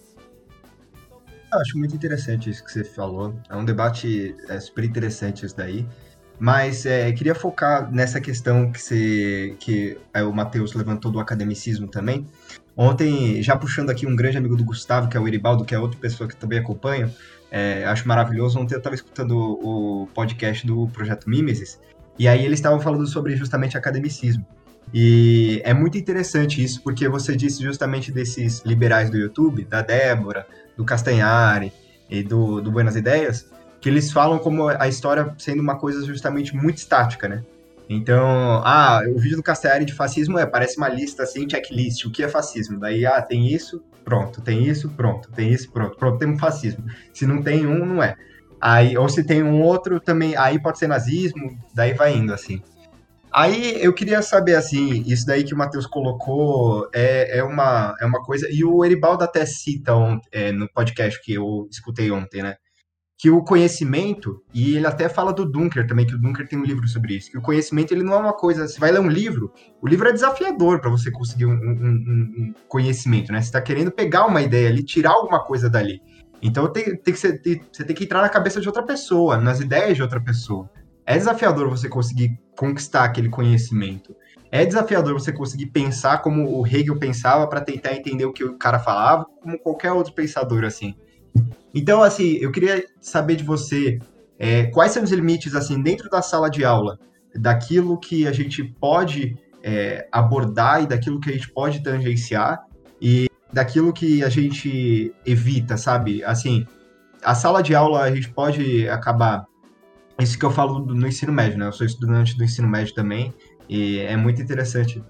Eu acho muito interessante isso que você falou. É um debate é, super interessante isso daí. Mas é, queria focar nessa questão que, você, que é, o Matheus levantou do academicismo também. Ontem, já puxando aqui um grande amigo do Gustavo, que é o Eribaldo, que é outra pessoa que também acompanha, é, acho maravilhoso. Ontem eu estava escutando o, o podcast do Projeto Mimesis, e aí eles estavam falando sobre justamente academicismo. E é muito interessante isso, porque você disse justamente desses liberais do YouTube, da Débora, do Castanhari e do, do Buenas Ideias, que eles falam como a história sendo uma coisa justamente muito estática, né? Então, ah, o vídeo do Castanhari de fascismo é, parece uma lista assim, checklist, o que é fascismo? Daí, ah, tem isso, pronto, tem isso, pronto, tem isso, pronto, pronto, tem um fascismo. Se não tem um, não é. Aí, ou se tem um outro também, aí pode ser nazismo, daí vai indo, assim. Aí eu queria saber, assim, isso daí que o Matheus colocou é, é, uma, é uma coisa... E o Eribaldo até cita ontem, é, no podcast que eu escutei ontem, né? Que o conhecimento, e ele até fala do Dunker também, que o Dunker tem um livro sobre isso, que o conhecimento ele não é uma coisa... Você vai ler um livro, o livro é desafiador para você conseguir um, um, um conhecimento, né? Você está querendo pegar uma ideia ali, tirar alguma coisa dali. Então tem, tem que ser, tem, você tem que entrar na cabeça de outra pessoa, nas ideias de outra pessoa. É desafiador você conseguir conquistar aquele conhecimento. É desafiador você conseguir pensar como o Hegel pensava para tentar entender o que o cara falava, como qualquer outro pensador, assim. Então, assim, eu queria saber de você é, quais são os limites, assim, dentro da sala de aula, daquilo que a gente pode é, abordar e daquilo que a gente pode tangenciar e daquilo que a gente evita, sabe? Assim, a sala de aula a gente pode acabar... Isso que eu falo no ensino médio, né? Eu sou estudante do ensino médio também, e é muito interessante.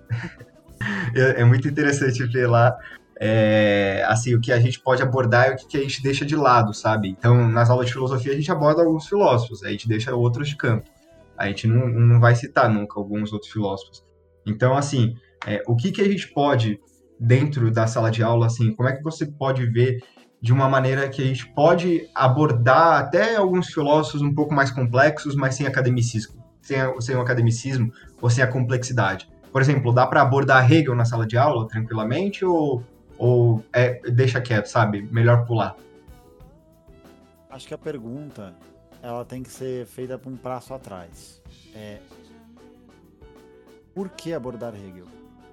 é muito interessante ver lá, é, assim, o que a gente pode abordar e o que a gente deixa de lado, sabe? Então, nas aulas de filosofia, a gente aborda alguns filósofos, a gente deixa outros de canto. A gente não, não vai citar nunca alguns outros filósofos. Então, assim, é, o que, que a gente pode, dentro da sala de aula, assim, como é que você pode ver de uma maneira que a gente pode abordar até alguns filósofos um pouco mais complexos, mas sem academicismo, sem, sem o academicismo ou sem a complexidade. Por exemplo, dá para abordar Hegel na sala de aula tranquilamente ou, ou é, deixa quieto, sabe? Melhor pular? Acho que a pergunta ela tem que ser feita por um passo atrás. É, por que abordar Hegel?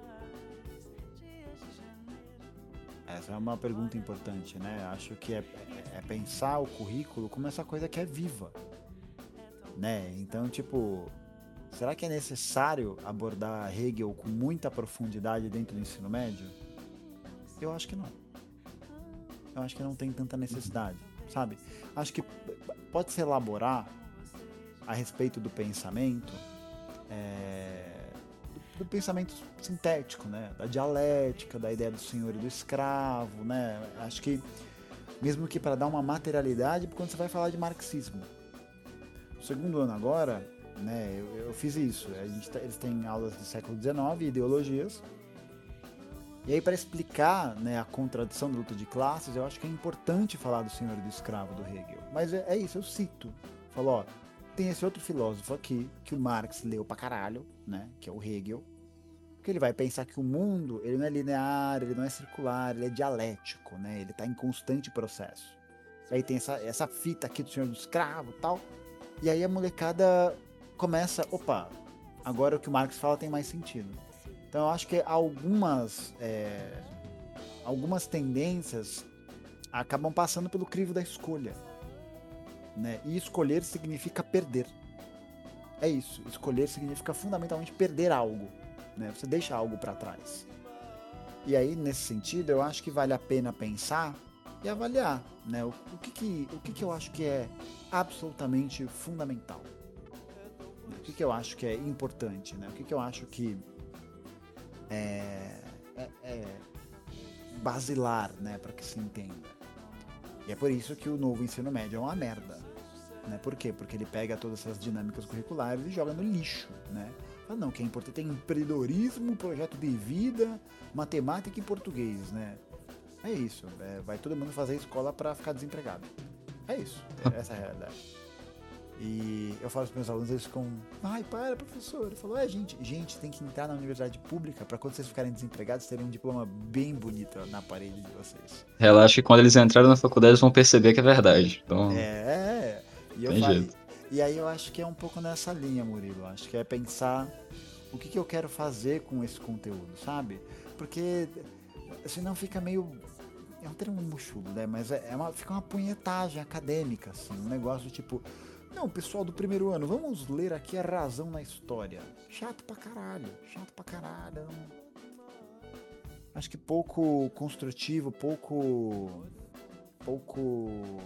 Essa é uma pergunta importante, né? Acho que é, é, é pensar o currículo como essa coisa que é viva, né? Então, tipo, será que é necessário abordar Hegel com muita profundidade dentro do ensino médio? Eu acho que não. Eu acho que não tem tanta necessidade, sabe? Acho que pode se elaborar a respeito do pensamento, é... do pensamento sintético, né? Da dialética, da ideia do senhor e do escravo, né? Acho que, mesmo que para dar uma materialidade, quando você vai falar de marxismo. No segundo ano agora, né? Eu, eu fiz isso. A gente tá, eles têm aulas do século dezenove, ideologias. E aí, para explicar, né, a contradição da luta de classes, eu acho que é importante falar do Senhor e do Escravo, do Hegel. Mas é, é isso, eu cito. Falo, ó, tem esse outro filósofo aqui, que o Marx leu pra caralho, né, que é o Hegel, que ele vai pensar que o mundo, ele não é linear, ele não é circular, ele é dialético, né, ele tá em constante processo. Aí tem essa, essa fita aqui do Senhor do Escravo e tal, e aí a molecada começa, opa, agora o que o Marx fala tem mais sentido. Então eu acho que algumas, é, algumas tendências acabam passando pelo crivo da escolha, né? E escolher significa perder. É isso, escolher significa fundamentalmente perder algo, né? Você deixa algo para trás. E aí, nesse sentido, eu acho que vale a pena pensar e avaliar, né? O, o, que, que, o que, que eu acho que é absolutamente fundamental. O que, que eu acho que é importante, né? O que, que eu acho que é, é, é basilar, né? Para que se entenda. E é por isso que o novo ensino médio é uma merda, né? Por quê? Porque ele pega todas essas dinâmicas curriculares e joga no lixo, né? Fala, não, que é importante tem empreendedorismo, projeto de vida, matemática e português, né? É isso, é, vai todo mundo fazer escola para ficar desempregado. É isso, é, essa é a realidade. E eu falo para os meus alunos, eles ficam, ai, para, professor. Ele falou, é, gente, gente, tem que entrar na universidade pública para quando vocês ficarem desempregados, terem um diploma bem bonito na parede de vocês. Relaxa que quando eles entrarem na faculdade, eles vão perceber que é verdade. Então, é, é. E, eu tem falo, jeito. E aí eu acho que é um pouco nessa linha, Murilo. Acho que é pensar o que, que eu quero fazer com esse conteúdo, sabe? Porque senão fica meio... É um termo murchudo, né? Mas é uma, fica uma punhetagem acadêmica, assim. Um negócio tipo... Não, pessoal do primeiro ano, vamos ler aqui a razão na história. Chato pra caralho, chato pra caralho. Acho que pouco construtivo, pouco... Pouco...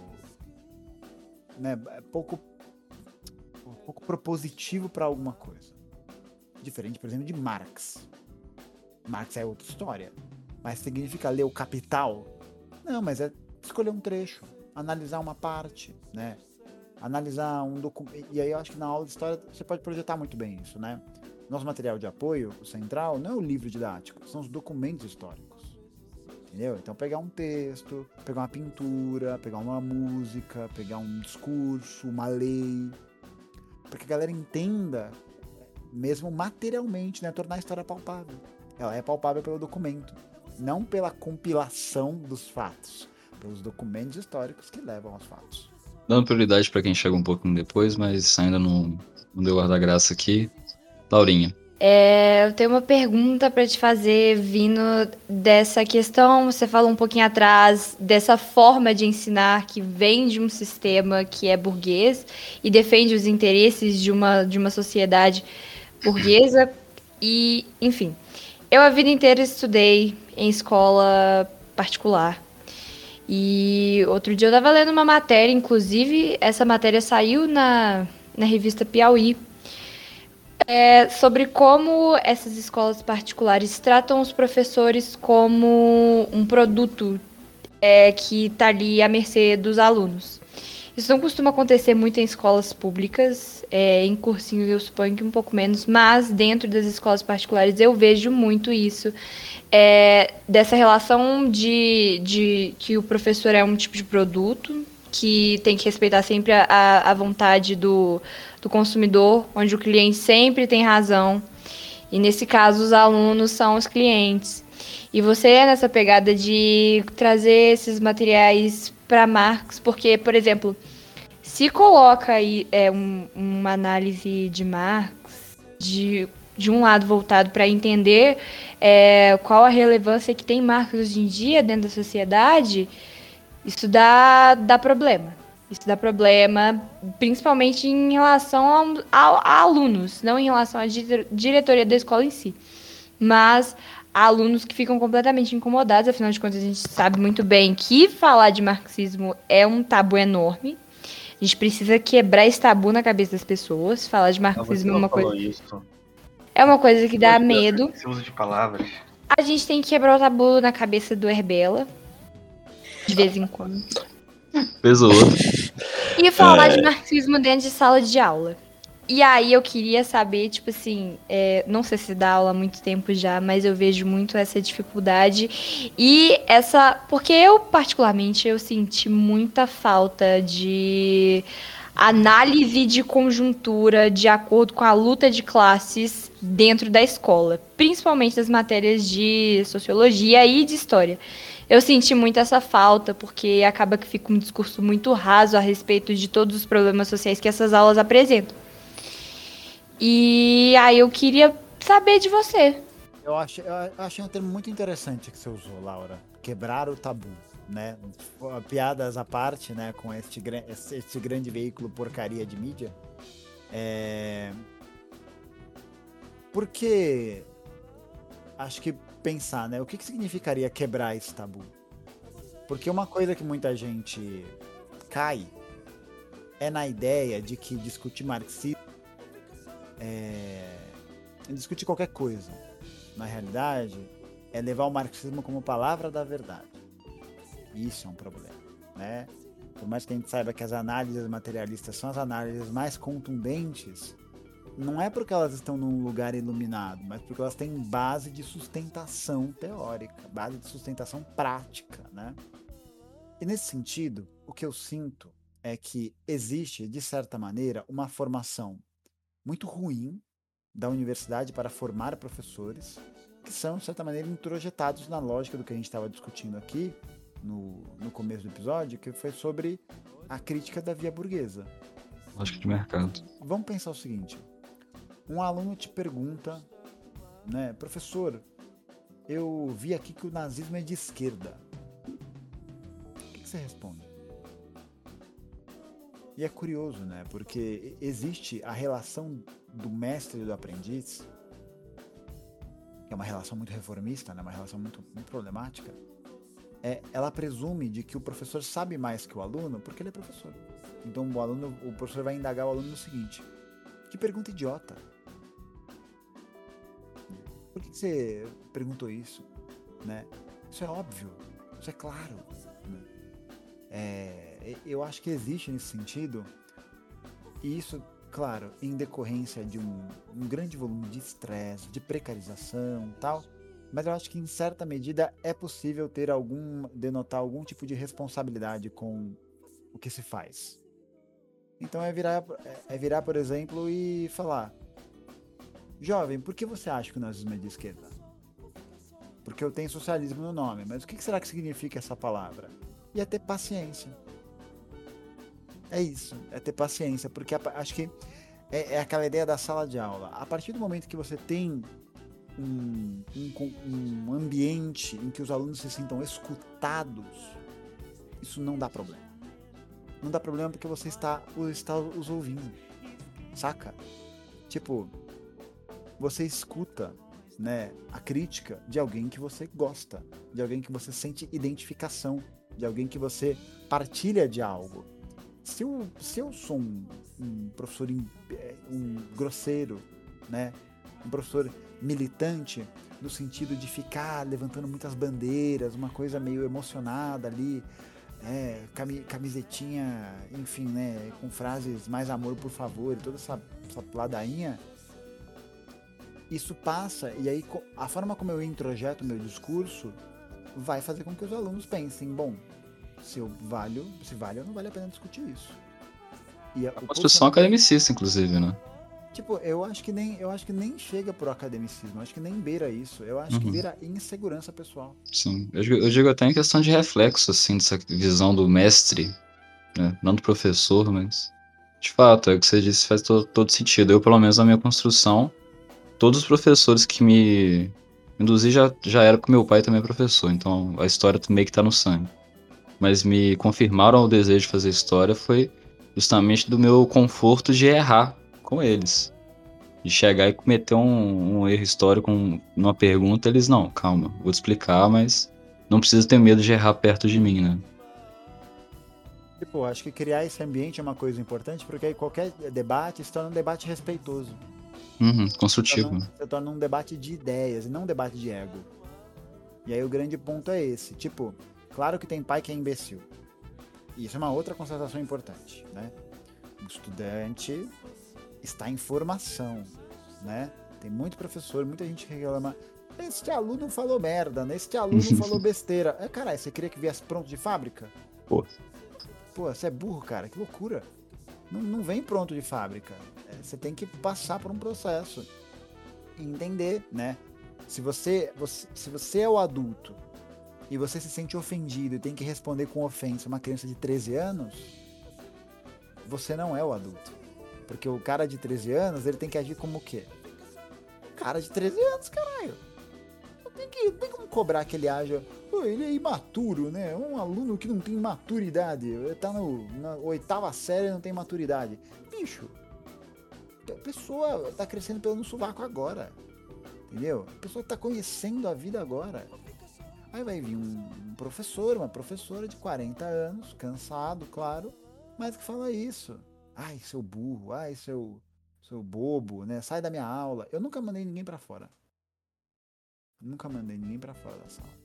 Né, pouco... Pouco propositivo pra alguma coisa. Diferente, por exemplo, de Marx. Marx é outra história. Mas significa ler o Capital? Não, mas é escolher um trecho, analisar uma parte, né? Analisar um documento. E aí eu acho que na aula de história você pode projetar muito bem isso, né? Nosso material de apoio, o central, não é o livro didático, são os documentos históricos. Entendeu? Então pegar um texto, pegar uma pintura, pegar uma música, pegar um discurso, uma lei, para que a galera entenda, mesmo materialmente, né? Tornar a história palpável. Ela é palpável pelo documento, não pela compilação dos fatos, pelos documentos históricos que levam aos fatos. Dando prioridade para quem chega um pouquinho depois, mas ainda não, não deu guarda-graça aqui. Laurinha. É, eu tenho uma pergunta para te fazer, vindo dessa questão, você falou um pouquinho atrás, dessa forma de ensinar que vem de um sistema que é burguês e defende os interesses de uma, de uma sociedade burguesa e, enfim... Eu a vida inteira estudei em escola particular. E outro dia eu estava lendo uma matéria, inclusive essa matéria saiu na, na revista Piauí, é, sobre como essas escolas particulares tratam os professores como um produto é, que está ali à mercê dos alunos. Isso não costuma acontecer muito em escolas públicas, é, em cursinho eu suponho que um pouco menos, mas dentro das escolas particulares eu vejo muito isso, é, dessa relação de, de que o professor é um tipo de produto, que tem que respeitar sempre a, a vontade do, do consumidor, onde o cliente sempre tem razão, e nesse caso os alunos são os clientes. E você é nessa pegada de trazer esses materiais para Marx, porque, por exemplo, se coloca aí é, um, uma análise de Marx, de, de um lado voltado para entender é, qual a relevância que tem Marx hoje em dia dentro da sociedade, isso dá, dá problema. Isso dá problema, principalmente em relação a, a, a alunos, não em relação à diretoria da escola em si, mas há alunos que ficam completamente incomodados, afinal de contas a gente sabe muito bem que falar de marxismo é um tabu enorme. A gente precisa quebrar esse tabu na cabeça das pessoas. Falar de marxismo é uma coisa... Isso. É uma coisa que dá medo. Esse uso de palavras. A gente tem que quebrar o tabu na cabeça do Herbela. De vez em quando. Fez o outro. E falar é... de marxismo dentro de sala de aula. E aí eu queria saber, tipo assim, é, não sei se dá aula há muito tempo já, mas eu vejo muito essa dificuldade e essa... Porque eu, particularmente, eu senti muita falta de análise de conjuntura de acordo com a luta de classes dentro da escola, principalmente das matérias de sociologia e de história. Eu senti muito essa falta, porque acaba que fica um discurso muito raso a respeito de todos os problemas sociais que essas aulas apresentam. E aí eu queria saber de você. Eu achei, eu achei um termo muito interessante que você usou, Laura. Quebrar o tabu, né? Piadas à parte, né? Com este, este grande veículo porcaria de mídia. É... Porque... Acho que pensar, né? O que, que significaria quebrar esse tabu? Porque uma coisa que muita gente cai é na ideia de que discutir marxismo é... discutir qualquer coisa, na realidade, é levar o marxismo como palavra da verdade. Isso é um problema, né? Por mais que a gente saiba que as análises materialistas são as análises mais contundentes, não é porque elas estão num lugar iluminado, mas porque elas têm base de sustentação teórica, base de sustentação prática, né? E nesse sentido, o que eu sinto é que existe, de certa maneira, uma formação muito ruim da universidade para formar professores que são, de certa maneira, introjetados na lógica do que a gente estava discutindo aqui no, no começo do episódio, que foi sobre a crítica da via burguesa. Lógica de mercado. Vamos pensar o seguinte. Um aluno te pergunta, né, professor, eu vi aqui que o nazismo é de esquerda. O que, que você responde? E é curioso, né, porque existe a relação do mestre e do aprendiz, que é uma relação muito reformista, né, uma relação muito, muito problemática. É, ela presume de que o professor sabe mais que o aluno porque ele é professor. Então o aluno, o professor vai indagar o aluno no seguinte: que pergunta idiota! Por que você perguntou isso? Né? Isso é óbvio, isso é claro. Né? É, eu acho que existe nesse sentido, e isso, claro, em decorrência de um, um grande volume de estresse, de precarização e tal, mas eu acho que em certa medida é possível ter algum, denotar algum tipo de responsabilidade com o que se faz. Então é virar, é virar, por exemplo, e falar: jovem, por que você acha que o nazismo é de esquerda? Porque eu tenho socialismo no nome, mas o que será que significa essa palavra? E é ter paciência. É isso, é ter paciência, porque acho que é, é aquela ideia da sala de aula. A partir do momento que você tem um, um, um ambiente em que os alunos se sintam escutados, isso não dá problema. Não dá problema porque você está, está os ouvindo, saca? Tipo, você escuta, né, a crítica de alguém que você gosta, de alguém que você sente identificação, de alguém que você partilha de algo. Se eu, se eu sou um, um professor um grosseiro, né, um professor militante, no sentido de ficar levantando muitas bandeiras, uma coisa meio emocionada ali, é, camisetinha, enfim, né, com frases mais amor por favor, toda essa, essa ladainha, isso passa, e aí a forma como eu introjeto o meu discurso vai fazer com que os alunos pensem: bom, se eu valho, se vale, não vale a pena discutir isso. E a, a construção academicista, inclusive, né? Tipo, eu acho que nem, eu acho que nem chega pro academicismo, eu acho que nem beira isso, eu acho uhum. que beira insegurança pessoal. Sim, eu, eu digo até em questão de reflexo, assim, dessa visão do mestre, né? Não do professor, mas de fato, é o que você disse, faz todo, todo sentido. Eu, pelo menos, na minha construção, todos os professores que me induzi já, já era porque meu pai também é professor, então a história meio que tá no sangue. Mas me confirmaram o desejo de fazer história foi justamente do meu conforto de errar com eles. De chegar e cometer um, um erro histórico numa pergunta, eles, não, calma, vou te explicar, mas não precisa ter medo de errar perto de mim, né? Tipo, acho que criar esse ambiente é uma coisa importante, porque aí qualquer debate se torna um debate respeitoso. Uhum, construtivo. Se torna, se torna um debate de ideias e não um debate de ego. E aí o grande ponto é esse, tipo, claro que tem pai que é imbecil. E isso é uma outra constatação importante, né? O estudante, está em formação, né? Tem muito professor, muita gente que reclama, este aluno falou merda, né? Este aluno falou besteira. É, caralho, você queria que viesse pronto de fábrica? Pô. Pô, você é burro, cara, que loucura. Não, não vem pronto de fábrica. É, você tem que passar por um processo e entender, né? Se você, você, se você é o adulto e você se sente ofendido e tem que responder com ofensa uma criança de treze anos, você não é o adulto. Porque o cara de treze anos, ele tem que agir como o quê? O cara de treze anos, caralho. Não tem, que, não tem como cobrar que ele haja... Pô, ele é imaturo, né? Um aluno que não tem maturidade. Ele tá no, na oitava série e não tem maturidade. Bicho, a pessoa tá crescendo pelo sovaco agora. Entendeu? A pessoa tá conhecendo a vida agora. Aí vai vir um, um professor, uma professora de quarenta anos, cansado, claro, mas que fala isso. Ai, seu burro, ai, seu, seu bobo, né? Sai da minha aula. Eu nunca mandei ninguém pra fora. Nunca mandei ninguém pra fora da sala.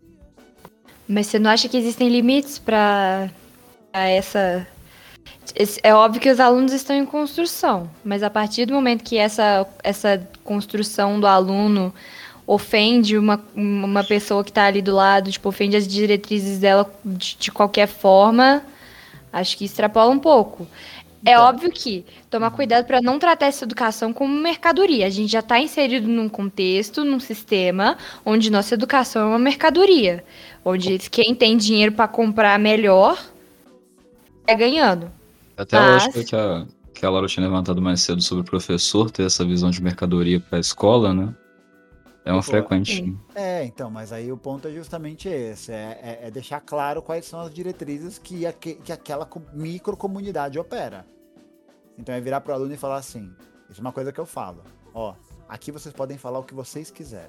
Mas você não acha que existem limites pra, pra essa... É óbvio que os alunos estão em construção, mas a partir do momento que essa, essa construção do aluno ofende uma, uma pessoa que está ali do lado, tipo, ofende as diretrizes dela de, de qualquer forma, acho que extrapola um pouco. É então, óbvio que tomar cuidado para não tratar essa educação como mercadoria. A gente já está inserido num contexto, num sistema, onde nossa educação é uma mercadoria. Onde quem tem dinheiro para comprar melhor é ganhando. Até Mas... a lógica que a, que a Laura tinha levantado mais cedo sobre o professor ter essa visão de mercadoria para a escola, né? É uma Pô, frequente. Sim. É, então, mas aí o ponto é justamente esse, é, é, é deixar claro quais são as diretrizes que, aque, que aquela microcomunidade opera. Então é virar pro aluno e falar assim, isso é uma coisa que eu falo, ó, aqui vocês podem falar o que vocês quiserem,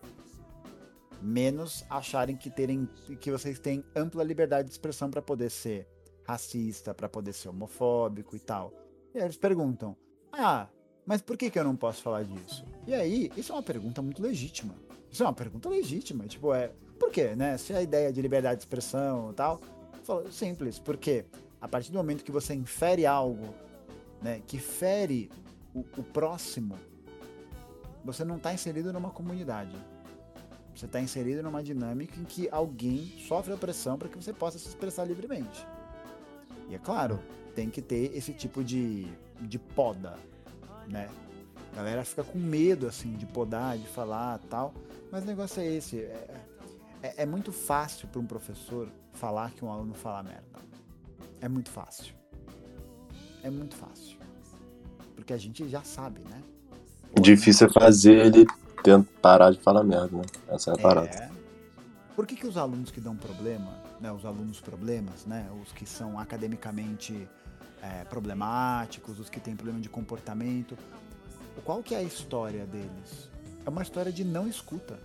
menos acharem que, terem, que vocês têm ampla liberdade de expressão para poder ser racista, para poder ser homofóbico e tal. E aí eles perguntam, ah, mas por que que eu não posso falar disso? E aí, isso é uma pergunta muito legítima. Isso é uma pergunta legítima. Tipo, é... Por quê, né? Se a ideia de liberdade de expressão e tal... Falo, simples. Porque a partir do momento que você infere algo, né, que fere o, o próximo, você não está inserido numa comunidade. Você está inserido numa dinâmica em que alguém sofre opressão para que você possa se expressar livremente. E é claro, tem que ter esse tipo de, de poda, né? A galera fica com medo, assim, de podar, de falar e tal, mas o negócio é esse, é, é, é muito fácil para um professor falar que um aluno fala merda. É muito fácil. É muito fácil. Porque a gente já sabe, né? Pô, difícil é fazer ele tentar parar de falar merda, né? Essa é a parada. É... Por que que os alunos que dão problema, né, os alunos problemas, né, os que são academicamente é, problemáticos, os que têm problema de comportamento, qual que é a história deles? É uma história de não escuta.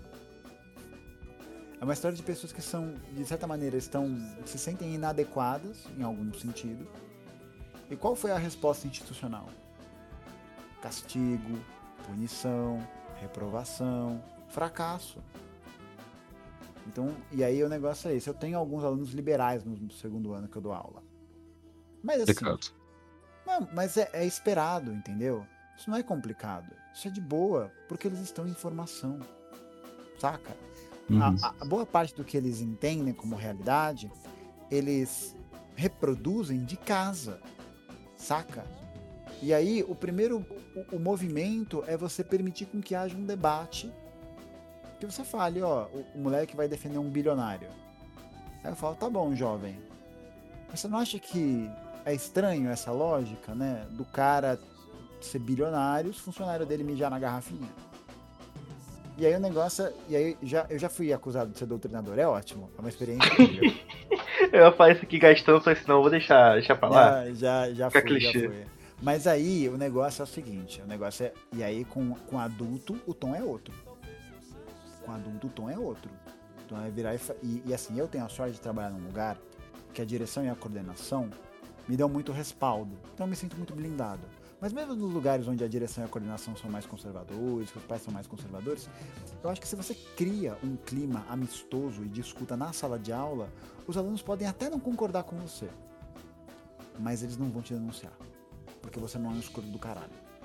É uma história de pessoas que são, de certa maneira, estão, se sentem inadequadas, em algum sentido. E qual foi a resposta institucional? Castigo, punição, reprovação, fracasso. Então, e aí o negócio é esse. Eu tenho alguns alunos liberais no segundo ano que eu dou aula. Mas assim... Não, mas é, é esperado, entendeu? Isso não é complicado. Isso é de boa, porque eles estão em formação. Saca? Uhum. A, a boa parte do que eles entendem como realidade, eles reproduzem de casa. Saca? E aí, o primeiro... O, o movimento é você permitir com que haja um debate. Que você fale, ó, o, o moleque vai defender um bilionário. Aí eu falo, tá bom, jovem. Mas você não acha que é estranho essa lógica, né? Do cara ser bilionário, os funcionários dele mijar na garrafinha. E aí o negócio... E aí já, eu já fui acusado de ser doutrinador. É ótimo. É uma experiência incrível. Eu ia falar isso aqui gastando, só senão eu vou deixar, deixar pra lá. Não, já, já Fica fui, clichê. já foi. Mas aí o negócio é o seguinte. O negócio é... E aí com, com adulto, o tom é outro. Com adulto o tom é outro. Então é virar e, e, e assim, eu tenho a sorte de trabalhar num lugar que a direção e a coordenação me dão muito respaldo. Então eu me sinto muito blindado. Mas mesmo nos lugares onde a direção e a coordenação são mais conservadores, que os pais são mais conservadores, eu acho que se você cria um clima amistoso e de escuta na sala de aula, os alunos podem até não concordar com você, mas eles não vão te denunciar, porque você não é um escudo do caralho.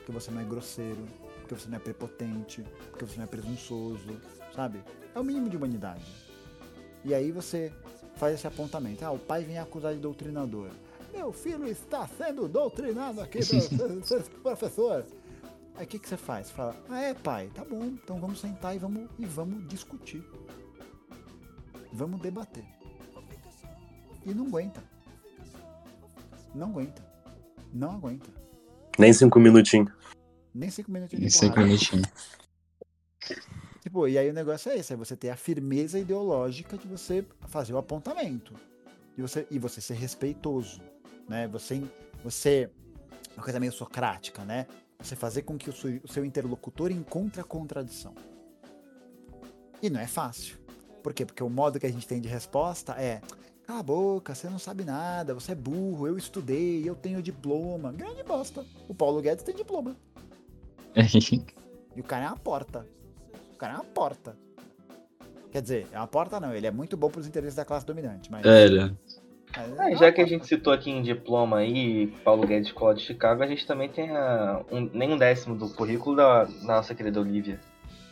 porque você não é grosseiro, porque você não é prepotente, porque você não é presunçoso, sabe? É o mínimo de humanidade. E aí você faz esse apontamento. Ah, o pai vem acusar de doutrinador. Meu filho está sendo doutrinado aqui, professor. Aí o que, que você faz? Você fala, ah é pai, tá bom, então vamos sentar e vamos, e vamos discutir. Vamos debater. E não aguenta. Não aguenta. Não aguenta. Nem cinco minutinhos. Nem cinco minutinhos Nem de cinco porrada. minutinhos. Tipo, e aí o negócio é esse, é você ter a firmeza ideológica de você fazer o apontamento. E você, e você ser respeitoso, né? Você, você, uma coisa meio socrática, né? Você fazer com que o seu, o seu interlocutor encontre a contradição. E não é fácil. Por quê? Porque o modo que a gente tem de resposta é: cala a boca, você não sabe nada, você é burro, eu estudei, eu tenho diploma. Grande bosta. O Paulo Guedes tem diploma. E o cara é uma porta. O cara é uma porta. Quer dizer, é uma porta não, ele é muito bom para os interesses da classe dominante. Mas... É, ele é. Ah, já que a gente citou aqui em diploma aí, Paulo Guedes Escola de Chicago, a gente também tem a, um, nem um décimo do currículo da, da nossa querida Olivia.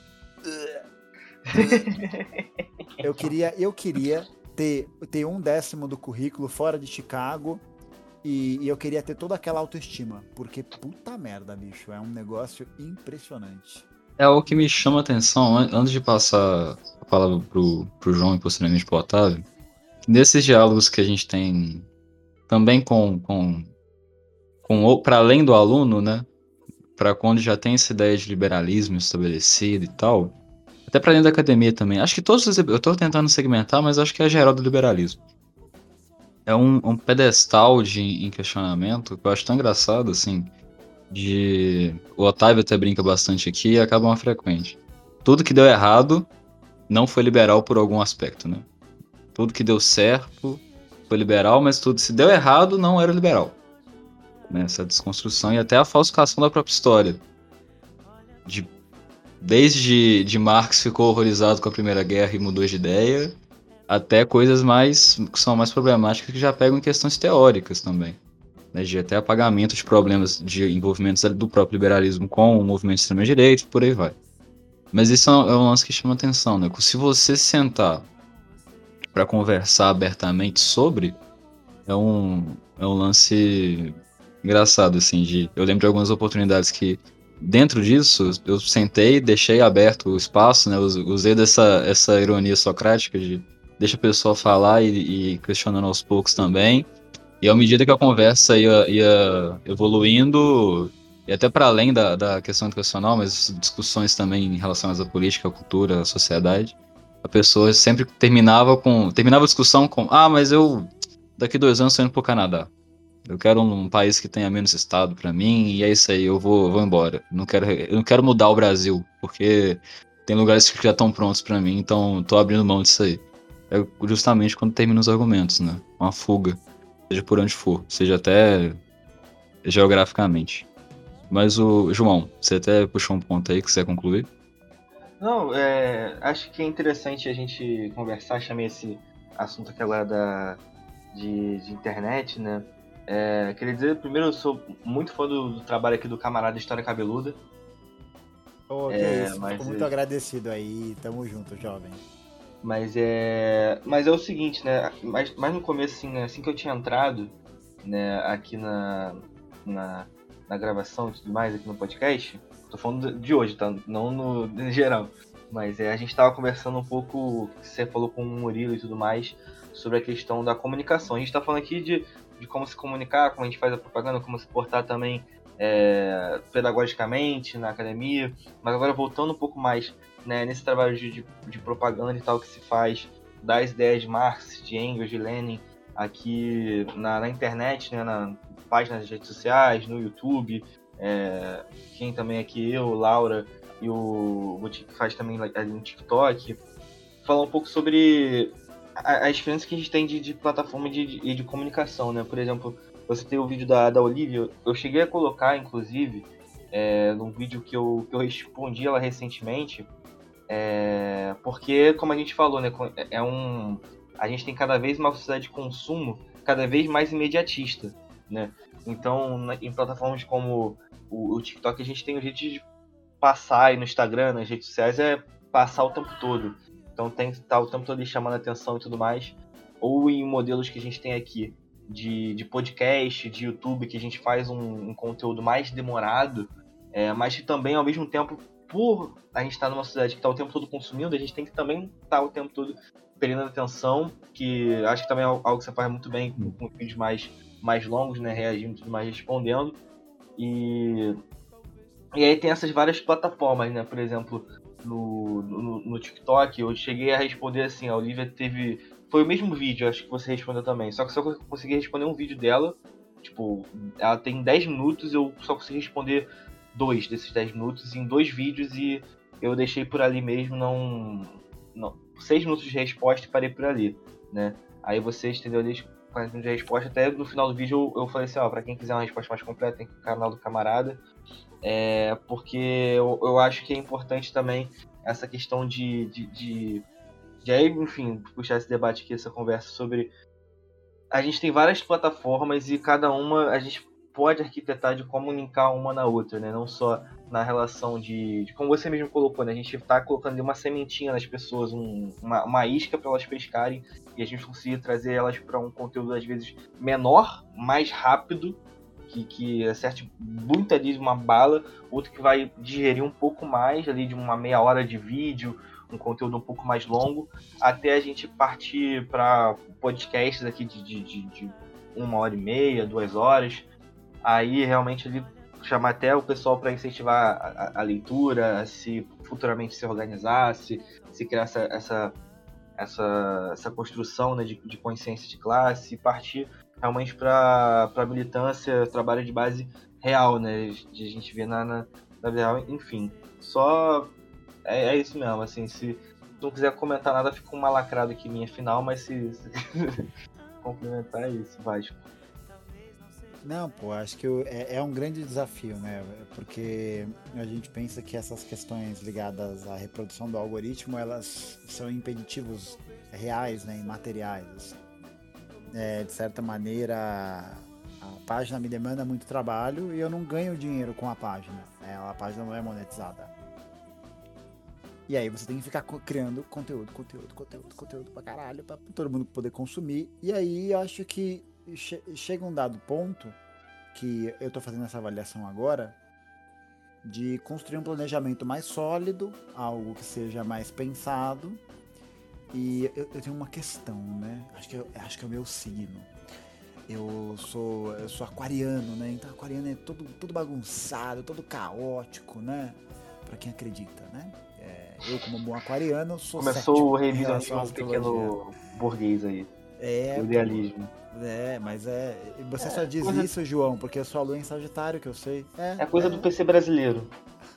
Eu queria, eu queria ter, ter um décimo do currículo fora de Chicago e, e eu queria ter toda aquela autoestima, porque puta merda, bicho, é um negócio impressionante. É o que me chama a atenção, an- antes de passar a palavra pro, pro João e posteriormente pro Otávio, nesses diálogos que a gente tem também com, com, com para além do aluno, né, para quando já tem essa ideia de liberalismo estabelecido e tal, até para dentro da academia também. Acho que todos os, eu tô tentando segmentar, mas acho que é geral do liberalismo. É um, um pedestal de em questionamento que eu acho tão engraçado, assim, de... O Otávio até brinca bastante aqui e acaba uma frequente. Tudo que deu errado não foi liberal por algum aspecto, né? Tudo que deu certo foi liberal, mas tudo se deu errado não era liberal. Né? Essa desconstrução e até a falsificação da própria história. De, desde de Marx ficou horrorizado com a Primeira Guerra e mudou de ideia, até coisas mais que são mais problemáticas que já pegam em questões teóricas também. Né? De até apagamento de problemas de envolvimentos do próprio liberalismo com o movimento de extrema-direita e por aí vai. Mas isso é um lance que chama atenção, né? Se você sentar para conversar abertamente sobre, é um, é um lance engraçado, assim, de... Eu lembro de algumas oportunidades que, dentro disso, eu sentei, deixei aberto o espaço, né, usei dessa essa ironia socrática de deixa a pessoa falar e, e questionando aos poucos também, e à medida que a conversa ia, ia evoluindo, e até para além da, da questão educacional, mas discussões também relacionadas à política, à cultura, à sociedade, a pessoa sempre terminava com terminava a discussão com ah, mas eu daqui dois anos estou indo pro Canadá. Eu quero um país que tenha menos estado para mim e é isso aí, eu vou, vou embora. Não quero, eu não quero mudar o Brasil, porque tem lugares que já estão prontos para mim, então tô abrindo mão disso aí. É justamente quando termina os argumentos, né? Uma fuga, seja por onde for, seja até geograficamente. Mas o João, você até puxou um ponto aí que você quer concluir? Não, é, acho que é interessante a gente conversar, chamei esse assunto aqui agora da, de, de internet, né? É, queria dizer, primeiro, eu sou muito fã do, do trabalho aqui do camarada História Cabeluda. Oh, que é, isso, fico muito é... agradecido aí, tamo junto, jovem. Mas é, mas é o seguinte, né? Mais, mais no começo, assim, né? Assim que eu tinha entrado, né, aqui na, na, na gravação e tudo mais, aqui no podcast, tô falando de hoje, tá? Não no em geral. Mas é, a gente tava conversando um pouco, você falou com o Murilo e tudo mais, sobre a questão da comunicação. A gente tá falando aqui de, de como se comunicar, como a gente faz a propaganda, como se portar também é, pedagogicamente na academia. Mas agora voltando um pouco mais, né, nesse trabalho de, de, de propaganda e tal que se faz, das ideias de Marx, de Engels, de Lenin, aqui na, na internet, né, na páginas das redes sociais, no YouTube, é, quem também aqui, eu, Laura e o Guti, que faz também ali no TikTok, falar um pouco sobre a, a diferença que a gente tem de, de plataforma e de, de, de comunicação, né? Por exemplo, você tem o vídeo da, da Olivia, eu cheguei a colocar, inclusive, é, num vídeo que eu, que eu respondi ela recentemente, é, porque, como a gente falou, né, é um, a gente tem cada vez uma sociedade de consumo cada vez mais imediatista, né? Então, na, em plataformas como o, o TikTok a gente tem um jeito de passar, e no Instagram, nas redes sociais, é passar o tempo todo. Então tem que estar o tempo todo ali chamando atenção e tudo mais. Ou em modelos que a gente tem aqui, de, de podcast, de YouTube, que a gente faz um, um conteúdo mais demorado, é, mas que também, ao mesmo tempo, por a gente estar numa sociedade que está o tempo todo consumindo, a gente tem que também estar o tempo todo prendendo atenção, que acho que também é algo que você faz muito bem com, com vídeos mais, mais longos, né, reagindo e tudo mais, respondendo. E, e aí tem essas várias plataformas, né, por exemplo, no, no, no TikTok, eu cheguei a responder assim, a Olivia teve... Foi o mesmo vídeo, acho que você respondeu também, só que só consegui responder um vídeo dela, tipo, ela tem dez minutos, eu só consegui responder dois desses dez minutos em dois vídeos e eu deixei por ali mesmo, não... não seis minutos de resposta e parei por ali, né? Aí você estendeu ali quarenta minutos de resposta, até no final do vídeo eu, eu falei assim, ó, pra quem quiser uma resposta mais completa, tem que ir no canal do camarada, é, porque eu, eu acho que é importante também essa questão de, de, de, de aí, enfim, puxar esse debate aqui, essa conversa sobre... A gente tem várias plataformas e cada uma a gente pode arquitetar de comunicar uma na outra, né? Não só na relação de, de como você mesmo colocou, né? A gente está colocando ali uma sementinha nas pessoas, um, uma, uma isca para elas pescarem e a gente conseguir trazer elas para um conteúdo às vezes menor, mais rápido, que, que acerte muito ali de uma bala, outro que vai digerir um pouco mais ali de uma meia hora de vídeo, um conteúdo um pouco mais longo, até a gente partir para podcasts aqui de, de, de, de uma hora e meia, duas horas. Aí realmente ele chamar até o pessoal para incentivar a, a leitura, se futuramente se organizar, se, se criar essa, essa, essa, essa construção, né, de, de consciência de classe e partir realmente para a militância, trabalho de base real, né, de a gente ver na, na, na vida real, enfim. Só é, é isso mesmo, assim, se não quiser comentar nada, fica uma lacrada aqui minha final, mas se, se complementar é isso, Vasco. Não, pô, acho que é, é um grande desafio, né? Porque a gente pensa que essas questões ligadas à reprodução do algoritmo, elas são impeditivos reais, né? Imateriais. Assim. É, de certa maneira, a página me demanda muito trabalho e eu não ganho dinheiro com a página. Né? A página não é monetizada. E aí você tem que ficar criando conteúdo, conteúdo, conteúdo, conteúdo pra caralho, pra todo mundo poder consumir. E aí eu acho que chega um dado ponto que eu tô fazendo essa avaliação agora de construir um planejamento mais sólido, algo que seja mais pensado. E eu, eu tenho uma questão, né? Acho que, eu, acho que é o meu signo. Eu sou, eu sou aquariano, né? Então aquariano é todo, todo bagunçado, todo caótico, né? Pra quem acredita, né? É, eu como bom aquariano sou Começou o revisionismo um pequeno burguês aí. É, o idealismo. É, mas é. Você é, só diz coisa... isso, João, porque a sua lua é em Sagitário, que eu sei. É, é coisa é. do P C brasileiro.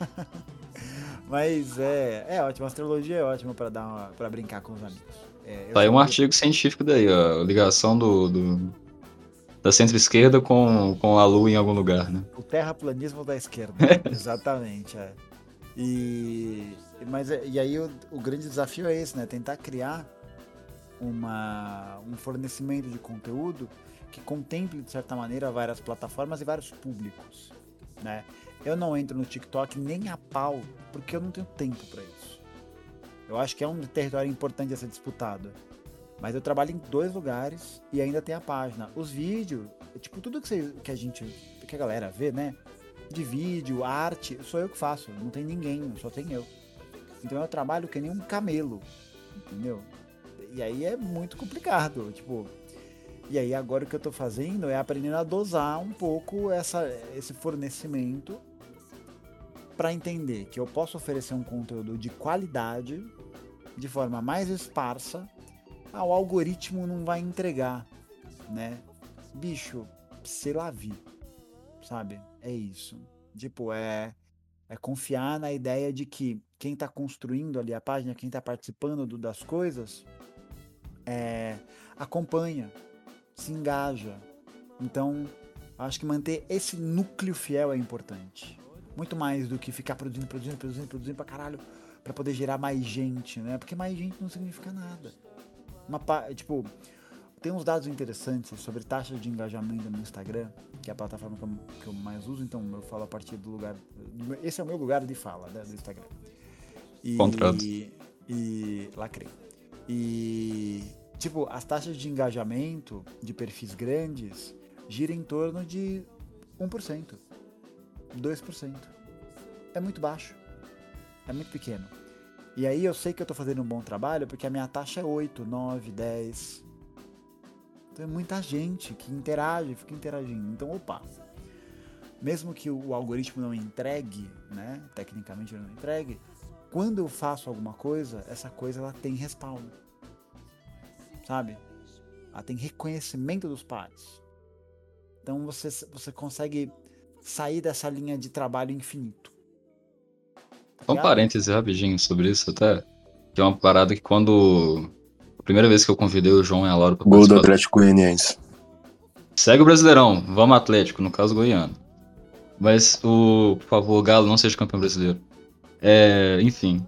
Mas é, é ótimo, a astrologia é ótima pra, dar uma, pra brincar com os amigos. É, tá aí um que... artigo científico daí, ó. Ligação do, do, da centro-esquerda com, com a lua em algum lugar, né? O terraplanismo da esquerda. Exatamente, é. E, mas, e aí o, o grande desafio é esse, né? Tentar criar Uma, um fornecimento de conteúdo que contemple, de certa maneira, várias plataformas e vários públicos, né? Eu não entro no TikTok nem a pau, porque eu não tenho tempo para isso. Eu acho que é um território importante a ser disputado. Mas eu trabalho em dois lugares e ainda tem a página. Os vídeos, tipo, tudo que, você, que a gente, que a galera vê, né? De vídeo, arte, sou eu que faço. Não tem ninguém, só tem eu. Então eu trabalho que nem um camelo, entendeu? E aí é muito complicado, tipo... E aí agora o que eu tô fazendo é aprendendo a dosar um pouco essa, esse fornecimento para entender que eu posso oferecer um conteúdo de qualidade, de forma mais esparsa, ah, o algoritmo não vai entregar, né? Bicho, sei lá vi, sabe? É isso. Tipo, é, é confiar na ideia de que quem tá construindo ali a página, quem tá participando do, das coisas... É, acompanha, se engaja. Então, acho que manter esse núcleo fiel é importante. Muito mais do que ficar produzindo, produzindo, produzindo, produzindo pra caralho, pra poder gerar mais gente, né? Porque mais gente não significa nada. Uma, tipo, tem uns dados interessantes sobre taxa de engajamento no Instagram, que é a plataforma que eu, que eu mais uso, então eu falo a partir do lugar... Esse é o meu lugar de fala, né, do Instagram. E, Contrato. E, e lacrei. E, tipo, as taxas de engajamento de perfis grandes giram em torno de um por cento, dois por cento. É muito baixo. É muito pequeno. E aí eu sei que eu tô fazendo um bom trabalho porque a minha taxa é oito, nove, dez. Então é muita gente que interage, fica interagindo. Então, opa, mesmo que o algoritmo não entregue, né, tecnicamente ele não entregue, quando eu faço alguma coisa, essa coisa ela tem respaldo, sabe? Ela tem reconhecimento dos pares. Então você, você consegue sair dessa linha de trabalho infinito. Só um parêntese rapidinho sobre isso até, que é uma parada que quando... A primeira vez que eu convidei o João e a Laura pra Gol do participar... Atlético Goianiense. Segue o Brasileirão, vamos Atlético, no caso Goiano. Mas, o, por favor, Galo não seja campeão brasileiro. É, enfim.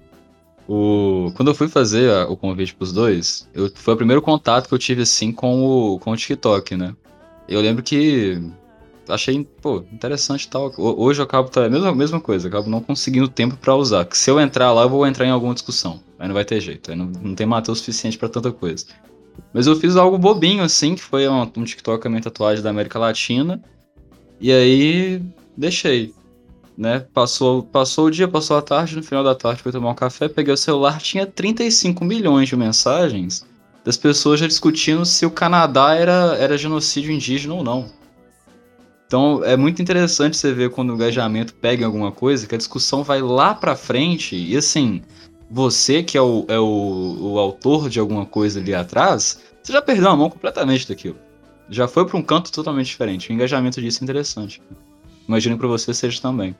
O, quando eu fui fazer a, o convite pros dois, eu, foi o primeiro contato que eu tive assim com o, com o TikTok, né? Eu lembro que achei, pô, interessante e tal. Hoje eu acabo, tá, a mesma, mesma coisa, eu acabo não conseguindo tempo pra usar. Que se eu entrar lá, eu vou entrar em alguma discussão. Aí não vai ter jeito, aí não, não tem material suficiente pra tanta coisa. Mas eu fiz algo bobinho assim, que foi um, um TikTok com a minha tatuagem da América Latina. E aí, deixei. Né? Passou, passou o dia, passou a tarde, no final da tarde fui tomar um café, peguei o celular, tinha trinta e cinco milhões de mensagens das pessoas já discutindo se o Canadá era, era genocídio indígena ou não. Então é muito interessante você ver quando o engajamento pega em alguma coisa, que a discussão vai lá pra frente, e assim, você que é o, é o, o autor de alguma coisa ali atrás, você já perdeu a mão completamente daquilo. Já foi pra um canto totalmente diferente. O engajamento disso é interessante. Imagino que pra você seja também.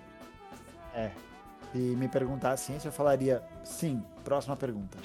É. Se me perguntasse assim, eu falaria sim. Próxima pergunta.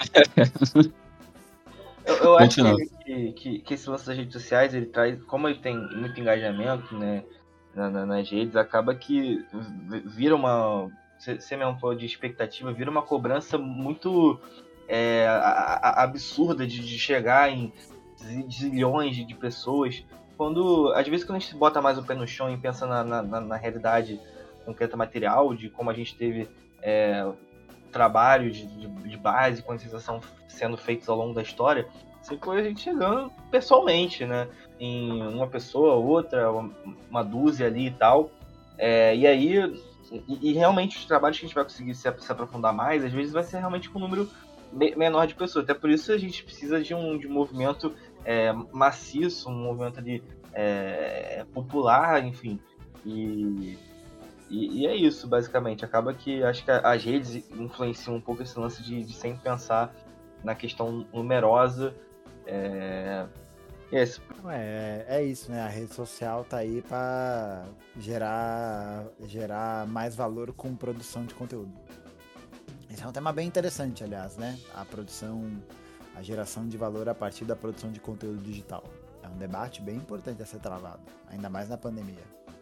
Eu, eu acho que, que, que esse lance das redes sociais, ele traz, como ele tem muito engajamento, né, na, na, nas redes, acaba que vira uma, você mesmo falou de expectativa, vira uma cobrança muito é, a, a, absurda de, de chegar em zilhões de, de pessoas, quando, às vezes, quando a gente bota mais o pé no chão e pensa na, na, na realidade concreta material, de como a gente teve é, trabalho de, de, de base, conscientização sendo feitos ao longo da história, sempre foi a gente chegando pessoalmente, né? Em uma pessoa, outra, uma dúzia ali e tal. É, e aí, e, e realmente os trabalhos que a gente vai conseguir se, se aprofundar mais, às vezes vai ser realmente com um número me, menor de pessoas. Até por isso a gente precisa de um, de um movimento é, maciço, um movimento ali, é, popular, enfim. E... E, e é isso, basicamente. Acaba que acho que as redes influenciam um pouco esse lance de, de sempre pensar na questão numerosa. É, esse. é, é isso, né? A rede social tá aí para gerar, gerar mais valor com produção de conteúdo. Esse é um tema bem interessante, aliás, né? A produção, a geração de valor a partir da produção de conteúdo digital. É um debate bem importante a ser travado, ainda mais na pandemia.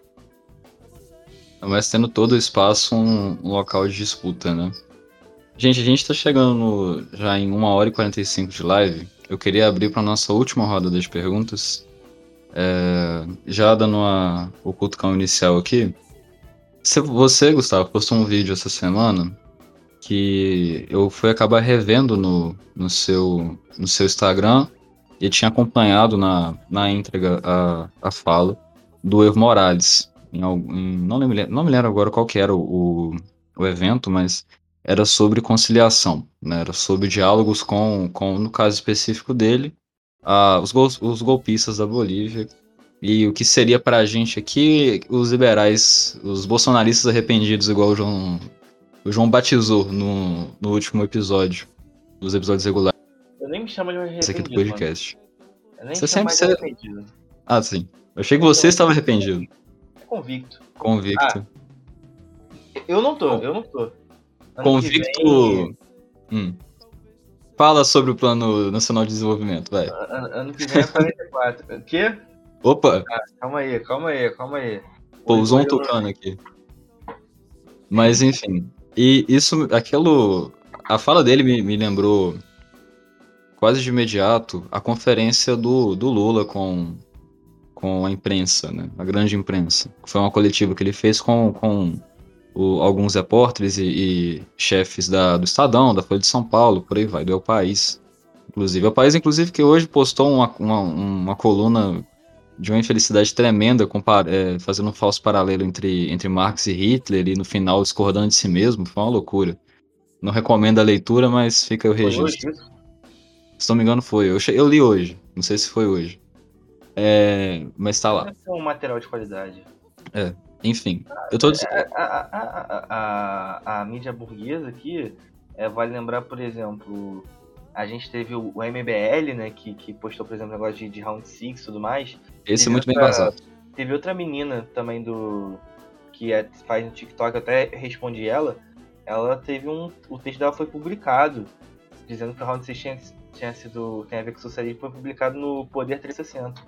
Mas tendo todo o espaço um, um local de disputa, né? Gente, a gente tá chegando no, já em uma hora e quarenta e cinco de live. Eu queria abrir para nossa última roda de perguntas. É, já dando a, o cutucão inicial aqui. Você, Gustavo, postou um vídeo essa semana que eu fui acabar revendo no, no, seu, no seu Instagram e tinha acompanhado na, na íntegra a, a fala do Evo Morales. Em algum, em, não, lembro, não me lembro agora qual que era o, o, o evento, mas era sobre conciliação, né? Era sobre diálogos com, com, no caso específico dele, a, os, gol, os golpistas da Bolívia, e o que seria para a gente aqui os liberais, os bolsonaristas arrependidos, igual o João, o João batizou no, no último episódio, dos episódios regulares. Eu nem me chamo de arrependido, esse aqui do podcast. Eu nem você chamo sempre mais você... de arrependido. Ah, sim. Eu achei que você estava arrependido. Convicto. Convicto. Ah, eu não tô, eu não tô. Ano Convicto. Vem... Hum. Fala sobre o Plano Nacional de Desenvolvimento, vai. Ano, ano que vem é quarenta e quatro. O quê? Opa! Ah, calma aí, calma aí, calma aí. Pousou um tucano aqui. Mas enfim. E isso, aquilo. A fala dele me, me lembrou quase de imediato, a conferência do, do Lula com, com a imprensa, né? A grande imprensa. Foi uma coletiva que ele fez com, com o, alguns repórteres e, e chefes da, do Estadão, da Folha de São Paulo, por aí vai, do El País. Inclusive, o País, inclusive, que hoje postou uma, uma, uma coluna de uma infelicidade tremenda, compar, é, fazendo um falso paralelo entre, entre Marx e Hitler, e no final discordando de si mesmo. Foi uma loucura. Não recomendo a leitura, mas fica o registro. Se não me engano, foi. Eu, eu li hoje. Não sei se foi hoje. É, mas tá lá. É um material de qualidade. É, enfim. Eu tô... a, a, a, a, a mídia burguesa aqui, é, vale lembrar, por exemplo, a gente teve o, o M B L, né, que, que postou, por exemplo, negócio de, de Round six e tudo mais. Esse teve é muito outra, bem vazado. Teve outra menina também do que é, faz no TikTok, eu até respondi ela. Ela teve um... O texto dela foi publicado, dizendo que o Round six tinha, tinha sido... tem a ver com o socialismo, foi publicado no Poder trezentos e sessenta.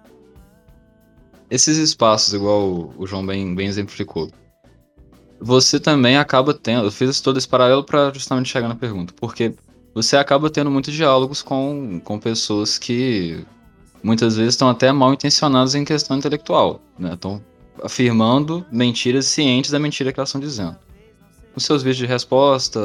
Esses espaços, igual o João bem, bem exemplificou, você também acaba tendo... Eu fiz todo esse paralelo para justamente chegar na pergunta, porque você acaba tendo muitos diálogos com, com pessoas que muitas vezes estão até mal intencionadas em questão intelectual, né? Estão afirmando mentiras cientes da mentira que elas estão dizendo. Nos seus vídeos de resposta,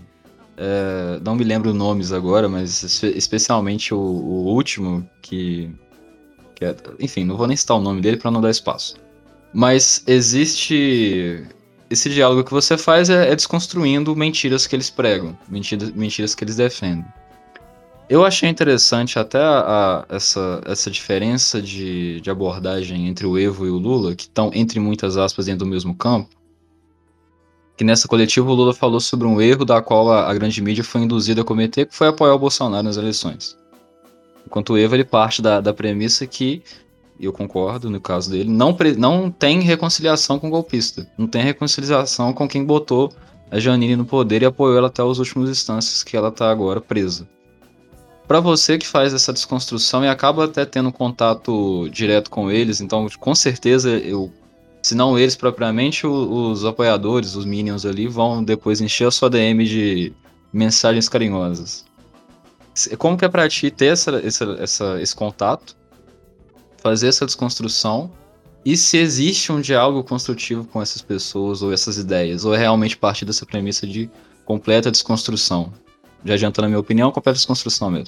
é, não me lembro nomes agora, mas espe- especialmente o, o último, que, que é, enfim, não vou nem citar o nome dele para não dar espaço. Mas existe... Esse diálogo que você faz é, é desconstruindo mentiras que eles pregam, mentiras, mentiras que eles defendem. Eu achei interessante até a, a, essa, essa diferença de, de abordagem entre o Evo e o Lula, que estão, entre muitas aspas, dentro do mesmo campo. Que nessa coletiva o Lula falou sobre um erro da qual a, a grande mídia foi induzida a cometer, que foi apoiar o Bolsonaro nas eleições. Enquanto o Evo ele parte da, da premissa que, e eu concordo no caso dele, não, pre, não tem reconciliação com o golpista. Não tem reconciliação com quem botou a Janine no poder e apoiou ela até os últimos instantes que ela está agora presa. Para você que faz essa desconstrução e acaba até tendo contato direto com eles, então com certeza eu... Se não eles propriamente, os apoiadores, os minions ali, vão depois encher a sua D M de mensagens carinhosas. Como que é pra ti ter essa, essa, essa, esse contato, fazer essa desconstrução, e se existe um diálogo construtivo com essas pessoas ou essas ideias, ou é realmente partir dessa premissa de completa desconstrução? Já adiantando a minha opinião, completa desconstrução mesmo.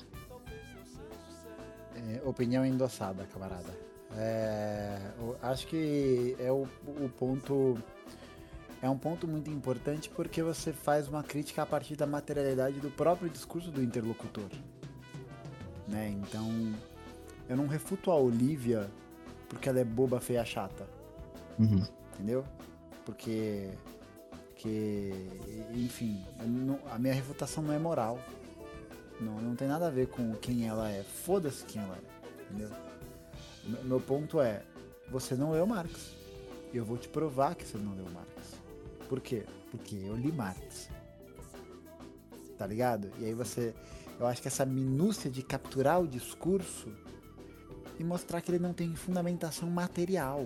É, opinião endossada, camarada. É, acho que é o, o ponto é um ponto muito importante porque você faz uma crítica a partir da materialidade do próprio discurso do interlocutor, né? Então eu não refuto a Olivia porque ela é boba, feia, chata, uhum. Entendeu? Porque que, enfim, não, a minha refutação não é moral, não, não tem nada a ver com quem ela é, foda-se quem ela é, entendeu? Meu ponto é, você não leu Marx. E eu vou te provar que você não leu Marx. Por quê? Porque eu li Marx. Tá ligado? E aí você... Eu acho que essa minúcia de capturar o discurso e mostrar que ele não tem fundamentação material.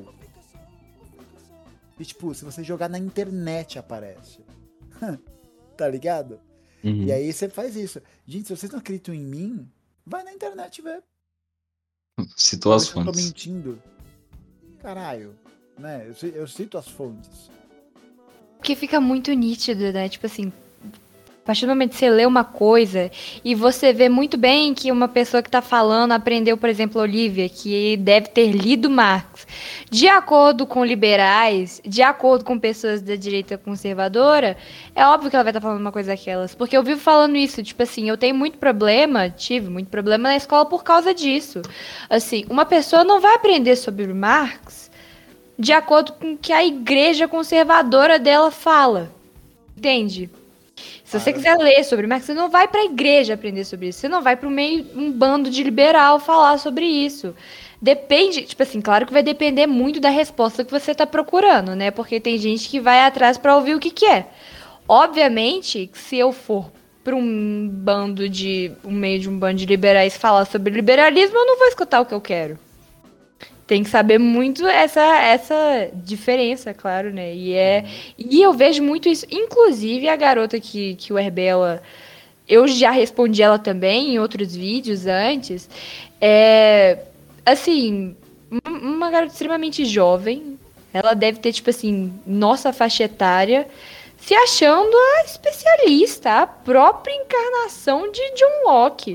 E tipo, se você jogar na internet aparece. Tá ligado? Uhum. E aí você faz isso. Gente, se vocês não acreditam em mim, vai na internet ver. Citou as eu fontes. Eu tô mentindo. Caralho, né? Eu, eu cito as fontes. Porque fica muito nítido, né? Tipo assim, a partir do momento que você lê uma coisa e você vê muito bem que uma pessoa que tá falando aprendeu, por exemplo, a Olivia, que deve ter lido Marx. De acordo com liberais, de acordo com pessoas da direita conservadora, é óbvio que ela vai estar falando uma coisa daquelas. Porque eu vivo falando isso, tipo assim, eu tenho muito problema, tive muito problema na escola por causa disso. Assim, uma pessoa não vai aprender sobre Marx de acordo com o que a igreja conservadora dela fala. Entende? Se você quiser ler sobre Marx, você não vai para a igreja aprender sobre isso. Você não vai para o meio um bando de liberal falar sobre isso. Depende, tipo assim, claro que vai depender muito da resposta que você está procurando, né? Porque tem gente que vai atrás para ouvir o que quer. Obviamente, se eu for para um bando de, um meio de um bando de liberais falar sobre liberalismo, eu não vou escutar o que eu quero. Tem que saber muito essa, essa diferença, claro, né? E, é, e eu vejo muito isso. Inclusive, a garota que, que o Herbela eu já respondi ela também em outros vídeos antes. É, assim, uma garota extremamente jovem, ela deve ter, tipo assim, nossa faixa etária, se achando a especialista, a própria encarnação de John Locke.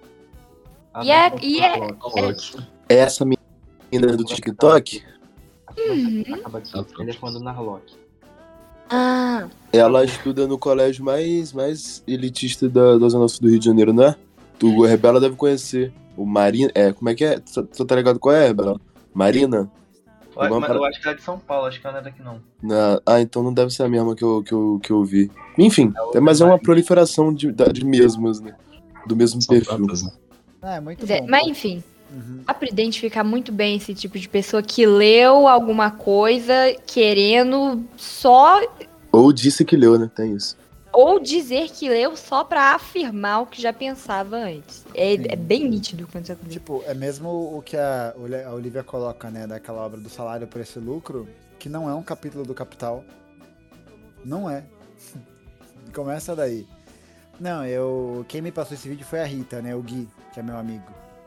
A E é, John e é, Locke. É essa menina do TikTok? Uhum. Acaba aqui. Ele é fã do Narlock. Ah, Ela estuda no colégio mais, mais elitista da, da Zona Sul do Rio de Janeiro, né? Tu, o Rebela deve conhecer. O Marina. É, como é que é? Tu, tu tá ligado qual é, Rebela? Marina? Eu, Alguma mas para- eu acho que ela é de São Paulo, acho que ela não é daqui não. Na- Ah, então não deve ser a mesma que eu, que eu, que eu vi. Enfim, é, mas é uma proliferação de, da- de mesmas, né? Do mesmo São perfil. tantas, né? É, muito é, bom. mas enfim, Uhum. dá pra identificar muito bem esse tipo de pessoa que leu alguma coisa querendo só, Ou disse que leu, né? Tem isso. ou dizer que leu só pra afirmar o que já pensava antes. É, é bem nítido quando isso acontece. Tipo, é mesmo o que a, a Olivia coloca, né, daquela obra do Salário por esse lucro, que não é um capítulo do Capital. Não é. Começa daí. Não, eu. Quem me passou esse vídeo foi a Rita, né? O Gui, que é meu amigo.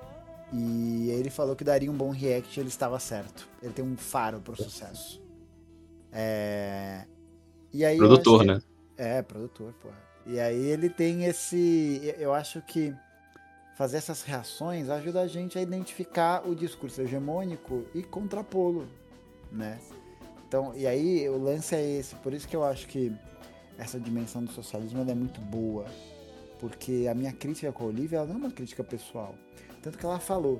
E ele falou que daria um bom react e ele estava certo. Ele tem um faro pro sucesso. É. E aí. eu Produtor, acho que- né? É, produtor, porra. E aí ele tem esse. Eu acho que fazer essas reações ajuda a gente a identificar o discurso hegemônico e contrapô-lo, né? Então, e aí o lance é esse. Por isso que eu acho que essa dimensão do socialismo ela é muito boa. Porque a minha crítica com a Olivia ela não é uma crítica pessoal. Tanto que ela falou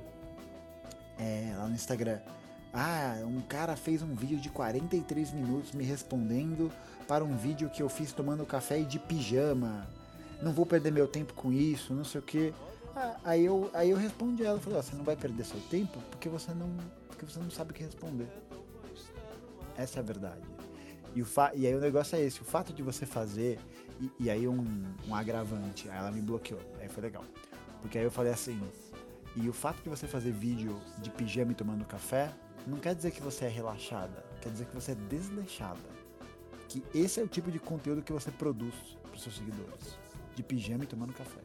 é, lá no Instagram. Ah, um cara fez um vídeo de quarenta e três minutos me respondendo para um vídeo que eu fiz tomando café e de pijama. Não vou perder meu tempo com isso, não sei o que. Ah, aí, eu, aí eu respondi a ela, falei, ó, você não vai perder seu tempo porque você não, porque você não sabe o que responder. Essa é a verdade. E, o fa e aí o negócio é esse, o fato de você fazer, e, e aí um, um agravante, aí ela me bloqueou, aí foi legal. Porque aí eu falei assim, e o fato de você fazer vídeo de pijama e tomando café, não quer dizer que você é relaxada, quer dizer que você é desleixada. Que esse é o tipo de conteúdo que você produz para os seus seguidores. De pijama e tomando café.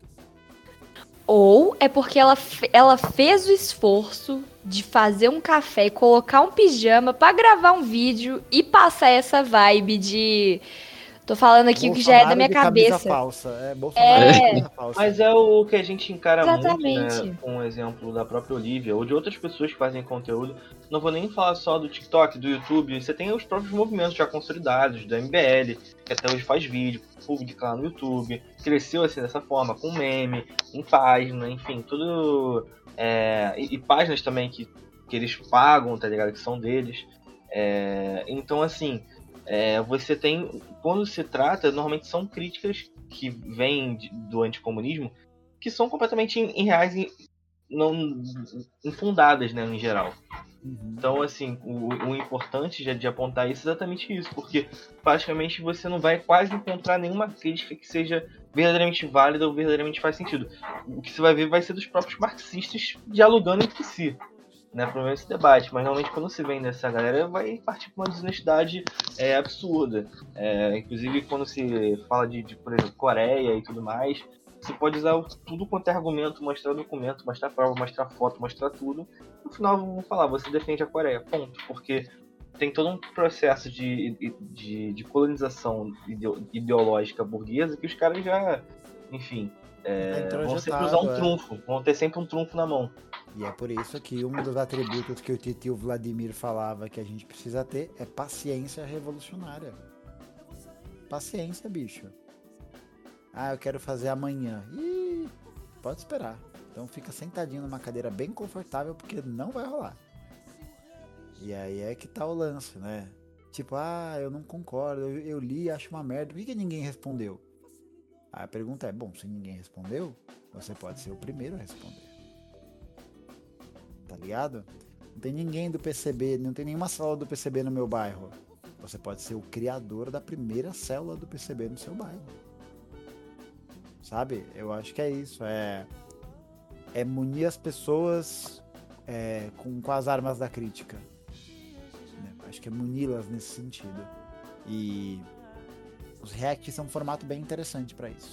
Ou é porque ela, fe- ela fez o esforço de fazer um café e colocar um pijama pra gravar um vídeo e passar essa vibe de... Tô falando aqui o que já é da minha de camisa cabeça. falsa. É, Bolsonaro É. de camisa falsa. Mas é o que a gente encara Exatamente. muito, né, com o exemplo da própria Olivia, ou de outras pessoas que fazem conteúdo. Não vou nem falar só do TikTok, do YouTube, você tem os próprios movimentos já consolidados, do M B L, que até hoje faz vídeo, publica lá no YouTube, cresceu assim dessa forma, com meme, em página, enfim, tudo... É, e, e páginas também que, que eles pagam, tá ligado, que são deles. É, então, assim... É, você tem, quando se trata, normalmente são críticas que vêm de, do anticomunismo que são completamente irreais e não infundadas, né, em geral. Uhum. Então, assim, o, o importante de, de apontar isso é exatamente isso, porque praticamente você não vai quase encontrar nenhuma crítica que seja verdadeiramente válida ou verdadeiramente faz sentido. O que você vai ver vai ser dos próprios marxistas dialogando entre si, né, promovendo esse debate, mas realmente quando se vem dessa galera vai partir para uma desonestidade é, absurda. É, inclusive quando se fala de, de, por exemplo, Coreia e tudo mais, você pode usar o, tudo quanto é argumento, mostrar documento, mostrar prova, mostrar foto, mostrar tudo. No final vão falar, você defende a Coreia, ponto, porque tem todo um processo de, de, de colonização ideológica burguesa que os caras já, enfim, é, vão sempre usar um trunfo, vão ter sempre um trunfo na mão. E é por isso que um dos atributos que o titio Vladimir falava que a gente precisa ter é paciência revolucionária. Paciência, bicho. Ah, eu quero fazer amanhã. Ih, pode esperar. Então fica sentadinho numa cadeira bem confortável porque não vai rolar. E aí é que tá o lance, né? Tipo, ah, eu não concordo, eu, eu li e acho uma merda. Por que, que ninguém respondeu? Aí a pergunta é, bom, se ninguém respondeu, você pode ser o primeiro a responder. Tá ligado? Não tem ninguém do P C B, não tem nenhuma célula do P C B no meu bairro. Você pode ser o criador da primeira célula do P C B no seu bairro. Sabe? Eu acho que é isso. É, é munir as pessoas é, com, com as armas da crítica. Né? Acho que é muni-las nesse sentido. E os reacts são um formato bem interessante para isso.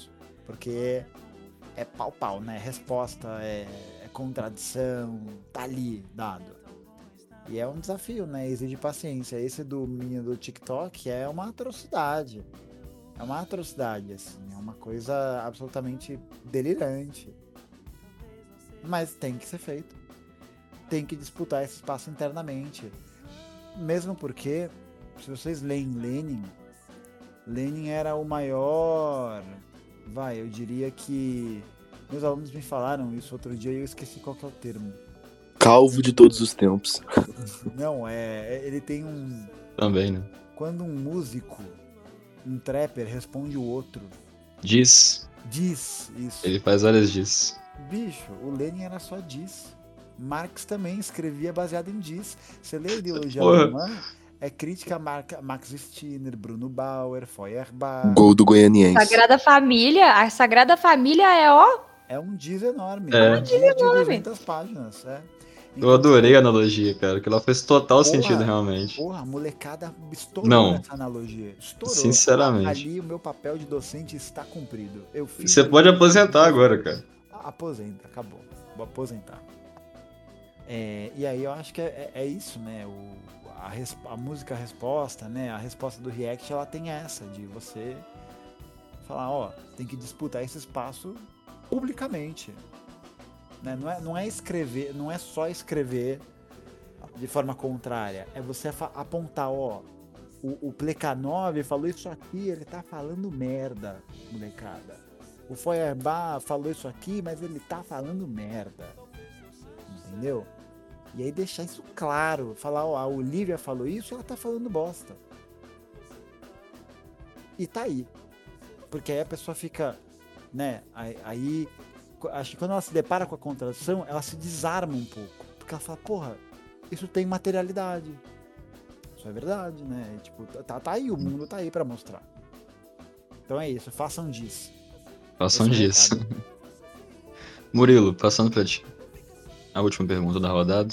Porque é pau-pau, né? Resposta, é, é contradição, tá ali, dado. E é um desafio, né? Exige paciência. Esse do menino do TikTok é uma atrocidade. É uma atrocidade, assim. É uma coisa absolutamente delirante. Mas tem que ser feito. Tem que disputar esse espaço internamente. Mesmo porque, se vocês leem Lenin, Lenin era o maior... Vai, eu diria que... Meus alunos me falaram isso outro dia e eu esqueci qual que é o termo. Calvo de todos os tempos. Não, é... Ele tem um... Também, né? Quando um músico, um trapper, responde o outro. Diz. Diz, isso. Ele faz várias diz. Bicho, o Lenin era só diz. Marx também escrevia baseado em diz. Você lê a ideologia alemã, é crítica a Marca, Max Stirner, Bruno Bauer, Feuerbach. Gol do Goianiense. Sagrada Família, a Sagrada Família é, ó... É um diz enorme. É. É um diz de duzentas páginas, é. Eu adorei a analogia, cara, que ela fez total porra, sentido, realmente. Porra, a molecada estourou Não. nessa analogia. Estourou. Sinceramente. Ali o meu papel de docente está cumprido. Eu fiz Você pode aposentar agora, cara. Aposenta, acabou. Vou aposentar. É, e aí eu acho que é, é isso, né? O, a, res, a música resposta, né? A resposta do React, ela tem essa, de você falar, ó, tem que disputar esse espaço publicamente. Né? Não é, não é escrever, não é só escrever de forma contrária. É você apontar, ó, o, o Plekhanov falou isso aqui, ele tá falando merda, molecada. O Feuerbach falou isso aqui, mas ele tá falando merda. Entendeu? E aí deixar isso claro. Falar, ó, a Olivia falou isso, ela tá falando bosta. E tá aí. Porque aí a pessoa fica, né, aí, aí acho que quando ela se depara com a contradição, ela se desarma um pouco. Porque ela fala, porra, isso tem materialidade. Isso é verdade, né? Tipo, tá, tá aí, o mundo tá aí pra mostrar. Então é isso, façam disso. Façam disso. Murilo, passando pra ti. A última pergunta da rodada.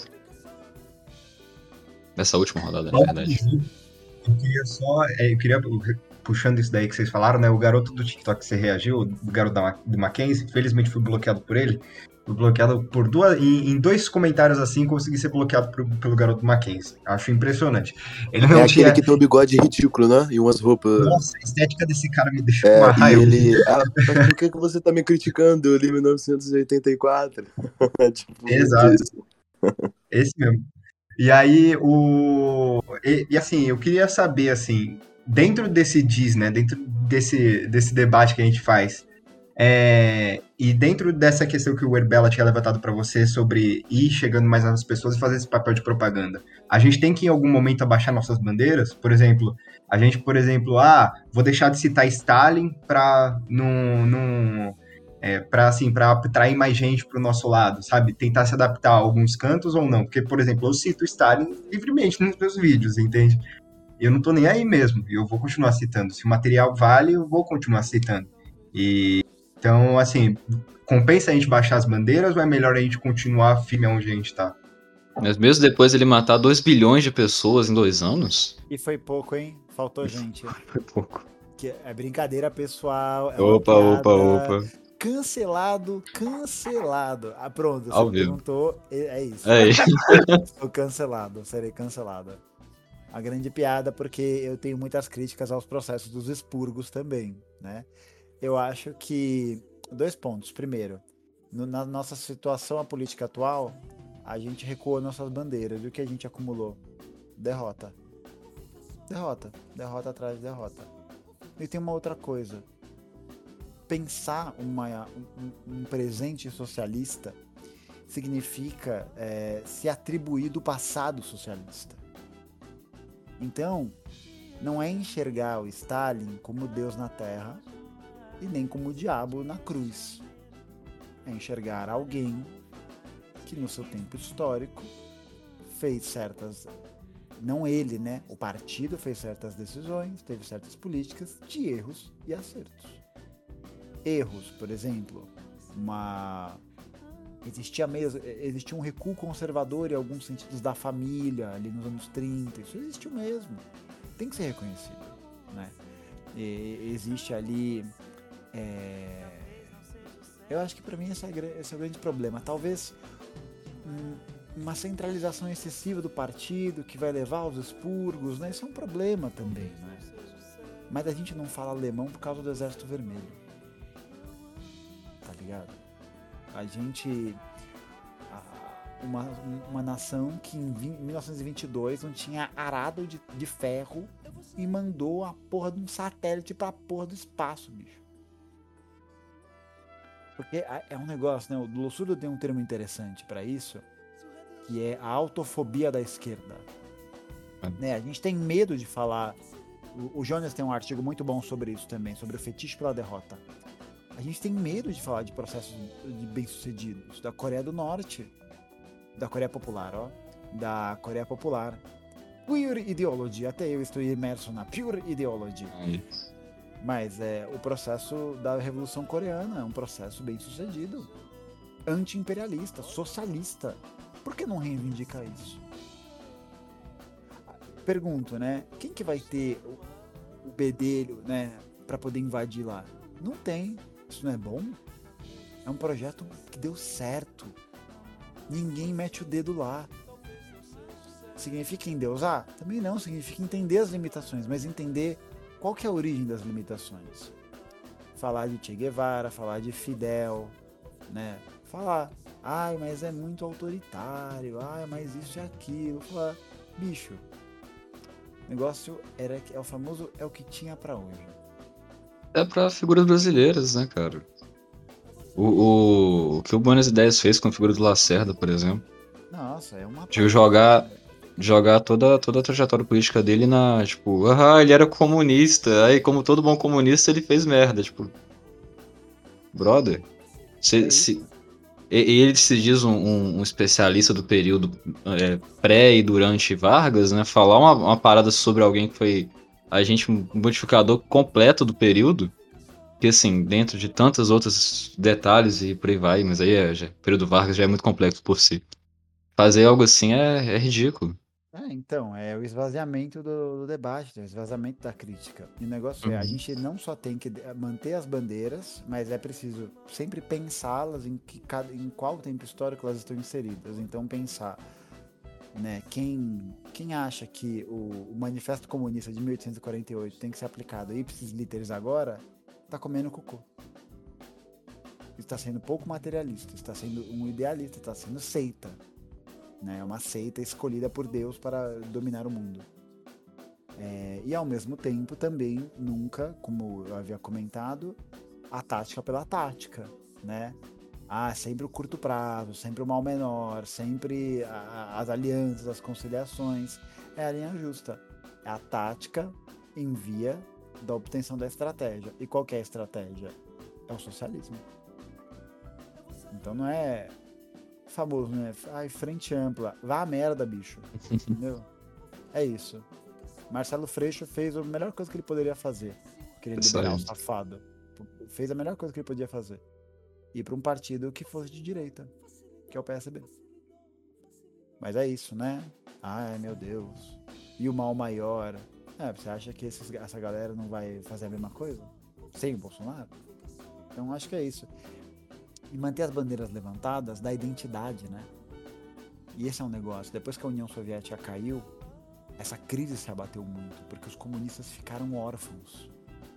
Essa última rodada, na verdade. Eu queria só. Eu queria, puxando isso daí que vocês falaram, né? O garoto do TikTok que você reagiu, o garoto da, do Mackenzie, infelizmente fui bloqueado por ele. Fui bloqueado por duas. Em, em dois comentários assim, consegui ser bloqueado por, pelo garoto do Mackenzie. Acho impressionante. Ele não é tinha... aquele que tem um bigode ridículo, né? E umas roupas. Nossa, a estética desse cara me deixou é, uma raiva. E ele. Ah, mas por que, que você tá me criticando? Eu li mil novecentos e oitenta e quatro. tipo, Exato. Esse mesmo. E aí, o. E, e assim, eu queria saber, assim, dentro desse diz, né? Dentro desse, desse debate que a gente faz. É, e dentro dessa questão que o Herbella tinha levantado para você sobre ir chegando mais nas pessoas e fazer esse papel de propaganda, a gente tem que em algum momento abaixar nossas bandeiras? Por exemplo, a gente, por exemplo, ah, vou deixar de citar Stalin para não, não é, para assim, para atrair mais gente para o nosso lado, sabe? Tentar se adaptar a alguns cantos ou não? Porque, por exemplo, eu cito Stalin livremente nos meus vídeos, entende? Eu não tô nem aí mesmo, eu vou continuar citando. Se o material vale, eu vou continuar citando. E então, assim, compensa a gente baixar as bandeiras ou é melhor a gente continuar firme onde a gente tá? Mas mesmo depois dele matar dois bilhões de pessoas em dois anos? E foi pouco, hein? Faltou gente. Foi pouco. Que é brincadeira pessoal. É opa, opa, opa. Cancelado, cancelado. Ah, pronto, Ao você vivo. perguntou, é isso. É isso. Estou cancelado, serei cancelado. A grande piada, porque eu tenho muitas críticas aos processos dos expurgos também, né? Eu acho que... Dois pontos. Primeiro, no, na nossa situação a política atual, a gente recuou nossas bandeiras. E o que a gente acumulou? Derrota. Derrota. Derrota atrás de derrota. E tem uma outra coisa. Pensar uma, um, um presente socialista significa é, se atribuir do passado socialista. Então, não é enxergar o Stalin como Deus na Terra e nem como o diabo na cruz. É enxergar alguém que no seu tempo histórico fez certas... Não ele, né? O partido fez certas decisões, teve certas políticas de erros e acertos. Erros, por exemplo, uma... Existia, mesmo, existia um recuo conservador em alguns sentidos da família, ali nos anos trinta, isso existiu mesmo. Tem que ser reconhecido, né? E existe ali... É, Eu acho que para mim esse é, esse é o grande problema. Talvez um, uma centralização excessiva do partido que vai levar aos expurgos, né? Isso é um problema também, né? Mas a gente não fala alemão por causa do Exército Vermelho. Tá ligado? A gente... Uma, uma nação que em mil novecentos e vinte e dois não tinha arado de, de ferro e mandou a porra de um satélite pra porra do espaço, bicho. Porque é um negócio, né? O Lussúrio tem um termo interessante pra isso, que é a autofobia da esquerda. É. Né? A gente tem medo de falar... O, o Jonas tem um artigo muito bom sobre isso também, sobre o fetiche pela derrota. A gente tem medo de falar de processos de bem-sucedidos da Coreia do Norte, da Coreia Popular, ó, da Coreia Popular. Pure Ideology, até eu estou imerso na Pure Ideology. É. Mas é, o processo da Revolução Coreana é um processo bem sucedido, anti-imperialista, socialista. Por que não reivindica isso? Pergunto, né? Quem que vai ter o, o bedelho, né, para poder invadir lá? Não tem. Isso não é bom? É um projeto que deu certo. Ninguém mete o dedo lá. Significa endeusar? Também não, significa entender as limitações, mas entender qual que é a origem das limitações. Falar de Che Guevara, falar de Fidel, né? Falar, ai, mas é muito autoritário, ai, mas isso e aquilo. Falar, bicho, o negócio era, é o famoso, é o que tinha pra hoje. É pra figuras brasileiras, né, cara? O, o, o que o Buenas Ideias fez com a figura do Lacerda, por exemplo. Nossa, é uma... De jogar, jogar toda, toda a trajetória política dele na, tipo, ah, ele era comunista, aí como todo bom comunista ele fez merda, tipo... Brother, se, se, ele se diz um, um, um especialista do período é, pré e durante Vargas, né, falar uma, uma parada sobre alguém que foi agente modificador completo do período, que assim, dentro de tantos outros detalhes e por aí vai, mas aí é, já, o período Vargas já é muito complexo por si. Fazer algo assim é, é ridículo. É, então, é o esvaziamento do, do debate, o esvaziamento da crítica. E o negócio uhum. é, a gente não só tem que manter as bandeiras, mas é preciso sempre pensá-las em, que cada, em qual tempo histórico elas estão inseridas. Então pensar, né, quem, quem acha que o, o Manifesto Comunista de mil oitocentos e quarenta e oito tem que ser aplicado a ipsis literis agora, tá comendo cocô. Está sendo pouco materialista, está sendo um idealista, está sendo seita. Né? É uma seita escolhida por Deus para dominar o mundo. É, e ao mesmo tempo também nunca, como eu havia comentado, a tática pela tática, né? Ah, sempre o curto prazo, sempre o mal menor, sempre a, as alianças, as conciliações. É a linha justa. É a tática em via da obtenção da estratégia. E qual que é a estratégia? É o socialismo. Então não é famoso, né? Ai, frente ampla. Vá a merda, bicho. Entendeu? É isso. Marcelo Freixo fez a melhor coisa que ele poderia fazer. Aquele liberal safado. Fez a melhor coisa que ele podia fazer. Ir para um partido que fosse de direita, que é o P S B. Mas é isso, né? Ai, meu Deus. E o mal maior? É, você acha que esses, essa galera não vai fazer a mesma coisa? Sem o Bolsonaro? Então acho que é isso. E manter as bandeiras levantadas dá identidade, né? E esse é um negócio. Depois que a União Soviética caiu, essa crise se abateu muito, porque os comunistas ficaram órfãos.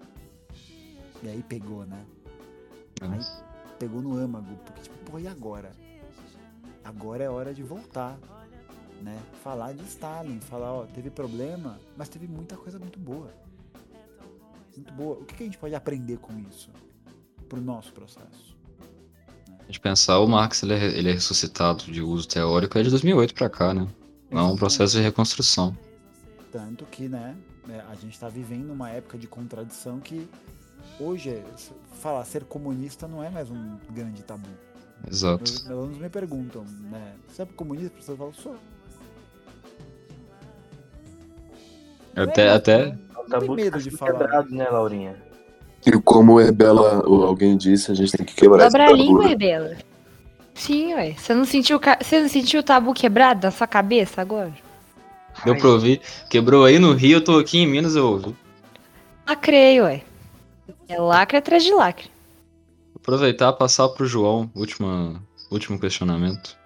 E aí pegou, né? Aí pegou no âmago, porque tipo, pô, e agora? Agora é hora de voltar, né? Falar de Stalin, falar, ó, teve problema, mas teve muita coisa muito boa. Muito boa. O que, que a gente pode aprender com isso? Pro nosso processo? A gente pensar, o Marx, ele é, ele é ressuscitado de uso teórico é de dois mil e oito pra cá, né? Não é um processo de reconstrução. Tanto que, né, a gente tá vivendo uma época de contradição que hoje, falar ser comunista não é mais um grande tabu. Exato. Meus alunos me perguntam, né, você é comunista? Eu falo, sou. Até, é, até... Não, não tem medo de falar. Quebrado, né, Laurinha? E como é Bela, alguém disse, a gente tem que quebrar esse tabu. Dobra a língua, né? Bela. Sim, ué. Você não sentiu, você não sentiu o tabu quebrado na sua cabeça agora? Deu pra ouvir. Quebrou aí no Rio, eu tô aqui em Minas, eu ouvi. Lacrei, ué. É lacre atrás de lacre. aproveitar e passar pro João, última, último questionamento.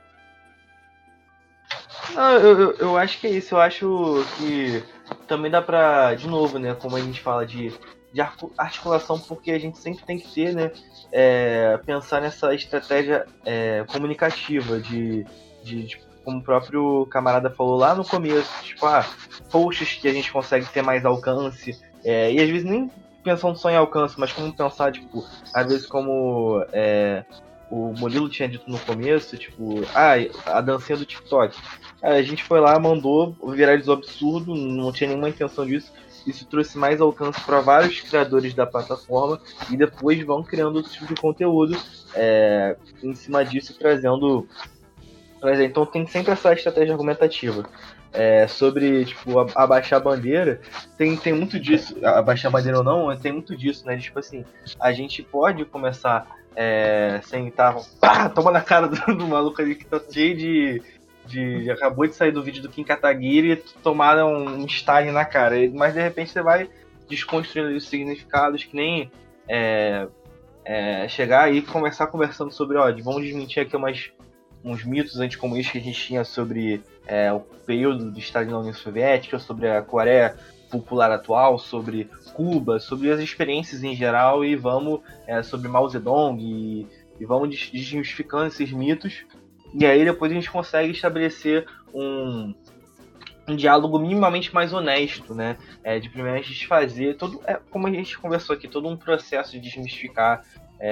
Não, eu, eu, eu acho que é isso. Eu acho que também dá pra, de novo, né, como a gente fala de, de articulação, porque a gente sempre tem que ter, né, é, pensar nessa estratégia é, comunicativa de, de, de, como o próprio camarada falou lá no começo, tipo, ah, posts que a gente consegue ter mais alcance, é, e às vezes nem pensando só em alcance, mas como pensar, tipo, às vezes como é, o Murilo tinha dito no começo, tipo, ah, a dancinha do TikTok. A gente foi lá, mandou, viralizou absurdo, não tinha nenhuma intenção disso. Isso trouxe mais alcance para vários criadores da plataforma e depois vão criando outro tipo de conteúdo é, em cima disso, trazendo, trazendo. Então tem sempre essa estratégia argumentativa. É, sobre, tipo, abaixar a bandeira, tem, tem muito disso, abaixar a bandeira ou não, tem muito disso, né? Tipo assim, a gente pode começar é, sem estar, pá, toma na cara do, do maluco ali que tá cheio de, de. Acabou de sair do vídeo do Kim Kataguiri e tomaram um Stalin na cara, mas de repente você vai desconstruindo os significados, que nem é, é, chegar aí e começar conversando sobre, ó, vamos desmentir aqui umas. uns mitos anticomunistas que a gente tinha sobre é, o período do Stalin na União Soviética, sobre a Coreia Popular atual, sobre Cuba, sobre as experiências em geral, e vamos é, sobre Mao Zedong, e, e vamos desmistificando esses mitos, e aí depois a gente consegue estabelecer um, um diálogo minimamente mais honesto, né? É, de primeiro desfazer, todo, é, como a gente conversou aqui, todo um processo de desmistificar,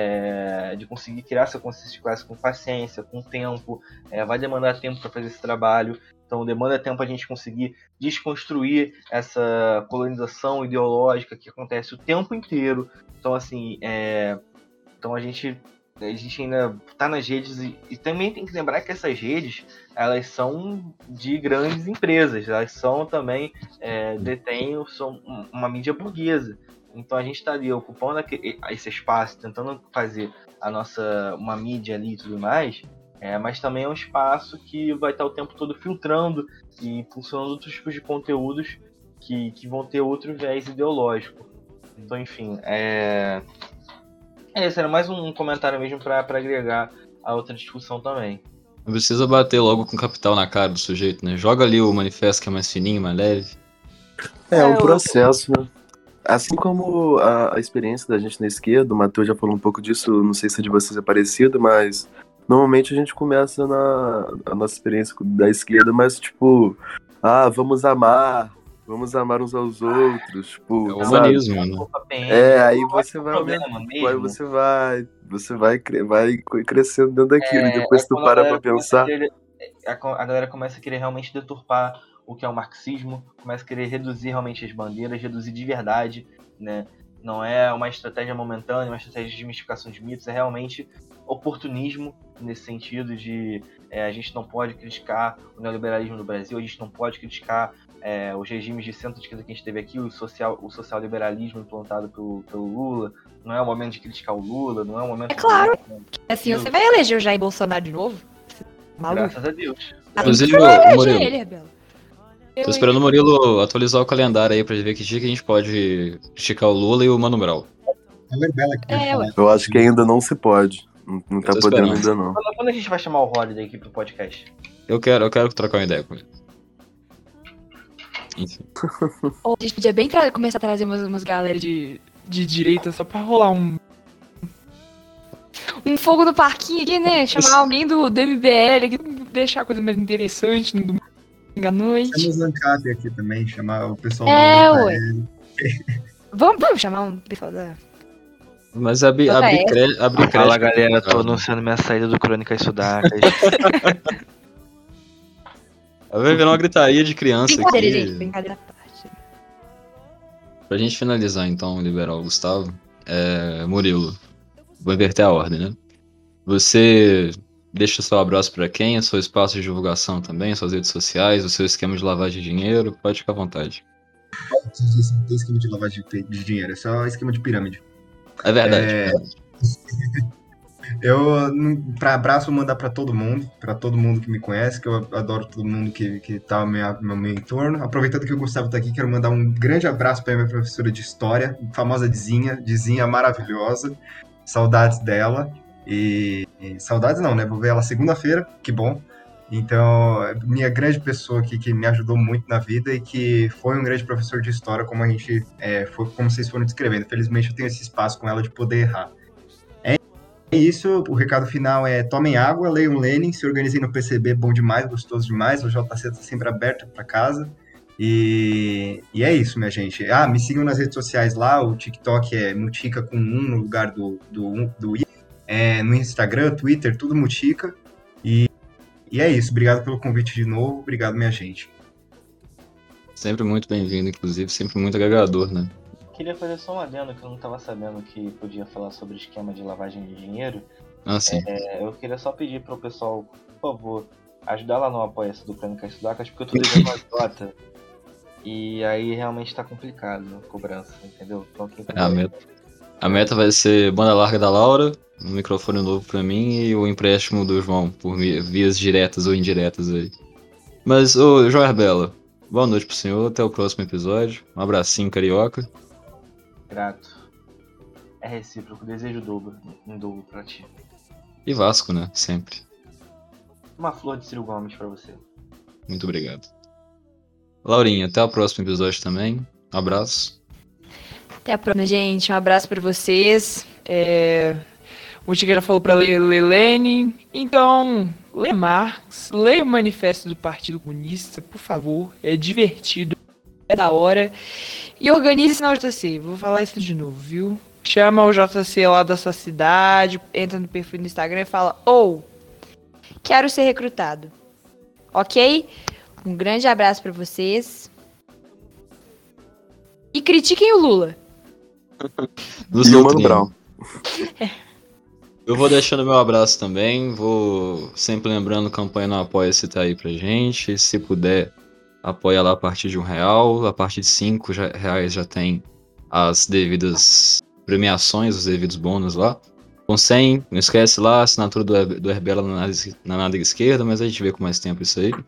É, de conseguir criar essa consciência de classe com paciência, com tempo, é, vai demandar tempo para fazer esse trabalho, então demanda tempo a gente conseguir desconstruir essa colonização ideológica que acontece o tempo inteiro. Então assim, é, então a gente, a gente ainda está nas redes e, e também tem que lembrar que essas redes, elas são de grandes empresas, elas são também, é, detêm são uma mídia burguesa. Então a gente está ali ocupando esse espaço, tentando fazer a nossa, uma mídia ali e tudo mais, é, mas também é um espaço que vai estar o tempo todo filtrando e funcionando outros tipos de conteúdos que, que vão ter outro viés ideológico. Então, enfim, é, é isso, era mais um comentário mesmo para agregar a outra discussão também. Não precisa bater logo com capital na cara do sujeito, né? Joga ali o manifesto que é mais fininho, mais leve. É, um processo, né? Assim como a, a experiência da gente na esquerda, o Matheus já falou um pouco disso, não sei se de vocês é parecido, mas normalmente a gente começa na a nossa experiência da esquerda, mas tipo, ah, vamos amar, vamos amar uns aos outros, tipo, é o humanismo, né? É, aí você vai, aí você vai, você vai, vai crescendo dentro daquilo, é, e depois é tu para pra pensar. A, querer, a, a galera começa a querer realmente deturpar o que é o marxismo, começa a querer reduzir realmente as bandeiras, reduzir de verdade, né? Não é uma estratégia momentânea, uma estratégia de desmistificação de mitos, é realmente oportunismo nesse sentido de é, a gente não pode criticar o neoliberalismo no Brasil, a gente não pode criticar é, os regimes de centro-esquerda que a gente teve aqui, o social, o social-liberalismo implantado pelo, pelo Lula, não é o momento de criticar o Lula, não é o momento... É claro, de... assim, você vai eleger o Jair Bolsonaro de novo? Maluco. Graças a Deus. Inclusive, o Murilo... Ele, tô esperando o Murilo atualizar o calendário aí pra ver que dia que a gente pode criticar o Lula e o Mano Brown. É, eu acho que ainda não se pode. Não, não tá podendo ainda não. Quando a gente vai chamar o Holiday aqui pro podcast? Eu quero, eu quero trocar uma ideia com ele. Enfim. Ou a gente podia bem começar a trazer umas, umas galera de, de direita só pra rolar um... Um fogo no parquinho aqui, né? Chamar alguém do, do M B L aqui, deixar a coisa mais interessante no domingo à noite. Temos o Ancap aqui também, chamar o pessoal é, do ué. vamos, vamos chamar um pessoal da... Mas abrir abri crédito... Abri Fala, galera, tô anunciando minha saída do Crônicas Sudacas. Vai virar uma gritaria de criança brincadeira, aqui. Gente, brincadeira à parte. Pra gente finalizar, então, liberar o Gustavo, é, Murilo, vou inverter a ordem, né? Você deixa seu abraço pra quem? O seu espaço de divulgação também, suas redes sociais, o seu esquema de lavagem de dinheiro, pode ficar à vontade. Não tem esquema de lavagem de dinheiro, é só esquema de pirâmide. É verdade. É... Eu, pra abraço, vou mandar pra todo mundo, pra todo mundo que me conhece, que eu adoro todo mundo que, que tá no meu, no meu entorno. Aproveitando que o Gustavo tá aqui, quero mandar um grande abraço pra minha professora de História, famosa Dizinha, Dizinha maravilhosa. saudades dela. E, e saudades não, né? Vou ver ela segunda-feira, que bom. Então, minha grande pessoa aqui que me ajudou muito na vida e que foi um grande professor de história, como a gente é, foi, como vocês foram descrevendo. Felizmente eu tenho esse espaço com ela de poder errar. É isso, o recado final é: tomem água, leiam Lenin, se organizem no P C B, bom demais, gostoso demais. O J C tá sempre aberto para casa. E, e é isso, minha gente. Ah, me sigam nas redes sociais lá, o TikTok é Mutica com um no lugar do, do, do I. É, no Instagram, Twitter, tudo Mutica. E E é isso, obrigado pelo convite de novo, obrigado, minha gente. Sempre muito bem-vindo, inclusive, sempre muito agregador, né? Queria fazer só um adendo que eu não estava sabendo que podia falar sobre esquema de lavagem de dinheiro. Ah, sim. É, eu queria só pedir pro pessoal, por favor, ajudar lá no Apoia-se do Crônicas Sudacas, porque eu tô devendo uma jota. E aí realmente tá complicado a cobrança, entendeu? Então, quem É, a, meta, a meta vai ser banda larga da Laura, um microfone novo pra mim e o empréstimo do João, por vias diretas ou indiretas aí. Mas, ô, João Herbella, boa noite pro senhor, até o próximo episódio. Um abracinho carioca. Grato. É recíproco, desejo dobro, um dobro pra ti. E Vasco, né? Sempre. Uma flor de Ciro Gomes pra você. Muito obrigado. Laurinha, até o próximo episódio também. Um abraço. Até a próxima, gente. Um abraço pra vocês. É... O Tica já falou pra ler, ler Lenin. Então, lê Marx, leia o Manifesto do Partido Comunista, por favor. É divertido, é da hora. E organize-se na J C. Vou falar isso de novo, viu? Chama o J C lá da sua cidade, entra no perfil do Instagram e fala: ou, oh, quero ser recrutado. Ok? Um grande abraço pra vocês. E critiquem o Lula. E o Mano Brown. Eu vou deixando meu abraço também, vou sempre lembrando, campanha no Apoia-se tá aí pra gente, se puder, apoia lá a partir de um real, a partir de cinco reais já tem as devidas premiações, os devidos bônus lá. Com cem, não esquece lá, a assinatura do, do Herbella na, na nádega esquerda, mas a gente vê com mais tempo isso aí.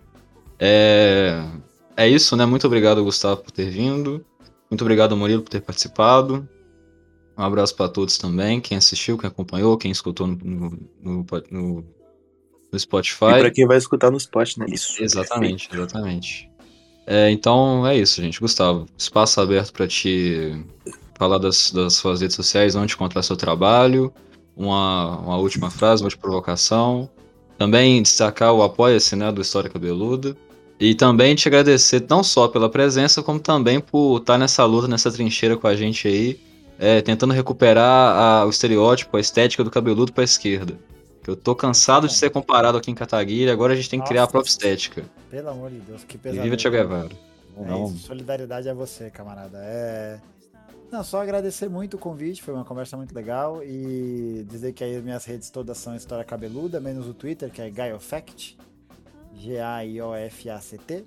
É, é isso, né? Muito obrigado, Gustavo, por ter vindo, muito obrigado, Murilo, por ter participado. Um abraço para todos também, quem assistiu, quem acompanhou, quem escutou no, no, no, no, no Spotify. E para quem vai escutar no Spotify, né? Isso. Exatamente, exatamente. É, então é isso, gente. Gustavo, espaço aberto para te falar das, das suas redes sociais, onde encontrar seu trabalho, uma, uma última frase, uma última provocação. Também destacar o Apoia-se, né, do História Cabeluda. E também te agradecer não só pela presença, como também por estar nessa luta, nessa trincheira com a gente aí. É, tentando recuperar a, o estereótipo, a estética do cabeludo pra esquerda. Que eu tô cansado de ser comparado aqui em Cataguiri, agora a gente tem que criar a própria estética. Pelo amor de Deus, que E pesadelo. viva Che Guevara. É isso, solidariedade a você, camarada. É... Não, só agradecer muito o convite, foi uma conversa muito legal. E dizer que aí as minhas redes todas são História Cabeluda, menos o Twitter, que é Gaiofact, G A I O F A C T.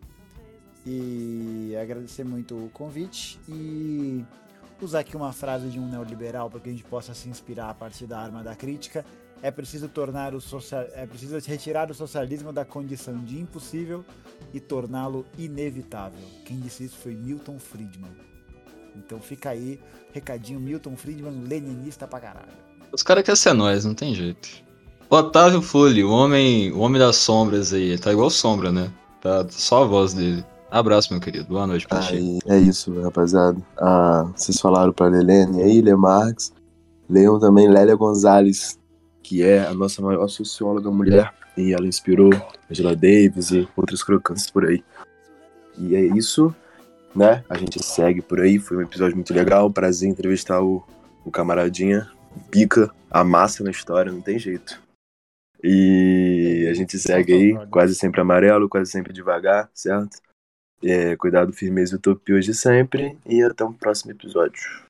E agradecer muito o convite e usar aqui uma frase de um neoliberal para que a gente possa se inspirar a partir da arma da crítica. É preciso tornar o social... é preciso retirar o socialismo da condição de impossível e torná-lo inevitável. Quem disse isso foi Milton Friedman. Então fica aí, recadinho, Milton Friedman, leninista pra caralho. Os caras querem ser nós, não tem jeito. Otávio Folli, o homem, o homem das sombras aí, tá igual Sombra, né? Tá só a voz dele. Abraço, meu querido. Boa noite pra ti. É isso, rapaziada. Ah, vocês falaram pra Lelene aí, ler Marx. Leiam também Lélia Gonzalez, que é a nossa maior socióloga mulher. E ela inspirou Angela Davis e outras crocantes por aí. E é isso, né? A gente segue por aí. Foi um episódio muito legal. Prazer em entrevistar o, o camaradinha. Pica, a massa na história, não tem jeito. E a gente segue aí, quase sempre amarelo, quase sempre devagar, certo? É, cuidado, firmeza e utopia hoje sempre. E até o próximo episódio.